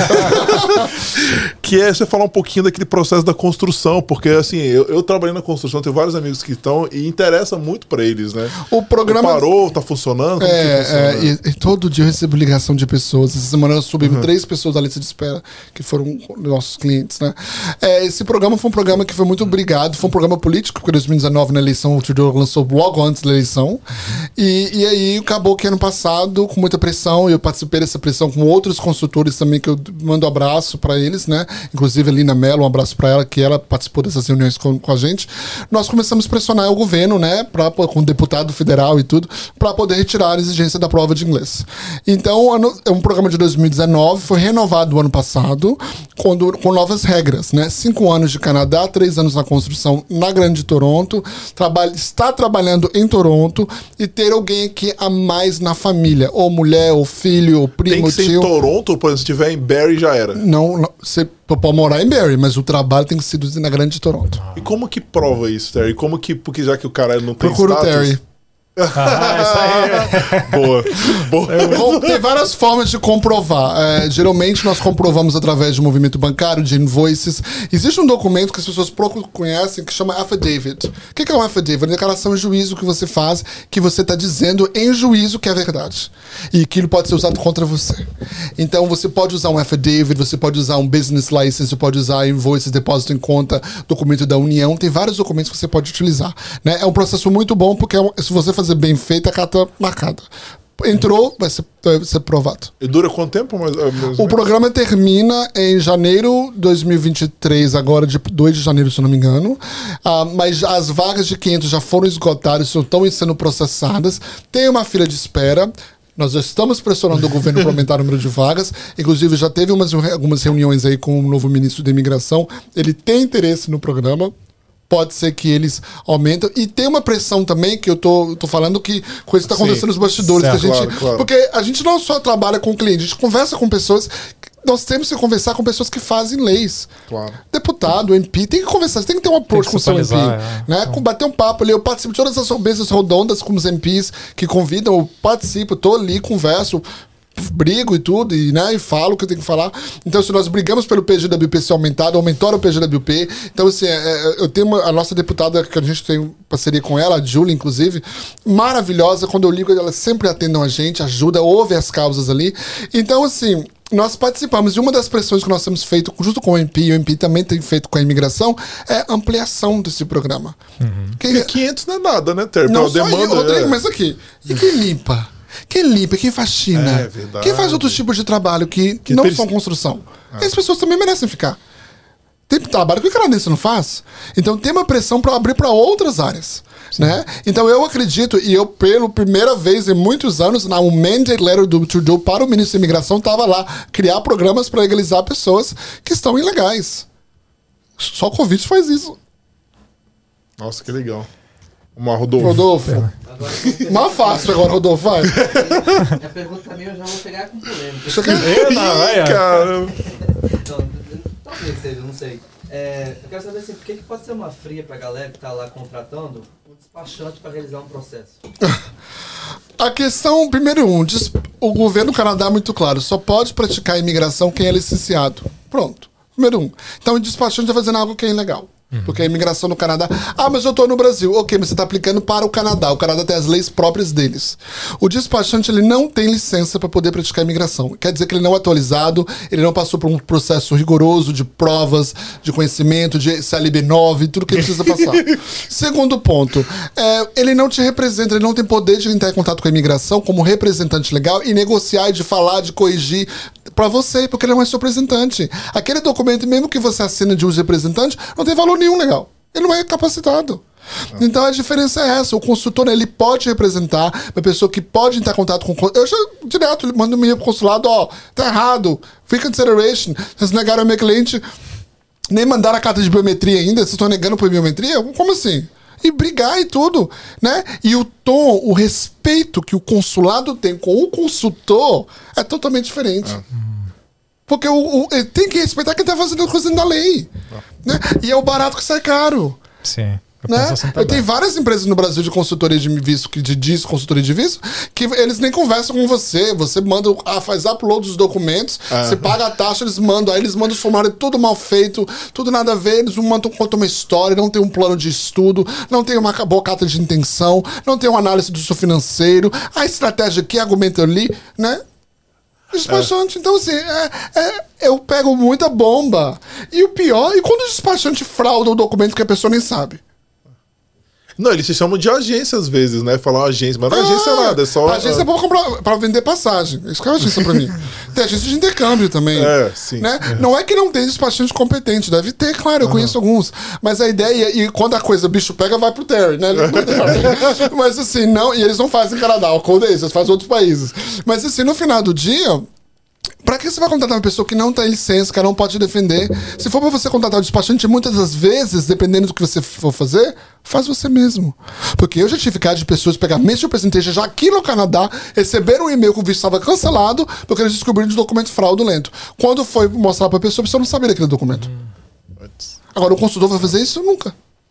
S2: Que é você falar um pouquinho daquele processo da construção, porque assim, eu, eu trabalhei na construção, tenho vários amigos que estão e interessa muito pra eles, né?
S3: O programa...
S2: Parou, tá funcionando? Como
S3: é,
S2: que funciona?
S3: é e, e todo dia eu recebo ligação de pessoas. Essa semana eu subi uhum. três pessoas da lista de espera, que foram nossos clientes, né? É, esse programa foi um programa que foi muito obrigado, foi um programa político, porque em dois mil e dezenove, na eleição, o Trudeau lançou logo antes da eleição. Uhum. E, e aí acabou que ano passado, com muita pressão, e eu participei dessa pressão com outros consultores também, que eu mando um abraço pra eles, né? Inclusive a Lina Mello, um abraço pra ela, que ela participou dessas reuniões com, com a gente. Nós começamos a pressionar o governo, né? Pra, com o deputado federal e tudo, para poder retirar a exigência da prova de inglês. Então, é um programa de dois mil e dezenove, foi renovado o ano passado, quando, com novas regras, né? Cinco anos de Canadá, três anos na construção na Grande Toronto, trabalha, está trabalhando em Toronto e ter alguém aqui a mais na família, ou mulher, ou filho, ou primo,
S2: Tem que ser
S3: tio.
S2: em Toronto, por exemplo, se estiver em Barrie já era.
S3: Não, não você pode morar em Barrie, mas o trabalho tem que ser na Grande Toronto.
S2: E como que prova isso, Terry? Como que, porque já que o cara não tem
S3: Procura
S2: status...
S3: o Terry.
S1: Ah, isso aí.
S2: Boa. Boa.
S3: Tem várias formas de comprovar. É, geralmente nós comprovamos através de movimento bancário, de invoices. Existe um documento que as pessoas pouco conhecem que chama affidavit. O que é um affidavit? É uma declaração em juízo que você faz, que você está dizendo em juízo que é verdade. E aquilo pode ser usado contra você. Então você pode usar um affidavit, você pode usar um business license, você pode usar invoices, depósito em conta, documento da União. Tem vários documentos que você pode utilizar. Né? É um processo muito bom, porque se você fazer bem feita, a carta marcada. Entrou, vai ser, vai ser provado.
S2: E dura quanto tempo? Mais, mais
S3: o programa termina em janeiro de dois mil e vinte e três, agora de dois de janeiro, se eu não me engano. Uh, mas as vagas de quinhentos já foram esgotadas, estão sendo processadas. Tem uma fila de espera. Nós já estamos pressionando o governo para aumentar o número de vagas. Inclusive, já teve umas, algumas reuniões aí com o novo ministro da Imigração. Ele tem interesse no programa. Pode ser que eles aumentem. E tem uma pressão também, que eu tô, tô falando que coisa está acontecendo nos bastidores.
S1: Certo,
S3: que a gente,
S2: claro, claro.
S3: Porque a gente não só trabalha com clientes, a gente conversa com pessoas. nós temos que conversar com pessoas que fazem leis.
S2: Claro.
S3: Deputado, M P, tem que conversar, tem que ter um approach com o seu M P. É. Né? Com bater um papo ali. Eu participo de todas as mesas redondas com os M Ps que convidam, eu participo, tô ali, converso, brigo e tudo, e, né, e falo o que eu tenho que falar. Então, se nós brigamos pelo P G W P ser aumentado, aumentou o P G W P. Então, assim, é, eu tenho uma, a nossa deputada, que a gente tem parceria com ela, a Júlia, inclusive, maravilhosa. Quando eu ligo, elas sempre atendem a gente, ajuda, ouve as causas ali. Então, assim, nós participamos, e uma das pressões que nós temos feito junto com o M P, e o M P também tem feito com a imigração, é ampliação desse programa.
S2: Uhum. Que, quinhentos não é nada, né, Ter?
S3: Não, só demanda, aí, Rodrigo, é. Mas aqui, e quem limpa? Quem limpa, quem faxina, é, quem faz outros tipos de trabalho que, que não eles... são construção. Ah. Essas pessoas também merecem ficar. Tem trabalho que o canadense não faz. Então tem uma pressão para abrir para outras áreas. Né? Então eu acredito, e eu pela primeira vez em muitos anos, na um mandate letter do Trudeau para o ministro da Imigração, estava lá, criar programas para legalizar pessoas que estão ilegais. Só o Covid faz isso.
S2: Nossa, que legal. Uma Rodolfo.
S3: Rodolfo. Agora, mais fácil agora, Rodolfo, vai.
S4: A pergunta pra mim eu já vou pegar com polêmica.
S3: Você quer... Ih,
S2: cara.
S4: Não, talvez seja, não sei. É, eu quero saber assim, por que pode ser uma fria pra galera que tá lá contratando um despachante para realizar um processo?
S3: A questão, primeiro um, o governo do Canadá é muito claro, só pode praticar imigração quem é licenciado. Pronto. Número um. Então o despachante está fazendo algo que é ilegal. Uhum. Porque a imigração no Canadá... Ah, mas eu tô no Brasil. Ok, mas você está aplicando para o Canadá. O Canadá tem as leis próprias deles. O despachante, ele não tem licença para poder praticar imigração. Quer dizer que ele não é atualizado, ele não passou por um processo rigoroso de provas, de conhecimento, de C L B nove, tudo que ele precisa passar. Segundo ponto, é, ele não te representa, ele não tem poder de entrar em contato com a imigração como representante legal e negociar, e de falar, de corrigir para você, porque ele não é seu representante. Aquele documento, mesmo que você assina de uso de representante, não tem valor nenhum legal. Ele não é capacitado. Ah. Então a diferença é essa. O consultor, ele pode representar uma pessoa que pode entrar em contato com... Eu já, direto, mando um e-mail pro consulado, ó, tá errado, reconsideration, vocês negaram a minha cliente, nem mandaram a carta de biometria ainda, vocês estão negando por biometria? Como assim? E brigar e tudo, né? E o tom, o respeito que o consulado tem com o consultor é totalmente diferente. Ah. Porque o, o, ele tem que respeitar quem tá fazendo a coisa da lei. Ah. Né? E é o barato que sai caro.
S1: Sim.
S3: Eu, né? assim eu tenho várias empresas no Brasil de consultoria de visto, que de diz consultoria de visto, que eles nem conversam com você. Você manda, ah, faz upload dos documentos, ah. você paga a taxa, eles mandam, aí eles mandam os formulários tudo mal feito, tudo nada a ver, eles não mandam, contam uma história, não tem um plano de estudo, não tem uma boa carta de intenção, não tem uma análise do seu financeiro, a estratégia aqui, argumento ali, né? Despachante, é. Então assim, é, é, eu pego muita bomba. E o pior, e quando o despachante frauda o documento que a pessoa nem sabe?
S2: Não, eles se chamam de agência às vezes, né? Falar agência, mas não é ah, agência nada, é só...
S3: Agência é pra, comprar, pra vender passagem. Isso que é agência pra mim. Tem agência de intercâmbio também.
S2: É, sim.
S3: Né?
S2: É.
S3: Não é que não tem despachante competente, deve ter, claro, eu uhum. conheço alguns. Mas a ideia, e quando a coisa, o bicho pega, vai pro Terry, né? Mas assim, não, e eles não fazem Canadá, o code é isso, eles fazem outros países. Mas assim, no final do dia... Pra que você vai contratar uma pessoa que não tem licença, que não pode te defender? Se for pra você contratar o despachante, muitas das vezes, dependendo do que você for fazer, faz você mesmo. Porque eu já tive casos de pessoas pegar mês de representante já aqui no Canadá, receberam um e-mail que o visto estava cancelado, porque eles descobriram de documento fraudulento. Quando foi mostrar pra pessoa, a pessoa não sabia daquele documento. Hum. Agora, o consultor vai fazer isso? Nunca.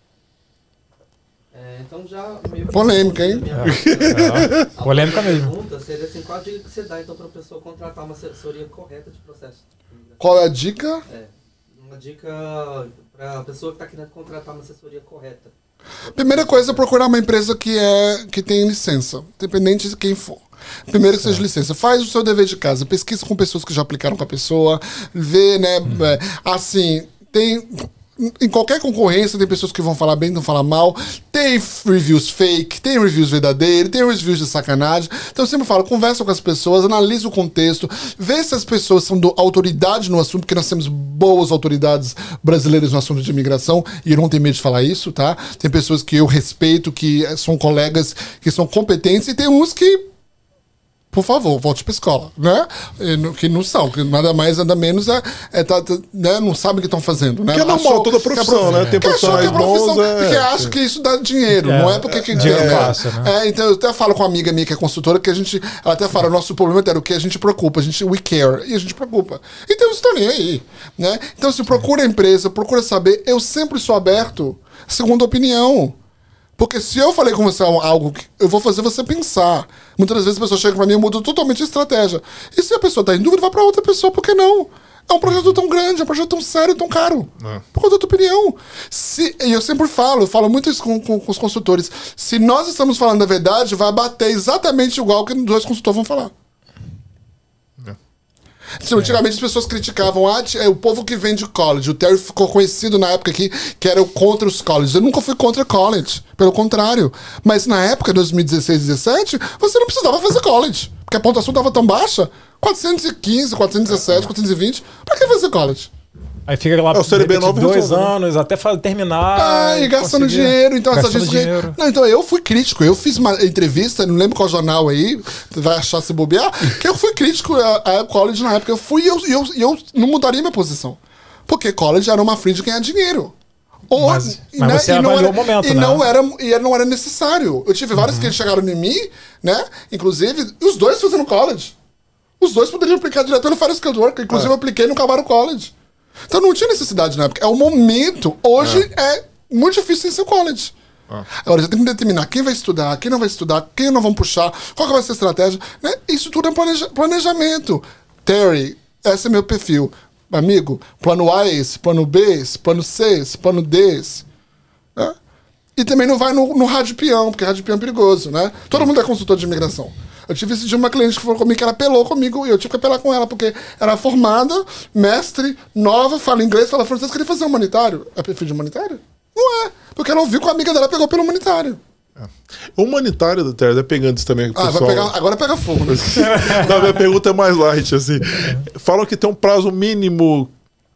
S4: Então já meio
S3: polêmica, hein?
S1: É. É. Polêmica mesmo.
S4: A pergunta seria assim, qual a dica que você dá então para a pessoa contratar uma assessoria correta de processo?
S3: Qual é a dica?
S4: É, uma dica para a pessoa que está querendo contratar uma assessoria correta.
S3: Primeira coisa é procurar uma empresa que, é, que tem licença, independente de quem for. Primeiro que seja licença. Faz o seu dever de casa, pesquisa com pessoas que já aplicaram com a pessoa, vê, né? Hum. É, assim, tem... Em qualquer concorrência tem pessoas que vão falar bem, vão falar mal. Tem reviews fake, tem reviews verdadeiros, tem reviews de sacanagem. Então eu sempre falo, conversa com as pessoas, analisa o contexto, vê se as pessoas são do, autoridade no assunto, porque nós temos boas autoridades brasileiras no assunto de imigração, e eu não tenho medo de falar isso, tá? Tem pessoas que eu respeito, que são colegas, que são competentes, e tem uns que por favor, volte pra escola, né? Que não são, que nada mais, nada menos é, é tá, né? Não sabem o que estão fazendo, né?
S2: Que é normal,
S3: achou
S2: toda profissão, né? Tem profissionais bons, é...
S3: Porque acha que isso dá dinheiro,
S1: é,
S3: não é porque... que
S1: dinheiro
S3: é,
S1: fácil, né?
S3: É, então eu até falo com uma amiga minha que é consultora, que a gente, ela até fala, nosso problema é o que a gente preocupa, a gente, we care, e a gente preocupa. Então eu estou nem aí, né? Então se procura a empresa, procura saber, eu sempre sou aberto, segunda opinião. Porque se eu falei com você algo que eu vou fazer você pensar. Muitas vezes a pessoa chega pra mim e muda totalmente a estratégia. E se a pessoa tá em dúvida, vai pra outra pessoa, por que não? É um projeto tão grande, é um projeto tão sério, tão caro. É. Por causa da tua opinião. Se, e eu sempre falo, eu falo muito isso com, com, com os consultores. Se nós estamos falando a verdade, vai bater exatamente igual que dois consultores vão falar. Tipo, antigamente as pessoas criticavam ah, o povo que vem de college. O Terry ficou conhecido na época aqui que era contra os colleges. Eu nunca fui contra college, pelo contrário. Mas na época, dois mil e dezesseis, dezessete, você não precisava fazer college. Porque a pontuação estava tão baixa. quatrocentos e quinze, quatrocentos e dezessete, quatrocentos e vinte. Pra que fazer college?
S1: Aí fica lá
S2: é, o C B nove
S1: dois
S2: resolve,
S1: anos, né? Até terminar.
S3: Ah, e gastando conseguir... dinheiro. Então,
S1: gastando
S3: essa
S1: dinheiro.
S3: Não, então eu fui crítico. Eu fiz uma entrevista, não lembro qual jornal aí, vai achar se bobear, que eu fui crítico a, a college na época. Eu fui e eu, eu, eu não mudaria minha posição. Porque college era uma free de ganhar dinheiro. Ou,
S1: mas
S3: né,
S1: mas você
S3: e
S1: avaliou
S3: era,
S1: o momento,
S3: e
S1: né?
S3: Não era, e não era necessário. Eu tive vários uhum. que chegaram em mim, né? Inclusive, os dois fazendo college. Os dois poderiam aplicar direto no Fire Skilled Worker. Inclusive, é. eu apliquei no Cabarro College. Então não tinha necessidade na época. É o momento. Hoje é, é muito difícil ser college. Ah. Agora, você tem que determinar quem vai estudar, quem não vai estudar, quem não vão puxar, qual que vai ser a estratégia. Né? Isso tudo é planeja planejamento. Terry, esse é meu perfil. Amigo, plano A é esse, plano B é esse, plano C é esse, plano D é esse. Né? E também não vai no, no rádio peão, porque rádio peão é perigoso, né? Todo mundo é consultor de imigração. Eu tive esse dia uma cliente que falou comigo que ela apelou comigo e eu tive que apelar com ela, porque era formada, mestre, nova, fala inglês, fala francês, queria fazer humanitário. É perfil de humanitário? Não é, porque ela ouviu que a amiga dela pegou pelo humanitário.
S2: É. O humanitário, Terry, pegando isso também.
S3: Ah,
S2: pessoal...
S3: vai pegar, agora pega fogo. Né?
S2: Não, minha pergunta é mais light, assim. Falam que tem um prazo mínimo.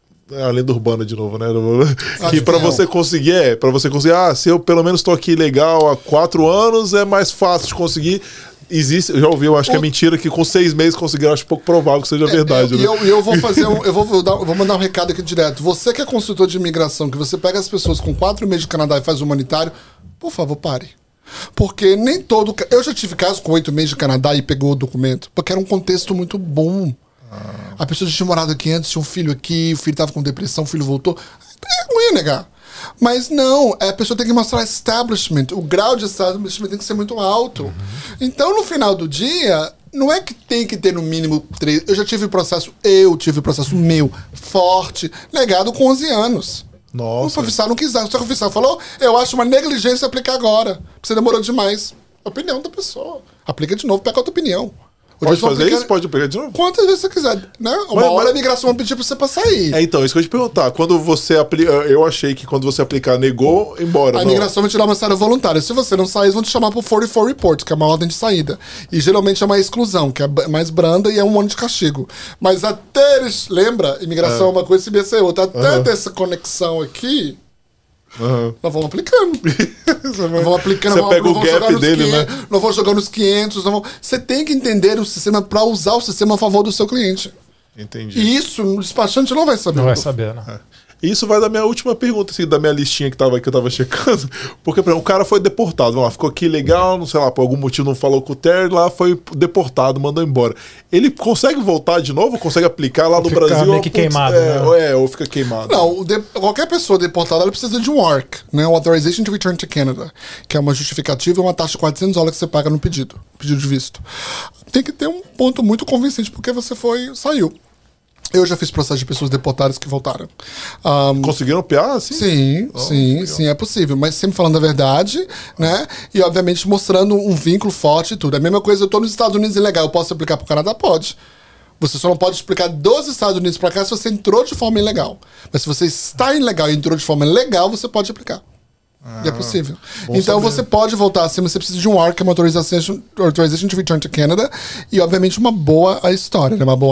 S2: A lenda urbana de novo, né? Acho que para você conseguir, é, para você conseguir, ah, se eu pelo menos tô aqui legal há quatro anos, é mais fácil de conseguir. Existe, eu já ouvi, eu acho o... que é mentira, que com seis meses conseguiram, acho pouco provável que seja é, verdade.
S3: E
S2: né?
S3: eu, eu, eu vou fazer um, eu vou, vou, dar, vou mandar um recado aqui direto. Você que é consultor de imigração, que você pega as pessoas com quatro meses de Canadá e faz humanitário, por favor, pare. Porque nem todo. Eu já tive casos com oito meses de Canadá e pegou o documento, porque era um contexto muito bom. Ah. A pessoa já tinha morado aqui antes, tinha um filho aqui, o filho estava com depressão, o filho voltou. Eu não ia negar. Mas não, a pessoa tem que mostrar establishment. O grau de establishment tem que ser muito alto. Uhum. Então, no final do dia, não é que tem que ter no mínimo três. Eu já tive processo, eu tive processo meu, forte, negado com onze anos.
S2: Nossa.
S3: O professor não quis dar. O professor falou, eu acho uma negligência aplicar agora. Você demorou demais. Opinião da pessoa. Aplica de novo, pega outra opinião.
S2: Pode fazer aplicar... isso? Pode pegar de novo?
S3: Quantas vezes você quiser, né? Uma mas, hora mas... a imigração vai pedir pra você pra sair.
S2: É, então, isso que eu ia te perguntar. Quando você aplica... Eu achei que quando você aplicar, negou, embora.
S3: A
S2: não.
S3: imigração vai te dar uma saída voluntária. Se você não sair, eles vão te chamar pro quarenta e quatro Report, que é uma ordem de saída. E geralmente é uma exclusão, que é mais branda e é um ano de castigo. Mas até eles... Lembra? Imigração é, é uma coisa, C B C é outra. Até uhum. ter essa conexão aqui... Uhum. Nós vamos aplicando. Nós vamos aplicando.
S2: Você
S3: nós
S2: pega
S3: vamos,
S2: o gap dele,
S3: quinhentos,
S2: né?
S3: Nós vamos jogar nos quinhentos. Vamos... Você tem que entender o sistema para usar o sistema a favor do seu cliente.
S2: Entendi.
S3: E isso, o despachante não vai saber.
S1: Não vai saber, né?
S2: É. Isso vai da minha última pergunta, assim, da minha listinha que, tava, que eu tava checando. Porque, por exemplo, o cara foi deportado. Vamos lá, ficou aqui legal, não sei lá, por algum motivo não falou com o Terry, lá foi deportado, mandou embora. Ele consegue voltar de novo? Consegue aplicar lá no
S1: fica
S2: Brasil?
S1: Meio que queimado,
S2: é,
S1: né?
S2: ou, é, ou fica queimado.
S3: Não, de, qualquer pessoa deportada ela precisa de um O R C, né? Um Authorization to Return to Canada, que é uma justificativa e uma taxa de quatrocentos dólares que você paga no pedido, pedido de visto. Tem que ter um ponto muito convincente porque você foi, saiu. Eu já fiz processo de pessoas deportadas que voltaram. Um,
S2: Conseguiram P A, assim?
S3: Sim, oh, sim, legal. Sim, é possível. Mas sempre falando a verdade, né? E, obviamente, mostrando um vínculo forte e tudo. É a mesma coisa, eu tô nos Estados Unidos ilegal, eu posso aplicar pro Canadá? Pode. Você só não pode explicar dos Estados Unidos para cá se você entrou de forma ilegal. Mas se você está ilegal e entrou de forma legal, você pode aplicar. Ah, e é possível. Então saber. Você pode voltar assim, mas você precisa de um O R C, que é uma Authorization, authorization to Return to Canada, e, obviamente, uma boa história, né? Uma boa razão.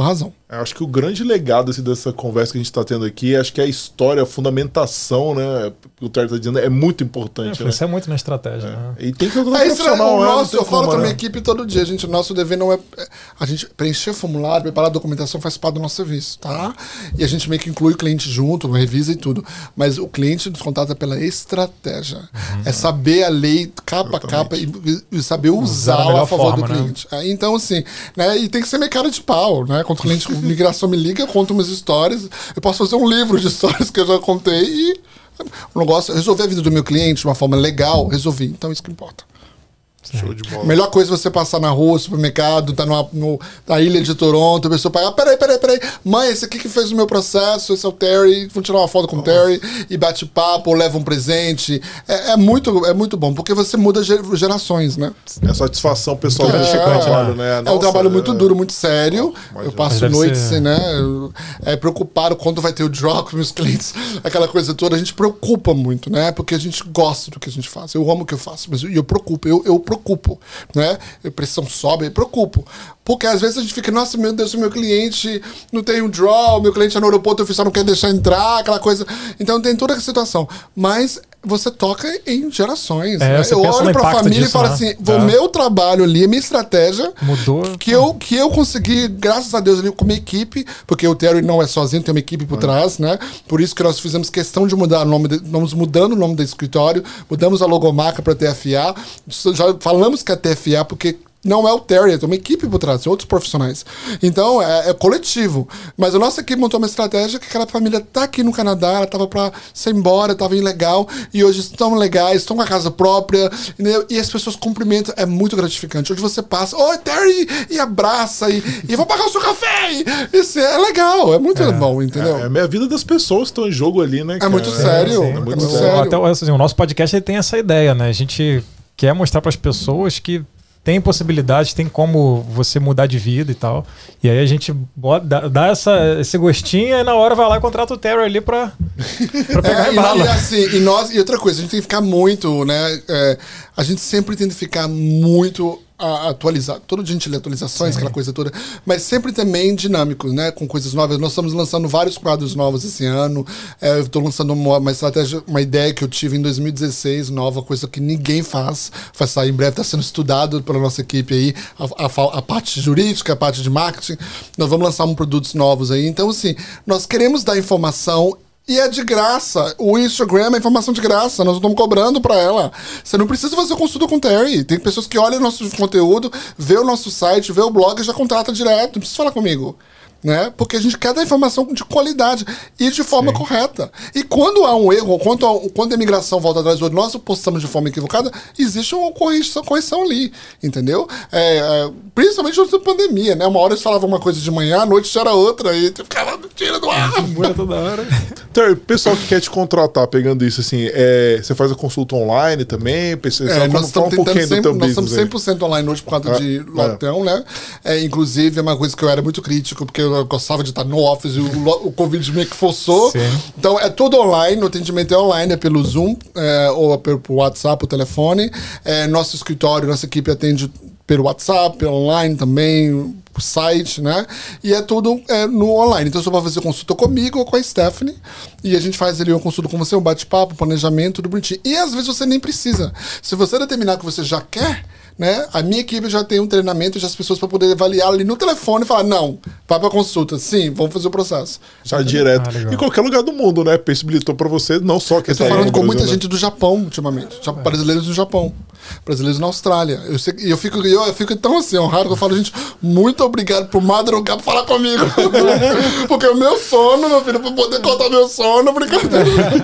S2: Eu acho que o grande legado assim, dessa conversa que a gente está tendo aqui, acho que é a história, a fundamentação, né? O Terry está dizendo, é muito importante.
S1: É,
S2: né?
S1: Isso é muito na estratégia.
S2: É.
S1: Né?
S2: E tem que ajudar
S3: é, profissional. O nosso, eu falo
S2: com
S3: a minha equipe todo dia. A gente, o nosso dever não é. A gente preencher formulário, preparar a documentação faz parte do nosso serviço, tá? E a gente meio que inclui o cliente junto, revisa e tudo. Mas o cliente nos contata pela estratégia. Uhum. É saber a lei capa a capa e, e saber usá-la a favor forma, do cliente. Né? Então, assim, né? E tem que ser meio cara de pau, né? Quando o cliente migração me liga, eu conto umas histórias. Eu posso fazer um livro de histórias que eu já contei e o negócio, resolver a vida do meu cliente de uma forma legal, resolvi. Então, isso que importa.
S2: Show de bola.
S3: Melhor coisa é você passar na rua, supermercado, tá numa, no, na ilha de Toronto, a pessoa paga, ah, peraí, peraí, peraí, mãe, esse aqui que fez o meu processo, esse é o Terry, vou tirar uma foto com o Terry e bate papo, ou leva um presente. É, é, muito, é muito bom, porque você muda gerações, né?
S2: É a satisfação pessoal
S3: é,
S2: do trabalho, né?
S3: Nossa, é um trabalho muito é... duro, muito sério. Oh, eu passo noites,
S1: ser...
S3: né, é, preocupado quando vai ter o drop, meus clientes, aquela coisa toda, a gente preocupa muito, né? Porque a gente gosta do que a gente faz. Eu amo o que eu faço, mas eu, eu preocupo, eu, eu preocupo. preocupo, né? A pressão sobe, eu preocupo. Porque às vezes a gente fica, nossa, meu Deus, o meu cliente não tem um draw, meu cliente é no aeroporto, o oficial não quer deixar entrar, aquela coisa. Então tem toda essa situação. Mas você toca em gerações.
S1: É,
S3: né? Eu olho pra família disso, e falo, né? assim, o é. meu trabalho ali, a minha estratégia
S1: mudou.
S3: Que eu, que eu consegui, graças a Deus, ali com a minha equipe, porque o Terry não é sozinho, tem uma equipe por é. trás, né? Por isso que nós fizemos questão de mudar o nome, de, vamos mudando o nome do escritório, mudamos a logomarca para T F A. Já falamos que é T F A porque não é o Terry, tem uma equipe por trás, tem outros profissionais. Então, é, é coletivo. Mas a nossa equipe montou uma estratégia que aquela família tá aqui no Canadá, ela tava pra ser embora, tava ilegal, e hoje estão legais, estão com a casa própria, entendeu? E as pessoas cumprimentam, é muito gratificante. Hoje você passa, oi, Terry, e abraça, e, e vou pagar o seu café, e, isso é legal, é muito é, bom, entendeu?
S2: É, é a vida das pessoas que estão em jogo ali, né?
S3: É muito sério,
S1: sim,
S3: é muito,
S1: é
S3: muito sério.
S1: Até, assim, o nosso podcast ele tem essa ideia, né? A gente quer mostrar para as pessoas que tem possibilidades, tem como você mudar de vida e tal. E aí a gente bota, dá, dá essa, esse gostinho e na hora vai lá e contrata o Terry ali pra, pra pegar
S3: é,
S1: a bala.
S3: E, assim, e, nós, e outra coisa, a gente tem que ficar muito, né? É, a gente sempre tem que ficar muito atualizado. Todo dia a gente lê atualizações, Sim. aquela coisa toda, mas sempre também dinâmicos, né? Com coisas novas. Nós estamos lançando vários quadros novos esse ano. É, eu estou lançando uma, uma estratégia, uma ideia que eu tive em dois mil e dezesseis, nova, coisa que ninguém faz. Vai sair em breve, está sendo estudado pela nossa equipe aí, a, a, a parte jurídica, a parte de marketing. Nós vamos lançar um produtos novos aí. Então, assim, nós queremos dar informação. E é de graça. O Instagram é informação de graça. Nós não estamos cobrando para ela. Você não precisa fazer consulta com o Terry. Tem pessoas que olham o nosso conteúdo, vê o nosso site, vê o blog e já contrata direto. Não precisa falar comigo. Né? Porque a gente quer dar informação de qualidade e de forma Sim. correta. E quando há um erro, quando a, quando a imigração volta atrás do nós postamos de forma equivocada, existe uma correção, correção ali, entendeu? É, é, principalmente durante a pandemia, né? Uma hora eles falavam uma coisa de manhã, à noite já era outra, e tu ficava tira do ar.
S1: Muda toda hora.
S2: Terry, pessoal que quer te contratar, pegando isso assim, é, você faz a consulta online também? Precisa,
S3: é, nós estamos
S2: um
S3: tentando sempre, nós estamos cem por cento online hoje por causa ah, de lockdown, é. né? É, inclusive, é uma coisa que eu era muito crítico, porque eu gostava de estar no office e o, o Covid meio que forçou. Sim. Então é tudo online, o atendimento é online, é pelo Zoom, é, ou pelo WhatsApp, o telefone. É, nosso escritório, nossa equipe atende pelo WhatsApp, online também, por site, né? E é tudo é, no online. Então você pode fazer consulta comigo ou com a Stephanie. E a gente faz ali uma consulta com você, um bate-papo, um planejamento, tudo bonitinho. E às vezes você nem precisa. Se você determinar que você já quer, né? A minha equipe já tem um treinamento de as pessoas para poder avaliar ali no telefone e falar, não, vai para consulta, sim, vamos fazer o processo.
S2: Já direto. Ah, em qualquer lugar do mundo, né? Possibilitou para você, não só que
S3: eu tô falando com muita gente do Japão ultimamente, é. brasileiros do Japão, brasileiros na Austrália. Eu sei, e eu fico, eu, eu fico tão assim honrado que eu falo, gente, muito obrigado por madrugar para falar comigo, porque o meu sono, meu filho, para poder contar meu sono, brincadeira.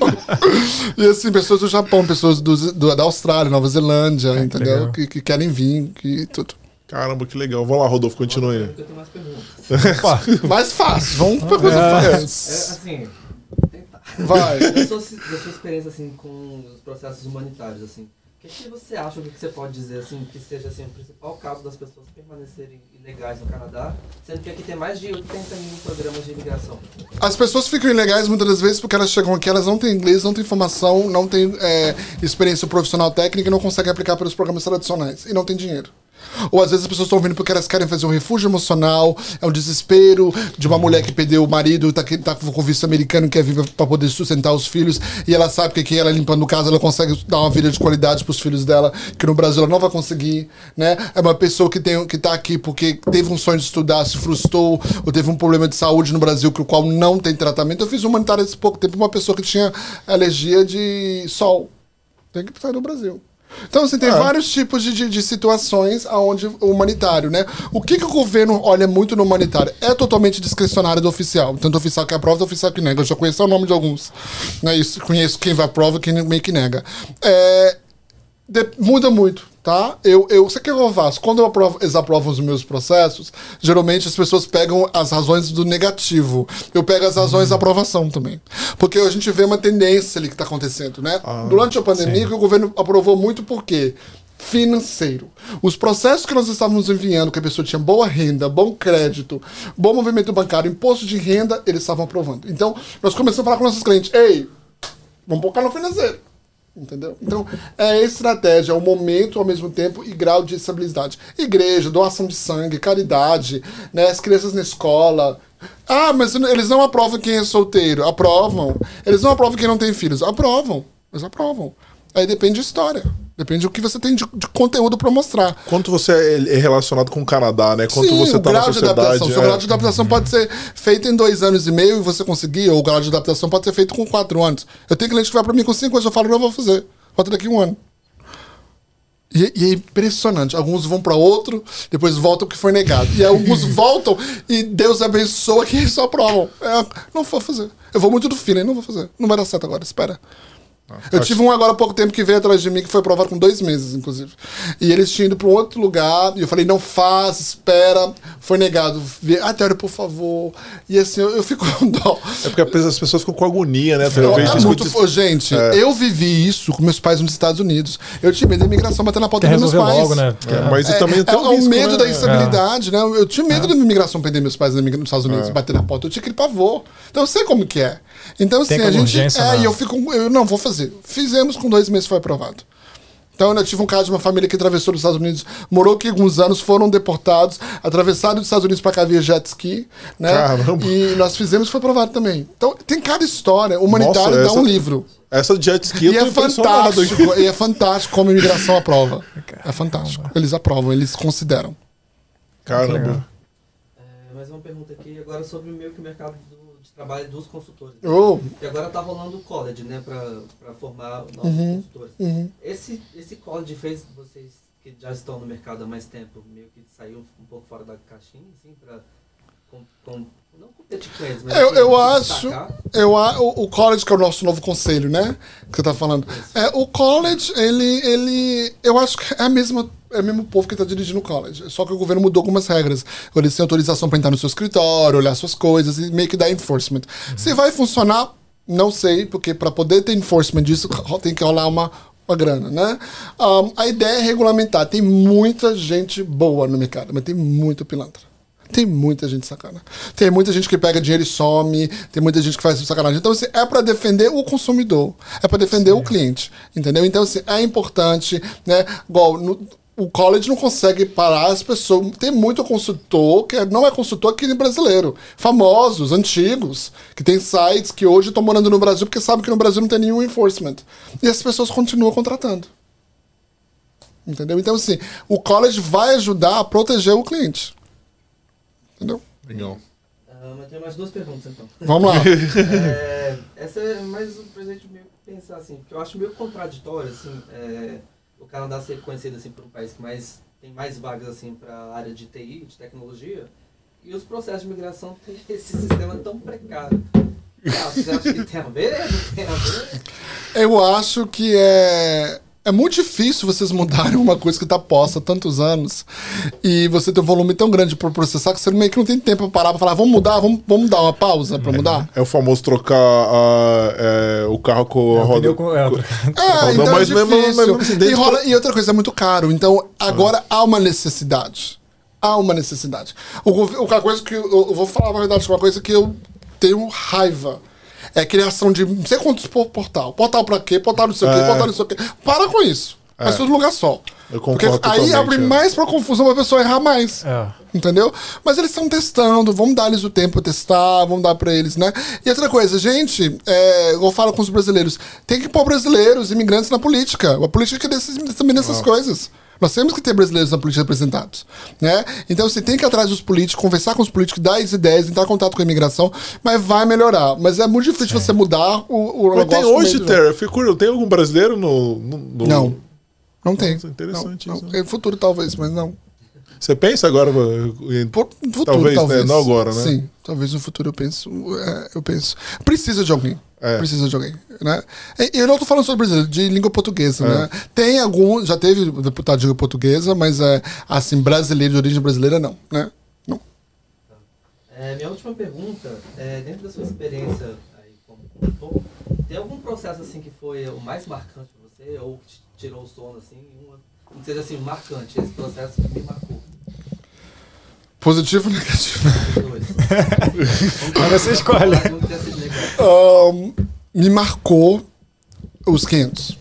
S3: E assim, pessoas do Japão, pessoas do, do, da Austrália, Nova Zelândia, é, entendeu? Que, que querem vir, que tudo.
S2: Caramba, que legal. Vamos lá, Rodolfo, continue.
S4: Eu tenho mais perguntas.
S3: Mais fácil, vamos pra coisa
S4: é,
S3: fácil.
S4: É, assim, tentar.
S3: Vai.
S4: Da sua, da sua experiência, assim, com os processos humanitários, assim, o que, que você acha, o que, que você pode dizer, assim, que seja, assim, o principal caso das pessoas permanecerem ilegais no Canadá, sendo que aqui tem mais de oitenta mil programas de imigração?
S3: As pessoas ficam ilegais muitas das vezes porque elas chegam aqui, elas não têm inglês, não têm formação, não têm é, experiência profissional técnica e não conseguem aplicar pelos programas tradicionais. E não têm dinheiro. Ou às vezes as pessoas estão vindo porque elas querem fazer um refúgio emocional, é um desespero de uma mulher que perdeu o marido, tá, tá com visto americano, quer vir para poder sustentar os filhos, e ela sabe que aqui ela limpando casa, ela consegue dar uma vida de qualidade para os filhos dela, que no Brasil ela não vai conseguir, né? É uma pessoa que, tem, que tá aqui porque teve um sonho de estudar, se frustrou, ou teve um problema de saúde no Brasil, que o qual não tem tratamento. Eu fiz um humanitário há pouco tempo, uma pessoa que tinha alergia de sol. Tem que sair do Brasil. Então, assim, tem ah. vários tipos de, de, de situações onde o humanitário, né? O que, que o governo olha muito no humanitário? É totalmente discricionário do oficial. Tanto o oficial que aprova, o oficial que nega. Eu já conheço o nome de alguns. Né? Isso, conheço quem vai aprova e quem meio que nega. É, de, muda muito. Tá? Eu, eu, você quer que eu faço? Quando eu aprovo, eles aprovam os meus processos, geralmente as pessoas pegam as razões do negativo. Eu pego as razões da aprovação também. Porque a gente vê uma tendência ali que está acontecendo, né? Ah, Durante a pandemia, que o governo aprovou muito por quê? Financeiro. Os processos que nós estávamos enviando, que a pessoa tinha boa renda, bom crédito, bom movimento bancário, imposto de renda, eles estavam aprovando. Então, nós começamos a falar com nossos clientes, ei, vamos focar no financeiro. Entendeu? Então, é estratégia, é o momento ao mesmo tempo e grau de estabilidade. Igreja, doação de sangue, caridade, né? As crianças na escola. Ah, mas eles não aprovam quem é solteiro. Aprovam. Eles não aprovam quem não tem filhos. Aprovam. Eles aprovam. Aí depende de história. Depende do que você tem de, de conteúdo para mostrar.
S2: Quanto você é relacionado com o Canadá, né? Quanto
S3: Sim,
S2: você tá na sociedade.
S3: O seu é... grau de adaptação pode ser feito em dois anos e meio e você conseguir, ou o grau de adaptação pode ser feito com quatro anos. Eu tenho cliente que vai para mim com cinco anos, eu falo, não, eu vou fazer. Volta daqui um ano. E, e é impressionante. Alguns vão para outro, depois voltam porque foi negado. E alguns voltam e Deus abençoa que eles só aprovam. É, não vou fazer. Eu vou muito do feeling, não vou fazer. Não vai dar certo agora, espera. Eu tive um agora há pouco tempo que veio atrás de mim, que foi aprovado com dois meses, inclusive. E eles tinham ido para um outro lugar, e eu falei, não faz, espera. Foi negado. Ah, Teório, por favor. E assim, eu, eu fico com dó.
S2: É porque as pessoas ficam com agonia, né?
S3: Não, é muito, de... Gente, é. eu vivi isso com meus pais nos Estados Unidos. Eu tinha medo da imigração bater na porta dos meus pais. Logo, né?
S2: É, mas é, também
S3: é, é o
S2: risco,
S3: medo
S2: né?
S3: da instabilidade, é. né? Eu tinha medo é. da imigração prender meus pais nos Estados Unidos, é. bater na porta. Eu tinha aquele pavor. Então eu sei como que é. Então, assim, a gente. É, e eu fico. Eu não vou fazer. Fizemos, com dois meses foi aprovado. Então, eu tive um caso de uma família que atravessou dos Estados Unidos, morou aqui alguns anos, foram deportados, atravessaram dos Estados Unidos para cá via jet ski, né? Caramba. E nós fizemos, foi aprovado também. Então, tem cada história. O humanitário Nossa, dá essa, um livro.
S2: Essa jet ski
S3: e é fantástico. E é fantástico como a imigração aprova. É fantástico. Eles aprovam, eles consideram.
S2: Caramba.
S4: É, mais uma pergunta aqui agora sobre meio que o mercado do trabalho dos consultores.
S3: Oh.
S4: E agora tá rolando o college, né, para formar novos uhum. consultores. Uhum. Esse, esse college fez vocês que já estão no mercado há mais tempo, meio que saiu um pouco fora da caixinha, assim, para com, com, não competir com eles, mas
S3: eu,
S4: assim,
S3: eu acho, eu o, o college que é o nosso novo conselho, né, que você tá falando. É, o college, ele, ele, eu acho que é a mesma é o mesmo povo que está dirigindo o college. Só que o governo mudou algumas regras. Eles têm autorização para entrar no seu escritório, olhar suas coisas e meio que dar enforcement. Uhum. Se vai funcionar, não sei, porque para poder ter enforcement disso, tem que rolar uma, uma grana, né? Um, a ideia é regulamentar. Tem muita gente boa no mercado, mas tem muito pilantra. Tem muita gente sacana. Tem muita gente que pega dinheiro e some. Tem muita gente que faz sacanagem. Então, assim, é para defender o consumidor. É para defender Sim. o cliente. Entendeu? Então, assim, é importante, né? Igual... No, o college não consegue parar as pessoas. Tem muito consultor que não é consultor aqui brasileiro. Famosos, antigos, que tem sites que hoje estão morando no Brasil porque sabem que no Brasil não tem nenhum enforcement. E as pessoas continuam contratando. Entendeu? Então, assim, o college vai ajudar a proteger o cliente. Entendeu?
S2: Legal.
S4: Uh, mas tem mais duas perguntas, então.
S3: Vamos lá.
S4: é, essa é mais um presente meio pensar, assim, porque eu acho meio contraditório, assim, é, o Canadá ser conhecido assim por um país que mais tem mais vagas assim para a área de T I, de tecnologia, e os processos de migração têm esse sistema tão precário. Ah, você acha que tem a ver? Não tem a ver?
S3: Eu acho que é é muito difícil vocês mudarem uma coisa que está posta há tantos anos e você tem um volume tão grande para processar que você meio que não tem tempo para parar para falar, vamos mudar, vamos, vamos dar uma pausa para mudar.
S2: É o famoso trocar uh, é, o carro com a roda. Com...
S3: É, então mas é difícil. Mesmo, mesmo assim, e, rola, e outra coisa, é muito caro. Então, agora ah. há uma necessidade. Há uma necessidade. O, uma coisa que eu, eu vou falar a verdade, uma coisa que eu tenho raiva. É criação de não sei quantos por portal. Portal pra quê? Portal não sei o quê, é. portal não sei o quê. Para com isso. É. Mas tudo num lugar só.
S2: Eu
S3: Porque aí abre é. mais pra confusão, pra pessoa errar mais. É. Entendeu? Mas eles estão testando, vamos dar eles o tempo pra testar, vamos dar pra eles, né? E outra coisa, gente, é, eu falo com os brasileiros, tem que pôr brasileiros, imigrantes na política. A política decide também nessas Não. coisas. Nós temos que ter brasileiros na política representados, né? Então você tem que ir atrás dos políticos, conversar com os políticos, dar as ideias, entrar em contato com a imigração, mas vai melhorar. Mas é muito difícil Sim. você mudar o, o
S2: mas
S3: negócio.
S2: Tem hoje, Terry, eu fico curioso, tem algum brasileiro no... no, no...
S3: Não, não tem.
S2: Nossa, interessante
S3: não,
S2: isso.
S3: Não. É futuro talvez, mas não.
S2: Você pensa agora em...
S3: Por, futuro,
S2: talvez,
S3: talvez.
S2: Né? Não agora, né?
S3: Sim, talvez no futuro eu penso. É, eu penso. Precisa de alguém. É. Precisa de alguém, né? E eu não tô falando sobre brasileiro, de língua portuguesa, é. né? Tem algum, já teve deputado de língua portuguesa, mas é, assim, brasileiro, de origem brasileira, não, né? Não.
S4: É, minha última pergunta, é, dentro da sua experiência aí como condutor, tem algum processo assim que foi o mais marcante para você, ou que te tirou o sono, assim, uma, não seja assim, marcante, esse processo que me marcou?
S3: Positivo ou negativo?
S1: Mas você escolhe.
S3: Um, me marcou os quinhentos.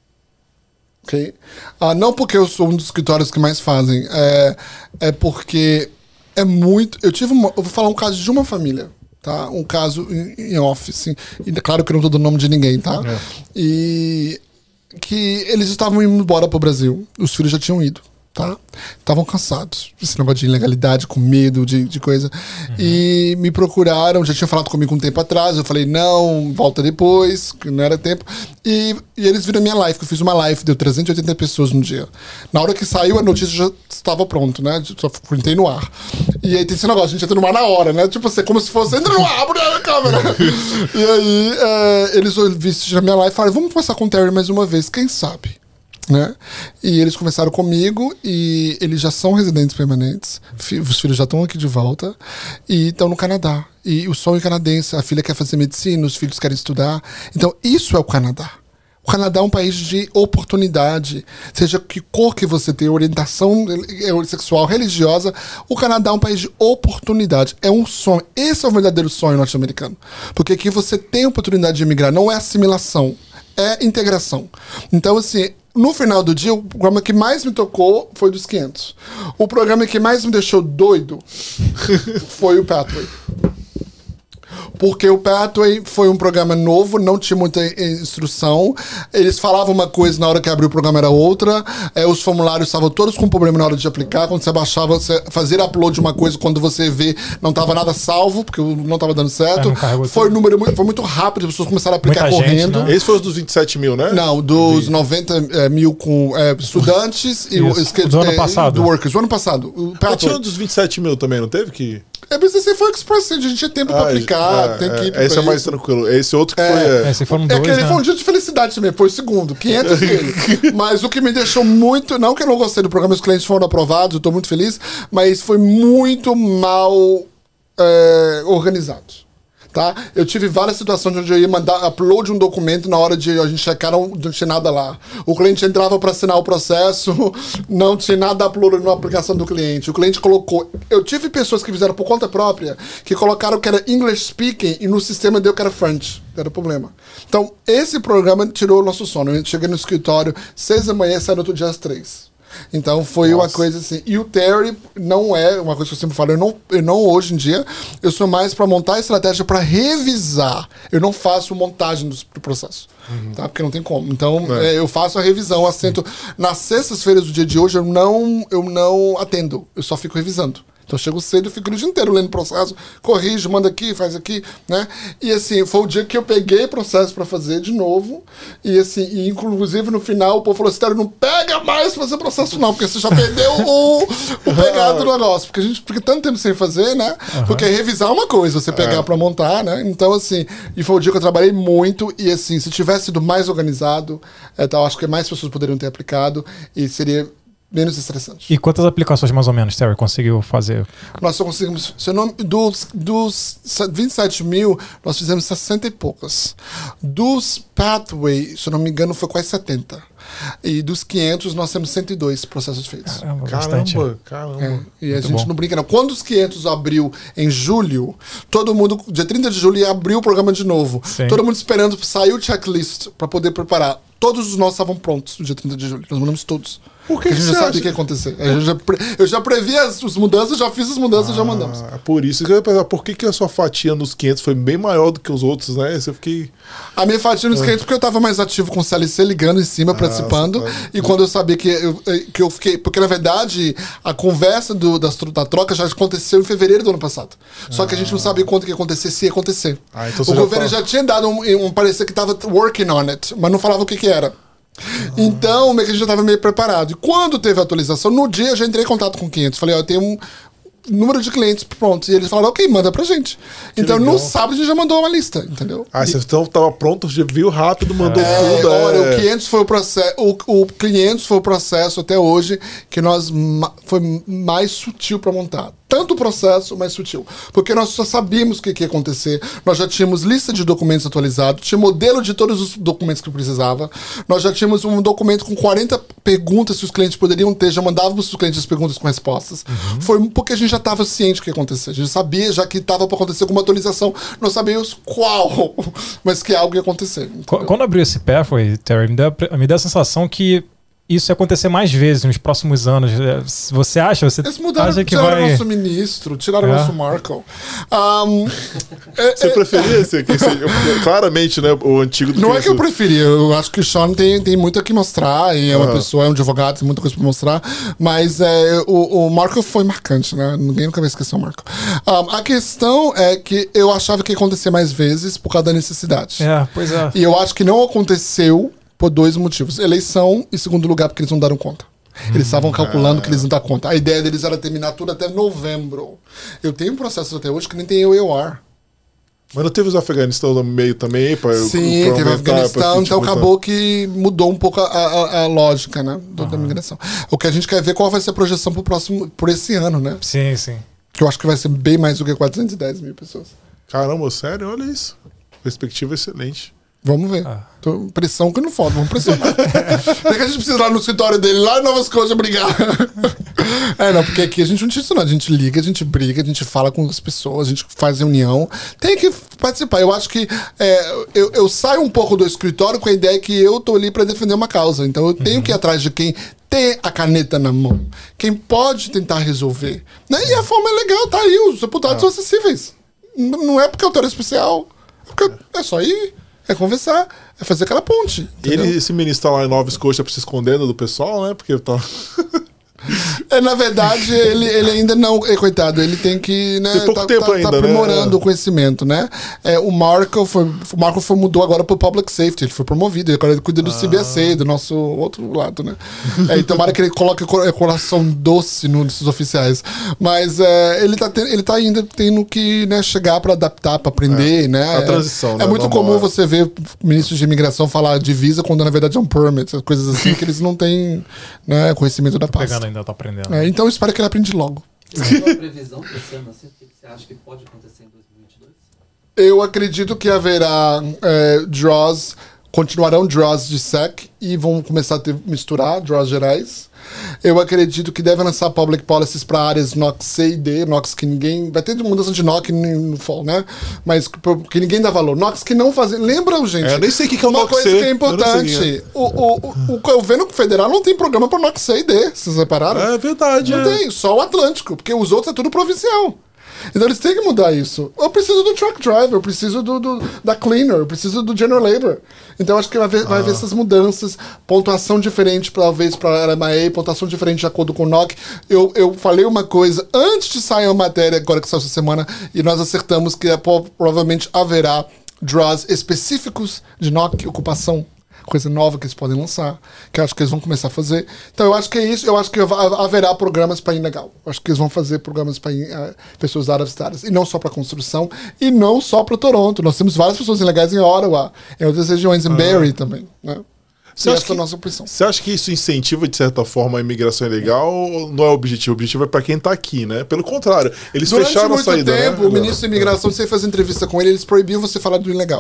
S3: Ok? Uh, não porque eu sou um dos escritórios que mais fazem. É, é porque é muito... Eu tive uma, eu vou falar um caso de uma família. Tá? Um caso em, em off. Assim, e claro que eu não estou dando nome de ninguém. Tá? É. E que eles estavam indo embora para o Brasil. Os filhos já tinham ido. Tá? Estavam cansados desse negócio de ilegalidade, com medo de, de coisa. Uhum. E me procuraram, já tinha falado comigo um tempo atrás. Eu falei, não, volta depois, que não era tempo. E, e eles viram a minha live, que eu fiz uma live, deu trezentas e oitenta pessoas no dia. Na hora que saiu a notícia já estava pronto, né? Só entrei no ar. E aí tem esse negócio, a gente entra no ar na hora, né? Tipo assim, como se fosse, entra no ar, abre a câmera. E aí é, eles viram a minha live e falaram, vamos conversar com o Terry mais uma vez, quem sabe? Né? E eles começaram comigo e eles já são residentes permanentes, os filhos já estão aqui de volta e estão no Canadá. E o sonho canadense, a filha quer fazer medicina, os filhos querem estudar. Então isso é o Canadá. O Canadá é um país de oportunidade, seja que cor que você tem, orientação sexual, religiosa, o Canadá é um país de oportunidade, é um sonho. Esse é o verdadeiro sonho norte-americano, porque aqui você tem a oportunidade de emigrar, não é assimilação, é integração. Então assim, no final do dia, o programa que mais me tocou foi dos quinhentos. O programa que mais me deixou doido foi o Pathway. Porque o Pathway foi um programa novo, não tinha muita instrução. Eles falavam uma coisa, na hora que abriu o programa era outra. É, os formulários estavam todos com problema na hora de aplicar. Quando você baixava, você fazia upload de uma coisa, quando você vê, não estava nada salvo, porque não estava dando certo. É, foi, número, foi muito rápido, as pessoas começaram a aplicar muita correndo.
S2: Gente, né? Esse foi os dos vinte e sete mil, né?
S3: Não, dos noventa mil com é, estudantes e o,
S1: do ano passado.
S3: Do workers, do ano passado. O
S2: Mas tinha um dos vinte e sete mil também, não teve que...
S3: É, mas esse foi o Express, a gente tinha tempo ah, pra aplicar, é, tem equipe.
S2: É, esse é mais isso. Tranquilo. Esse outro que
S3: é,
S2: foi.
S3: É,
S1: esse foram
S3: é
S1: dois,
S3: aquele
S1: né?
S3: foi um dia de felicidade também, foi o segundo, quinhentos dele. Mas o que me deixou muito. Não que eu não gostei do programa, os clientes foram aprovados, eu tô muito feliz, mas foi muito mal é, organizado. Tá? Eu tive várias situações onde eu ia mandar upload de um documento na hora de a gente checar, não, não tinha nada lá. O cliente entrava para assinar o processo, não tinha nada upload na aplicação do cliente. O cliente colocou... Eu tive pessoas que fizeram por conta própria, que colocaram que era English speaking e no sistema deu que era French. Era o problema. Então, esse programa tirou o nosso sono. Eu cheguei no escritório seis da manhã e saí no outro dia às três. Então foi Nossa. Uma coisa assim. E o Terry não é uma coisa que eu sempre falo. Eu não, eu não hoje em dia, eu sou mais para montar a estratégia para revisar. Eu não faço montagem do, do processo. Uhum. Tá? Porque não tem como. Então é. É, eu faço a revisão. Assento. Nas sextas-feiras do dia de hoje eu não, eu não atendo. Eu só fico revisando. Então eu chego cedo e fico o dia inteiro lendo o processo, corrijo, manda aqui, faz aqui, né? E assim, foi o dia que eu peguei o processo para fazer de novo. E assim, e, inclusive no final o povo falou assim, Terry, não pega mais pra fazer processo não, porque você já perdeu o, o pegado do negócio. Porque a gente fica tanto tempo sem fazer, né? Uhum. Porque revisar é uma coisa, você pegar é. Pra montar, né? Então assim, e foi o dia que eu trabalhei muito. E assim, se tivesse sido mais organizado, é, tá, eu acho que mais pessoas poderiam ter aplicado e seria... menos estressante.
S1: E quantas aplicações mais ou menos, Terry, conseguiu fazer?
S3: Nós só conseguimos, se eu não, dos, dos vinte e sete mil, nós fizemos sessenta e poucas. Dos Pathway, se eu não me engano, foi quase setenta. E dos quinhentos, nós temos cento e dois processos feitos.
S1: Caramba,
S2: caramba. caramba.
S3: É, e
S1: Muito
S3: a gente
S1: bom.
S3: não brinca, não. Quando os quinhentos abriu em julho, todo mundo, dia trinta de julho, abriu o programa de novo.
S1: Sim.
S3: Todo mundo esperando sair o checklist para poder preparar. todos os nossos estavam prontos no dia trinta de julho. Nós mandamos todos.
S2: Por que
S3: Porque a gente
S2: que
S3: já
S2: você
S3: sabia o que ia acontecer. Eu já, pre... eu já previ as, as mudanças, já fiz as mudanças, ah, já mandamos.
S2: Por isso que eu ia pensar, por que, que a sua fatia nos quinhentos foi bem maior do que os outros, né? Eu fiquei...
S3: A minha fatia nos quinhentos porque eu tava mais ativo com o C L C, ligando em cima, ah, participando. Tá... E quando eu sabia que eu, que eu fiquei... Porque, na verdade, a conversa do, da, da troca já aconteceu em fevereiro do ano passado. Só ah. que a gente não sabia quando que ia acontecer, se ia acontecer. Ah, então o já governo fala... já tinha dado um, um parecer que tava working on it, mas não falava o que que era. Então, meio que a gente já estava meio preparado. E quando teve a atualização, no dia eu já entrei em contato com o quinhentos. Falei, ó, eu tenho um número de clientes prontos. E eles falaram, ok, manda pra gente. Que então, legal. No sábado a gente já mandou uma lista, entendeu?
S2: Ah, e... você então tava pronto, já viu rápido, mandou
S3: é,
S2: tudo.
S3: Olha,
S2: é...
S3: o quinhentos foi o processo. O, o quinhentos foi o processo até hoje que nós foi mais sutil para montar. Tanto o processo, mais sutil. Porque nós já sabíamos o que, que ia acontecer. Nós já tínhamos lista de documentos atualizados, tinha modelo de todos os documentos que precisava. Nós já tínhamos um documento com quarenta perguntas que os clientes poderiam ter, já mandávamos para os clientes as perguntas com respostas. Uhum. Foi porque a gente já estava ciente do que ia acontecer. A gente sabia já que estava para acontecer alguma atualização. Não sabíamos qual, mas que algo ia acontecer. Entendeu?
S1: Quando abriu esse pé, foi, Terry, me deu, me deu a sensação que isso ia acontecer mais vezes nos próximos anos. Você acha? Você
S3: Eles mudaram,
S1: acha que
S3: tiraram
S1: vai...
S3: nosso ministro, tiraram o
S1: é.
S3: nosso Marco. Um,
S2: você é, preferia esse aqui? Claramente, né? O antigo do
S3: Não que é que eu preferia. Eu acho que o Sean tem, tem muito a que mostrar. E é uma uhum. pessoa, é um advogado, tem muita coisa pra mostrar. Mas é, o, o Marco foi marcante, né? Ninguém nunca vai esquecer o Marco. Um, a questão é que eu achava que ia acontecer mais vezes por causa da necessidade.
S1: É, pois é.
S3: E eu acho que não aconteceu por dois motivos. Eleição e segundo lugar, porque eles não deram conta. Eles estavam hum, calculando é. que eles não dão conta. A ideia deles era terminar tudo até novembro. Eu tenho processos até hoje que nem tem E O R.
S2: Mas não teve os Afeganistão no meio também? Pra,
S3: Sim, pra teve o Afeganistão, então acabou que mudou um pouco a, a, a lógica, né, do, uhum. da migração. O que a gente quer ver qual vai ser a projeção pro próximo, por esse ano, né?
S1: Sim, sim.
S3: Que eu acho que vai ser bem mais do que quatrocentos e dez mil pessoas.
S2: Caramba, sério? Olha isso. Perspectiva excelente.
S3: Vamos ver. Ah. Tô, pressão que não falta, vamos pressionar. É que a gente precisa ir lá no escritório dele, lá em Nova Scotia, brigar. É, não, porque aqui a gente não tinha isso, não. A gente liga, a gente briga, a gente fala com as pessoas, a gente faz reunião. Tem que participar. Eu acho que é, eu, eu saio um pouco do escritório com a ideia que eu tô ali para defender uma causa. Então eu tenho uhum. que ir atrás de quem tem a caneta na mão, quem pode tentar resolver. Né? E a forma é legal, tá aí. Os deputados ah. são acessíveis. Não é porque eu tô especial, é porque é só ir. É conversar, é fazer aquela ponte. Entendeu?
S2: Ele, esse ministro tá lá em Nova Scotia pra se escondendo do pessoal, né? Porque tá...
S3: É, na verdade, ele, ele ainda não... É, coitado, ele tem que... Né,
S2: tem pouco
S3: tá,
S2: tempo
S3: tá,
S2: ainda,
S3: tá aprimorando
S2: né?
S3: o conhecimento, né? É, o Marco foi, o Marco foi, mudou agora pro Public Safety. Ele foi promovido. Agora ele cuida do ah. C B S A, do nosso outro lado, né? É, e tomara que ele coloque coração doce nos oficiais. Mas é, ele, tá ten, ele tá ainda tendo que né, chegar para adaptar, para aprender, é, né?
S2: A transição,
S3: é,
S2: né?
S3: É muito
S2: Normal,
S3: comum
S2: é.
S3: você ver ministros de imigração falar de visa quando na verdade é um permit, coisas assim que eles não têm né, conhecimento da pasta.
S1: Pegando ainda, tá aprendendo.
S3: É, então eu espero que ele aprenda logo.
S4: Você tem uma previsão pensando assim? O que você acha que pode acontecer em dois mil e vinte e dois?
S3: Eu acredito que haverá é, draws, continuarão draws de S E C e vão começar a ter, misturar draws gerais. Eu acredito que devem lançar public policies para áreas N O C C e D, N O C que ninguém... Vai ter mudança de N O C no fall, né? Mas que ninguém dá valor. N O C que não fazem... Lembram, gente?
S2: É, eu nem sei o que, que é o N O C C.
S3: Uma coisa que é importante. O, o, o, o governo federal não tem programa para N O C C e D. Vocês repararam?
S2: É verdade.
S3: Não
S2: é.
S3: tem. Só o Atlântico. Porque os outros é tudo provincial. Então eles têm que mudar isso. Eu preciso do truck driver, eu preciso do, do, da cleaner, eu preciso do general labor. Então eu acho que vai haver, ah. vai haver essas mudanças, pontuação diferente talvez para a R M A, pontuação diferente de acordo com o N O C. Eu, eu falei uma coisa antes de sair a matéria, agora que saiu essa semana, e nós acertamos que é, provavelmente haverá draws específicos de N O C, ocupação. Coisa nova que eles podem lançar, que eu acho que eles vão começar a fazer. Então eu acho que é isso, eu acho que haverá programas para ilegal. Eu acho que eles vão fazer programas para uh, pessoas out of status, e não só para construção, e não só para Toronto. Nós temos várias pessoas ilegais em Ottawa, em outras regiões, em ah. Barrie também, né?
S2: Você acha, que,
S3: é a nossa opção.
S2: Você acha que isso incentiva, de certa forma, a imigração ilegal ou não é o objetivo? O objetivo é para quem está aqui, né? Pelo contrário, eles
S3: Durante
S2: fecharam a saída,
S3: tempo,
S2: né?
S3: O ministro da imigração, você faz entrevista com ele, eles proibiam você falar do ilegal.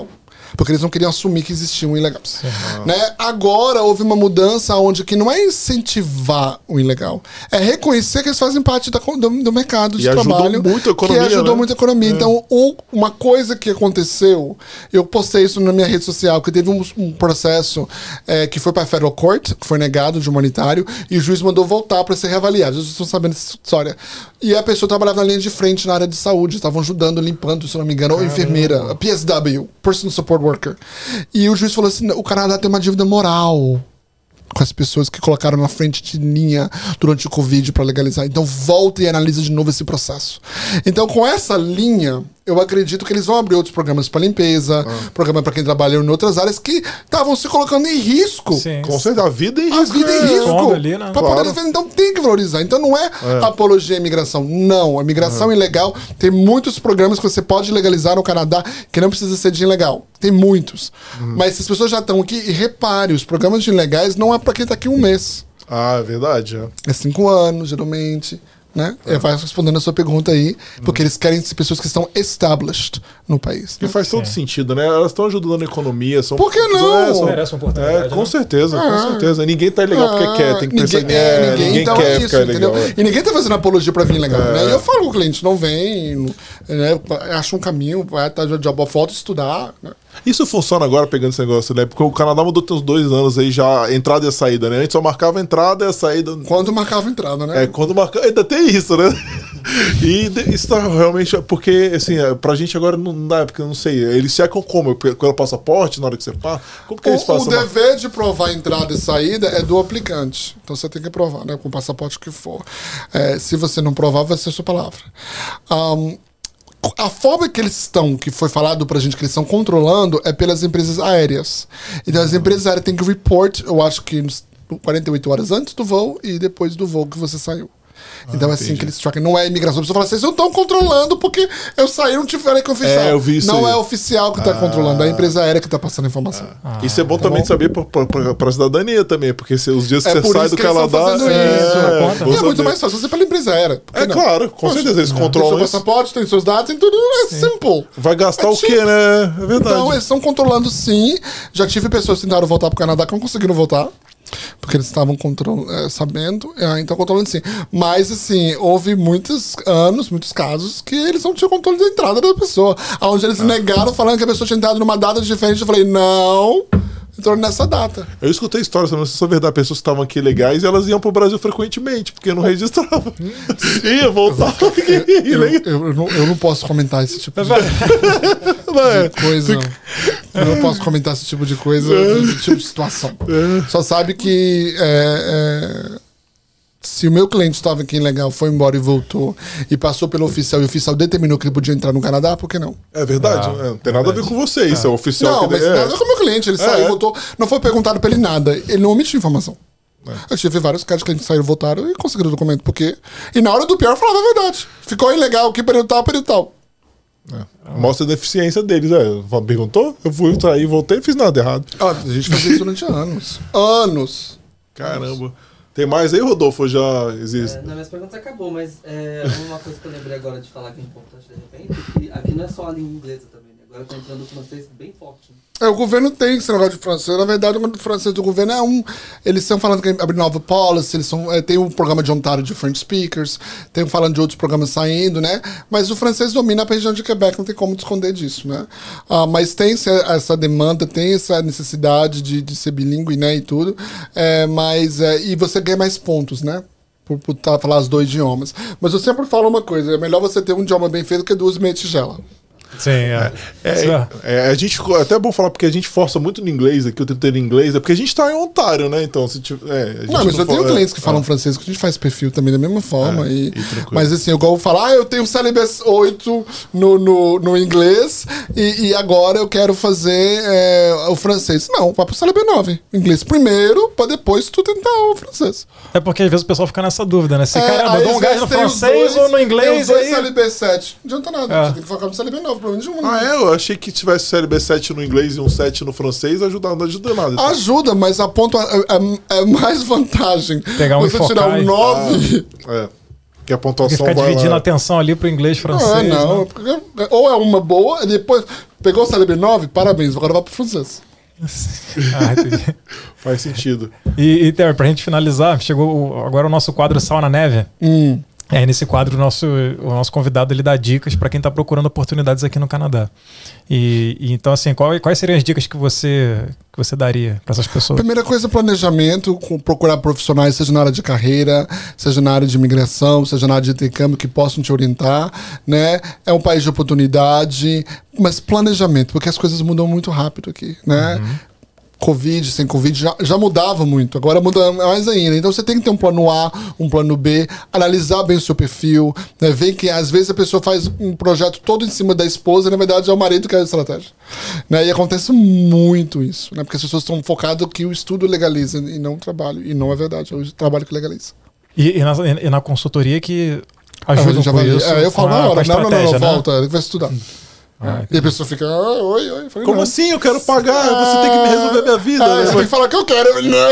S3: Porque eles não queriam assumir que existiam ilegais. Né? Agora houve uma mudança onde que não é incentivar o ilegal, é reconhecer que eles fazem parte da, do, do mercado de
S2: e
S3: trabalho.
S2: Muito a economia,
S3: que ajudou
S2: né?
S3: muito a economia. É. Então, o, uma coisa que aconteceu, eu postei isso na minha rede social, que teve um, um processo é, que foi para a Federal Court, que foi negado de humanitário, e o juiz mandou voltar para ser reavaliado. Vocês estão sabendo dessa história. E a pessoa trabalhava na linha de frente na área de saúde, estavam ajudando, limpando, se não me engano, ou enfermeira, a P S W, Personal Support Worker. E o juiz falou assim, o Canadá tem uma dívida moral com as pessoas que colocaram na frente de linha durante o Covid para legalizar. Então volta e analisa de novo esse processo. Então com essa linha, eu acredito que eles vão abrir outros programas para limpeza, ah. programa para quem trabalha em outras áreas que estavam se colocando em risco.
S2: Sim. Com certeza, a vida em risco.
S3: A vida em risco.
S1: Ali, né?
S3: Pra
S2: claro.
S3: poder, então tem que valorizar. Então não é, é. apologia à imigração. Não, a imigração
S2: é.
S3: ilegal, tem muitos programas que você pode legalizar no Canadá que não precisa ser de ilegal. Tem muitos. Uhum. Mas se as pessoas já estão aqui, e repare, os programas de ilegais não é para quem está aqui um mês.
S2: Ah, é verdade. É,
S3: é cinco anos, geralmente. Né? É. Vai respondendo a sua pergunta aí, porque hum. eles querem ser pessoas que estão established no país.
S2: E
S3: né?
S2: faz todo
S1: Sim.
S2: sentido, né? Elas estão ajudando a economia. São,
S3: Por que não?
S2: É, são,
S1: merece uma oportunidade.
S2: É, com
S1: né?
S2: certeza,
S3: ah.
S2: com certeza. Ninguém tá ilegal porque
S3: ah.
S2: quer, tem que
S3: ninguém,
S2: pensar
S3: é,
S2: é,
S3: ninguém,
S2: ninguém
S3: então
S2: quer
S3: é isso,
S2: ficar ilegal. É.
S3: E ninguém tá fazendo apologia pra vir legal,
S2: é.
S3: né? E eu falo com o cliente, não vem, né? Acha um caminho, vai estar de job off, estudar, né?
S2: Isso funciona agora, pegando esse negócio, né? Porque o Canadá mudou tem uns dois anos aí já, entrada e a saída, né? A gente só marcava a entrada e a saída.
S3: Quando marcava a entrada, né?
S2: É, quando marcava. Ainda tem isso, né? E isso tá realmente. Porque, assim, pra gente agora não dá, porque eu não sei. Eles checam como? Pelo passaporte, na hora que você passa? Como que eles
S3: o,
S2: fazem?
S3: O dever de provar a entrada e saída é do aplicante. Então você tem que provar, né? Com o passaporte que for. É, se você não provar, vai ser a sua palavra. Um, A forma que eles estão, que foi falado pra gente que eles estão controlando, é pelas empresas aéreas. Então as empresas aéreas têm que report, eu acho que quarenta e oito horas antes do voo e depois do voo que você saiu. Então ah, é assim que eles trocam. Não é imigração. A pessoa fala, vocês não estão controlando porque eu saí e não tiveram que oficial.
S2: É, eu vi isso
S3: não
S2: aí.
S3: é oficial que está ah. controlando, é a empresa aérea que está passando a informação.
S2: Ah. Isso é bom tá também bom? de saber para a cidadania também, porque se, os dias que
S3: é
S2: você sai do Canadá...
S3: É,
S2: isso.
S3: é, é muito mais fácil você pela empresa aérea.
S2: É
S3: não?
S2: claro, com Poxa, certeza. Eles não. controlam
S3: tem seu passaporte, tem seus dados, tem tudo. É sim. simple.
S2: Vai gastar
S3: é
S2: o quê, né? É verdade.
S3: Então eles estão controlando sim. Já tive pessoas que tentaram voltar para o Canadá que não conseguiram voltar. Porque eles estavam é, sabendo, é, então controlando sim. Mas, assim, houve muitos anos, muitos casos que eles não tinham controle da entrada da pessoa. Onde eles ah. negaram, falando que a pessoa tinha entrado numa data diferente. Eu falei, não, entrou nessa data.
S2: Eu escutei histórias, não sei se é verdade, pessoas que estavam aqui legais e elas iam pro Brasil frequentemente, porque não registravam. Ia, voltava.
S3: Eu, eu, eu, eu, não, eu não posso comentar esse tipo de, de coisa. Eu não posso comentar esse tipo de coisa, esse tipo de situação. Só sabe que é, é, se o meu cliente estava aqui em legal, foi embora e voltou, e passou pelo oficial, e o oficial determinou que ele podia entrar no Canadá, por que não?
S2: É verdade, ah, é, não tem nada verdade. a ver com você, isso é, é o oficial.
S3: Não,
S2: que
S3: mas
S2: é.
S3: nada a ver com o meu cliente, ele é, saiu e voltou, não foi perguntado pra ele nada, ele não omitiu informação. É. Eu tive vários casos de clientes que saíram, voltaram e conseguiram o documento, porque... E na hora do pior, eu falava a verdade. Ficou ilegal, que período tal, período tal.
S2: É. Mostra a deficiência deles. É. Perguntou? Eu fui trair, voltei e fiz nada errado.
S3: Ah, a gente fazia isso durante anos. Anos.
S2: Caramba. Tem mais aí, Rodolfo? Já existe?
S4: É, não, minhas perguntas acabou, mas é, uma coisa que eu lembrei agora de falar que é importante de repente, que aqui não é só a língua inglesa também, né? Agora tá entrando o francês bem forte. Né?
S3: É, o governo tem esse negócio de francês. Na verdade, o francês do governo é um... Eles estão falando que abre nova policy, eles são, é, tem um programa de Ontário de French Speakers, tem falando de outros programas saindo, né? Mas o francês domina a região de Quebec, não tem como te esconder disso, né? Ah, mas tem essa demanda, tem essa necessidade de, de ser bilíngue, né? E tudo. É, mas... É, e você ganha mais pontos, né? Por, por tá, falar os dois idiomas. Mas eu sempre falo uma coisa, é melhor você ter um idioma bem feito que duas meia tigela.
S1: Sim, é.
S2: É, é, é, a gente, é até bom falar porque a gente força muito no inglês aqui, o tempo inteiro em inglês, é porque a gente tá em Ontário, né? Então, se tiver. É, a gente
S3: não, mas não eu tenho
S2: fala,
S3: clientes que
S2: é,
S3: falam
S2: é.
S3: francês, que a gente faz perfil também da mesma forma.
S2: É,
S3: e,
S2: e
S3: mas assim, eu vou falar, ah, eu tenho C L B oito no, no, no inglês e, e agora eu quero fazer é, o francês. Não, vai pro C L B nove. Inglês primeiro, pra depois tu tentar o francês.
S1: É porque às vezes o pessoal fica nessa dúvida, né? Se,
S3: é,
S1: caramba, dou um gás no francês
S3: dois,
S1: ou no inglês.
S3: Tem os dois
S1: aí...
S3: C L B sete. Não adianta nada,
S1: é.
S3: você tem que focar no C L B nove, pelo menos de um.
S2: Ah, é? Eu achei que tivesse C L B sete no inglês e um sete no francês, ajuda, não ajuda nada. Então.
S3: Ajuda, mas a ponto é, é, é mais vantagem
S1: pegar um
S3: você tirar um nove.
S2: Ah, é. Que a pontuação
S1: ficar
S2: vai
S1: dividindo
S2: lá.
S1: a atenção ali pro inglês, francês.
S3: Não, não.
S1: Né?
S3: Ou é uma boa, depois Pegou o C L B nove? Parabéns, agora vai pro francês.
S1: Ah, entendi.
S2: Faz sentido.
S1: E, e Terry, pra gente finalizar, chegou o, agora o nosso quadro Sal na Neve.
S3: Hum.
S1: É, nesse quadro, o nosso, o nosso convidado ele dá dicas para quem está procurando oportunidades aqui no Canadá. E, e então, assim, qual, quais seriam as dicas que você, que você daria para essas pessoas?
S3: Primeira coisa, planejamento, procurar profissionais, seja na área de carreira, seja na área de imigração, seja na área de intercâmbio, que possam te orientar, né? É um país de oportunidade, mas planejamento, porque as coisas mudam muito rápido aqui, né? Uhum. Covid, sem Covid, já, já mudava muito, agora muda mais ainda. Então você tem que ter um plano A, um plano B, analisar bem o seu perfil, né? Ver que às vezes a pessoa faz um projeto todo em cima da esposa e na verdade é o marido que é a estratégia. Né? E acontece muito isso, né? Porque as pessoas estão focadas que o estudo legaliza e não o trabalho. E não é verdade, é o trabalho que legaliza.
S1: E, e, na, e na consultoria que ajuda com
S3: vai,
S1: isso?
S3: É, eu falo na hora, não, não, não, não,
S1: né?
S3: volta, ele vai estudar. Ah, e a pessoa fica, ah, oi, oi. Falei,
S2: como
S3: não.
S2: assim? Eu quero pagar, ah, você tem que me resolver minha vida.
S3: Ah,
S2: né?
S3: Você tem que falar que eu quero. Não.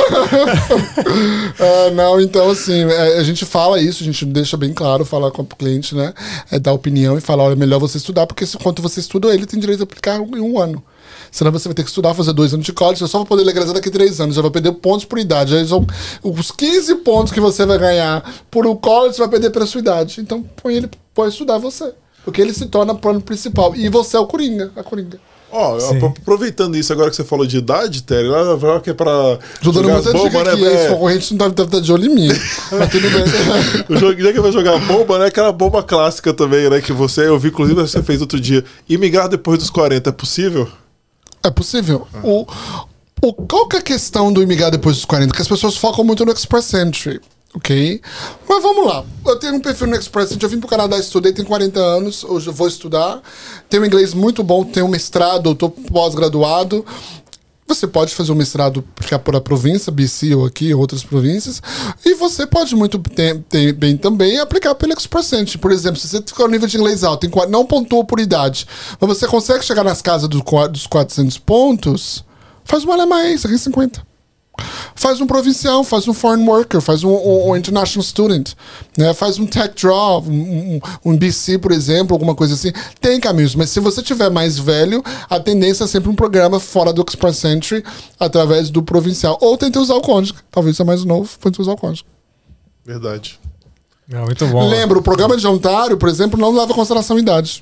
S3: ah, não, então assim, a gente fala isso, a gente deixa bem claro, fala com o cliente, né? É, dá opinião e fala, olha, é melhor você estudar, porque enquanto você estuda, ele tem direito a aplicar em um ano. Senão você vai ter que estudar, fazer dois anos de college, você só vai poder legalizar daqui a três anos, já vai perder pontos por idade. Aí são os quinze pontos que você vai ganhar por o college, você vai perder pela sua idade. Então põe ele para estudar você. Porque ele se torna plano principal. E você é o Coringa, a Coringa.
S2: Ó, oh, aproveitando isso agora que você falou de idade, Terry, lá vai que é pra.
S3: Tô dando muita dica aqui, né? Esse concorrente não deve estar de olho em mim. Mas tudo bem.
S2: O jogo que vai jogar bomba, né? Aquela bomba clássica também, né? Que você, eu vi, inclusive, você fez outro dia. Imigrar depois dos quarenta é possível?
S3: É possível. Ah. O, o, qual que é a questão do imigrar depois dos quarenta? Que as pessoas focam muito no Express Entry. Ok? Mas vamos lá. Eu tenho um perfil no Express Entry. Eu vim pro Canadá, estudei, tenho quarenta anos. Hoje eu vou estudar. Tenho um inglês muito bom, tenho um mestrado, eu tô pós-graduado. Você pode fazer um mestrado por a província, B C ou aqui, outras províncias. E você pode muito ter, ter, bem também aplicar pelo Express Entry. Por exemplo, se você tiver um nível de inglês alto, tem, não pontua por idade, mas você consegue chegar nas casas do, dos quatrocentos pontos, faz um L M A, você ganha cinquenta. Faz um provincial, faz um foreign worker, faz um, um, um international student, né? Faz um tech draw, um, um, um B C, por exemplo, alguma coisa assim. Tem caminhos, mas se você tiver mais velho, a tendência é sempre um programa fora do Express Entry, através do provincial. Ou tenta usar o cônjuge. Talvez você é mais novo, tenta usar o cônjuge.
S2: Verdade.
S1: É muito bom.
S3: Lembra, o programa de Ontário, por exemplo, não leva em consideração a idade.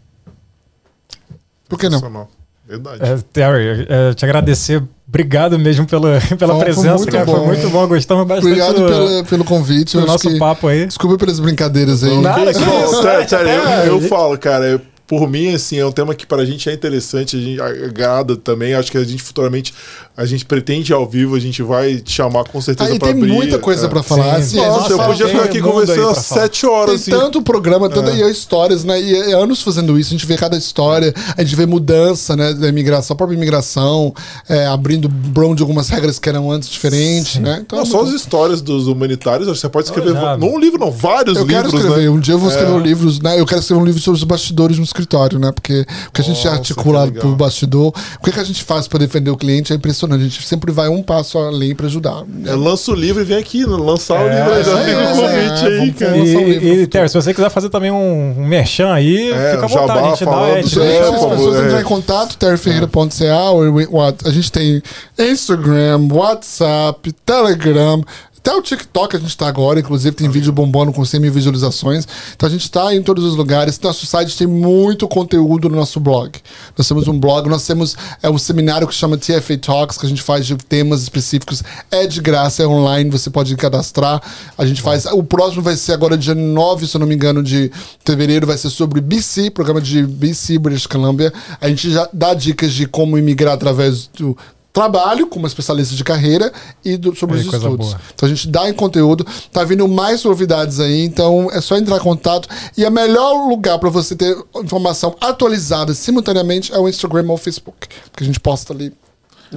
S3: Por que não?
S2: Verdade.
S1: É, Terry, é, te agradecer. Obrigado mesmo pela, pela oh, presença, foi cara. Bom. Foi muito bom, gostamos bastante.
S3: Obrigado do, pela, pelo convite.
S1: O nosso papo aí.
S3: Desculpa pelas brincadeiras aí.
S2: Nada, que isso, sério, sério, eu, eu falo, cara, por mim, assim, é um tema que pra gente é interessante, a gente agrada também. Acho que a gente futuramente, a gente pretende ao vivo, a gente vai te chamar com certeza
S3: ah,
S2: pra
S3: tem
S2: abrir.
S3: Tem muita coisa é. pra falar. Assim,
S2: Nossa, eu podia ficar aqui conversando às sete horas.
S3: Tem assim. Tanto programa, tanta é. histórias, né? E é anos fazendo isso, a gente vê cada história, a gente vê mudança, né, da imigração, a própria imigração, é, abrindo mão de algumas regras que eram antes diferentes, Sim. né?
S2: Então, não, só as histórias dos humanitários, você pode escrever, não, não um livro, não, vários
S3: eu
S2: livros,
S3: Eu quero escrever,
S2: né?
S3: um dia eu vou escrever
S2: é.
S3: um livro, né? Eu quero escrever um livro sobre os bastidores no escritório, né? Porque o que a gente Nossa, articula pro bastidor, o que, que a gente faz para defender o cliente é impressionante. A gente sempre vai um passo além para ajudar.
S2: É, lança o livro e vem aqui, lançar é, o livro aí, já fica o convite é, aí, cara.
S1: E, um e, e Terry, se você quiser fazer também um, um merchan aí, é, fica à vontade,
S2: jabá,
S1: a gente dá. É,
S2: do
S3: se é, as pessoas é. entrarem em contato, terry ferreira ponto c a, a gente tem Instagram, WhatsApp, Telegram. Até o TikTok a gente tá agora, inclusive tem vídeo bombando com cem mil visualizações. Então a gente tá em todos os lugares. Nosso site tem muito conteúdo no nosso blog. Nós temos um blog, nós temos é, um seminário que chama T F A Talks, que a gente faz de temas específicos. É de graça, é online, você pode cadastrar. A gente faz. O próximo vai ser agora dia nove, se eu não me engano, de fevereiro, vai ser sobre B C, programa de B C, British Columbia. A gente já dá dicas de como imigrar através do trabalho como especialista de carreira e do, sobre é, os estudos. Boa. Então a gente dá em conteúdo, tá vindo mais novidades aí, então é só entrar em contato. E o melhor lugar para você ter informação atualizada simultaneamente é o Instagram ou o Facebook, que a gente posta ali, né?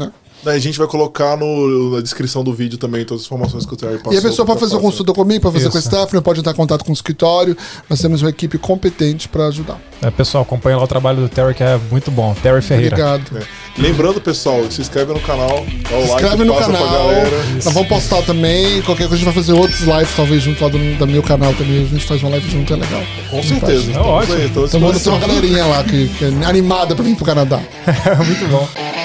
S2: A gente vai colocar no, na descrição do vídeo também todas as informações que o Terry passou.
S3: E a pessoa pode fazer consulta comigo, pode fazer
S1: Isso.
S3: com a Stephanie, pode entrar em contato com o escritório. Nós temos uma equipe competente para ajudar.
S1: É, pessoal, acompanha lá o trabalho do Terry, que é muito bom. Terry Ferreira.
S3: Obrigado.
S2: É. Lembrando, pessoal, se inscreve no canal, dá o
S3: Se
S2: like,
S3: inscreve no
S2: passa
S3: canal.
S2: pra galera.
S3: Nós vamos postar também. Qualquer coisa a gente vai fazer outros lives, talvez, junto lá do, do meu canal também. A gente faz uma live junto, é legal.
S2: Com certeza.
S1: É ótimo.
S2: Aí, então,
S3: Então, tem uma galerinha lá que, que é animada pra vir pro Canadá.
S1: Muito bom.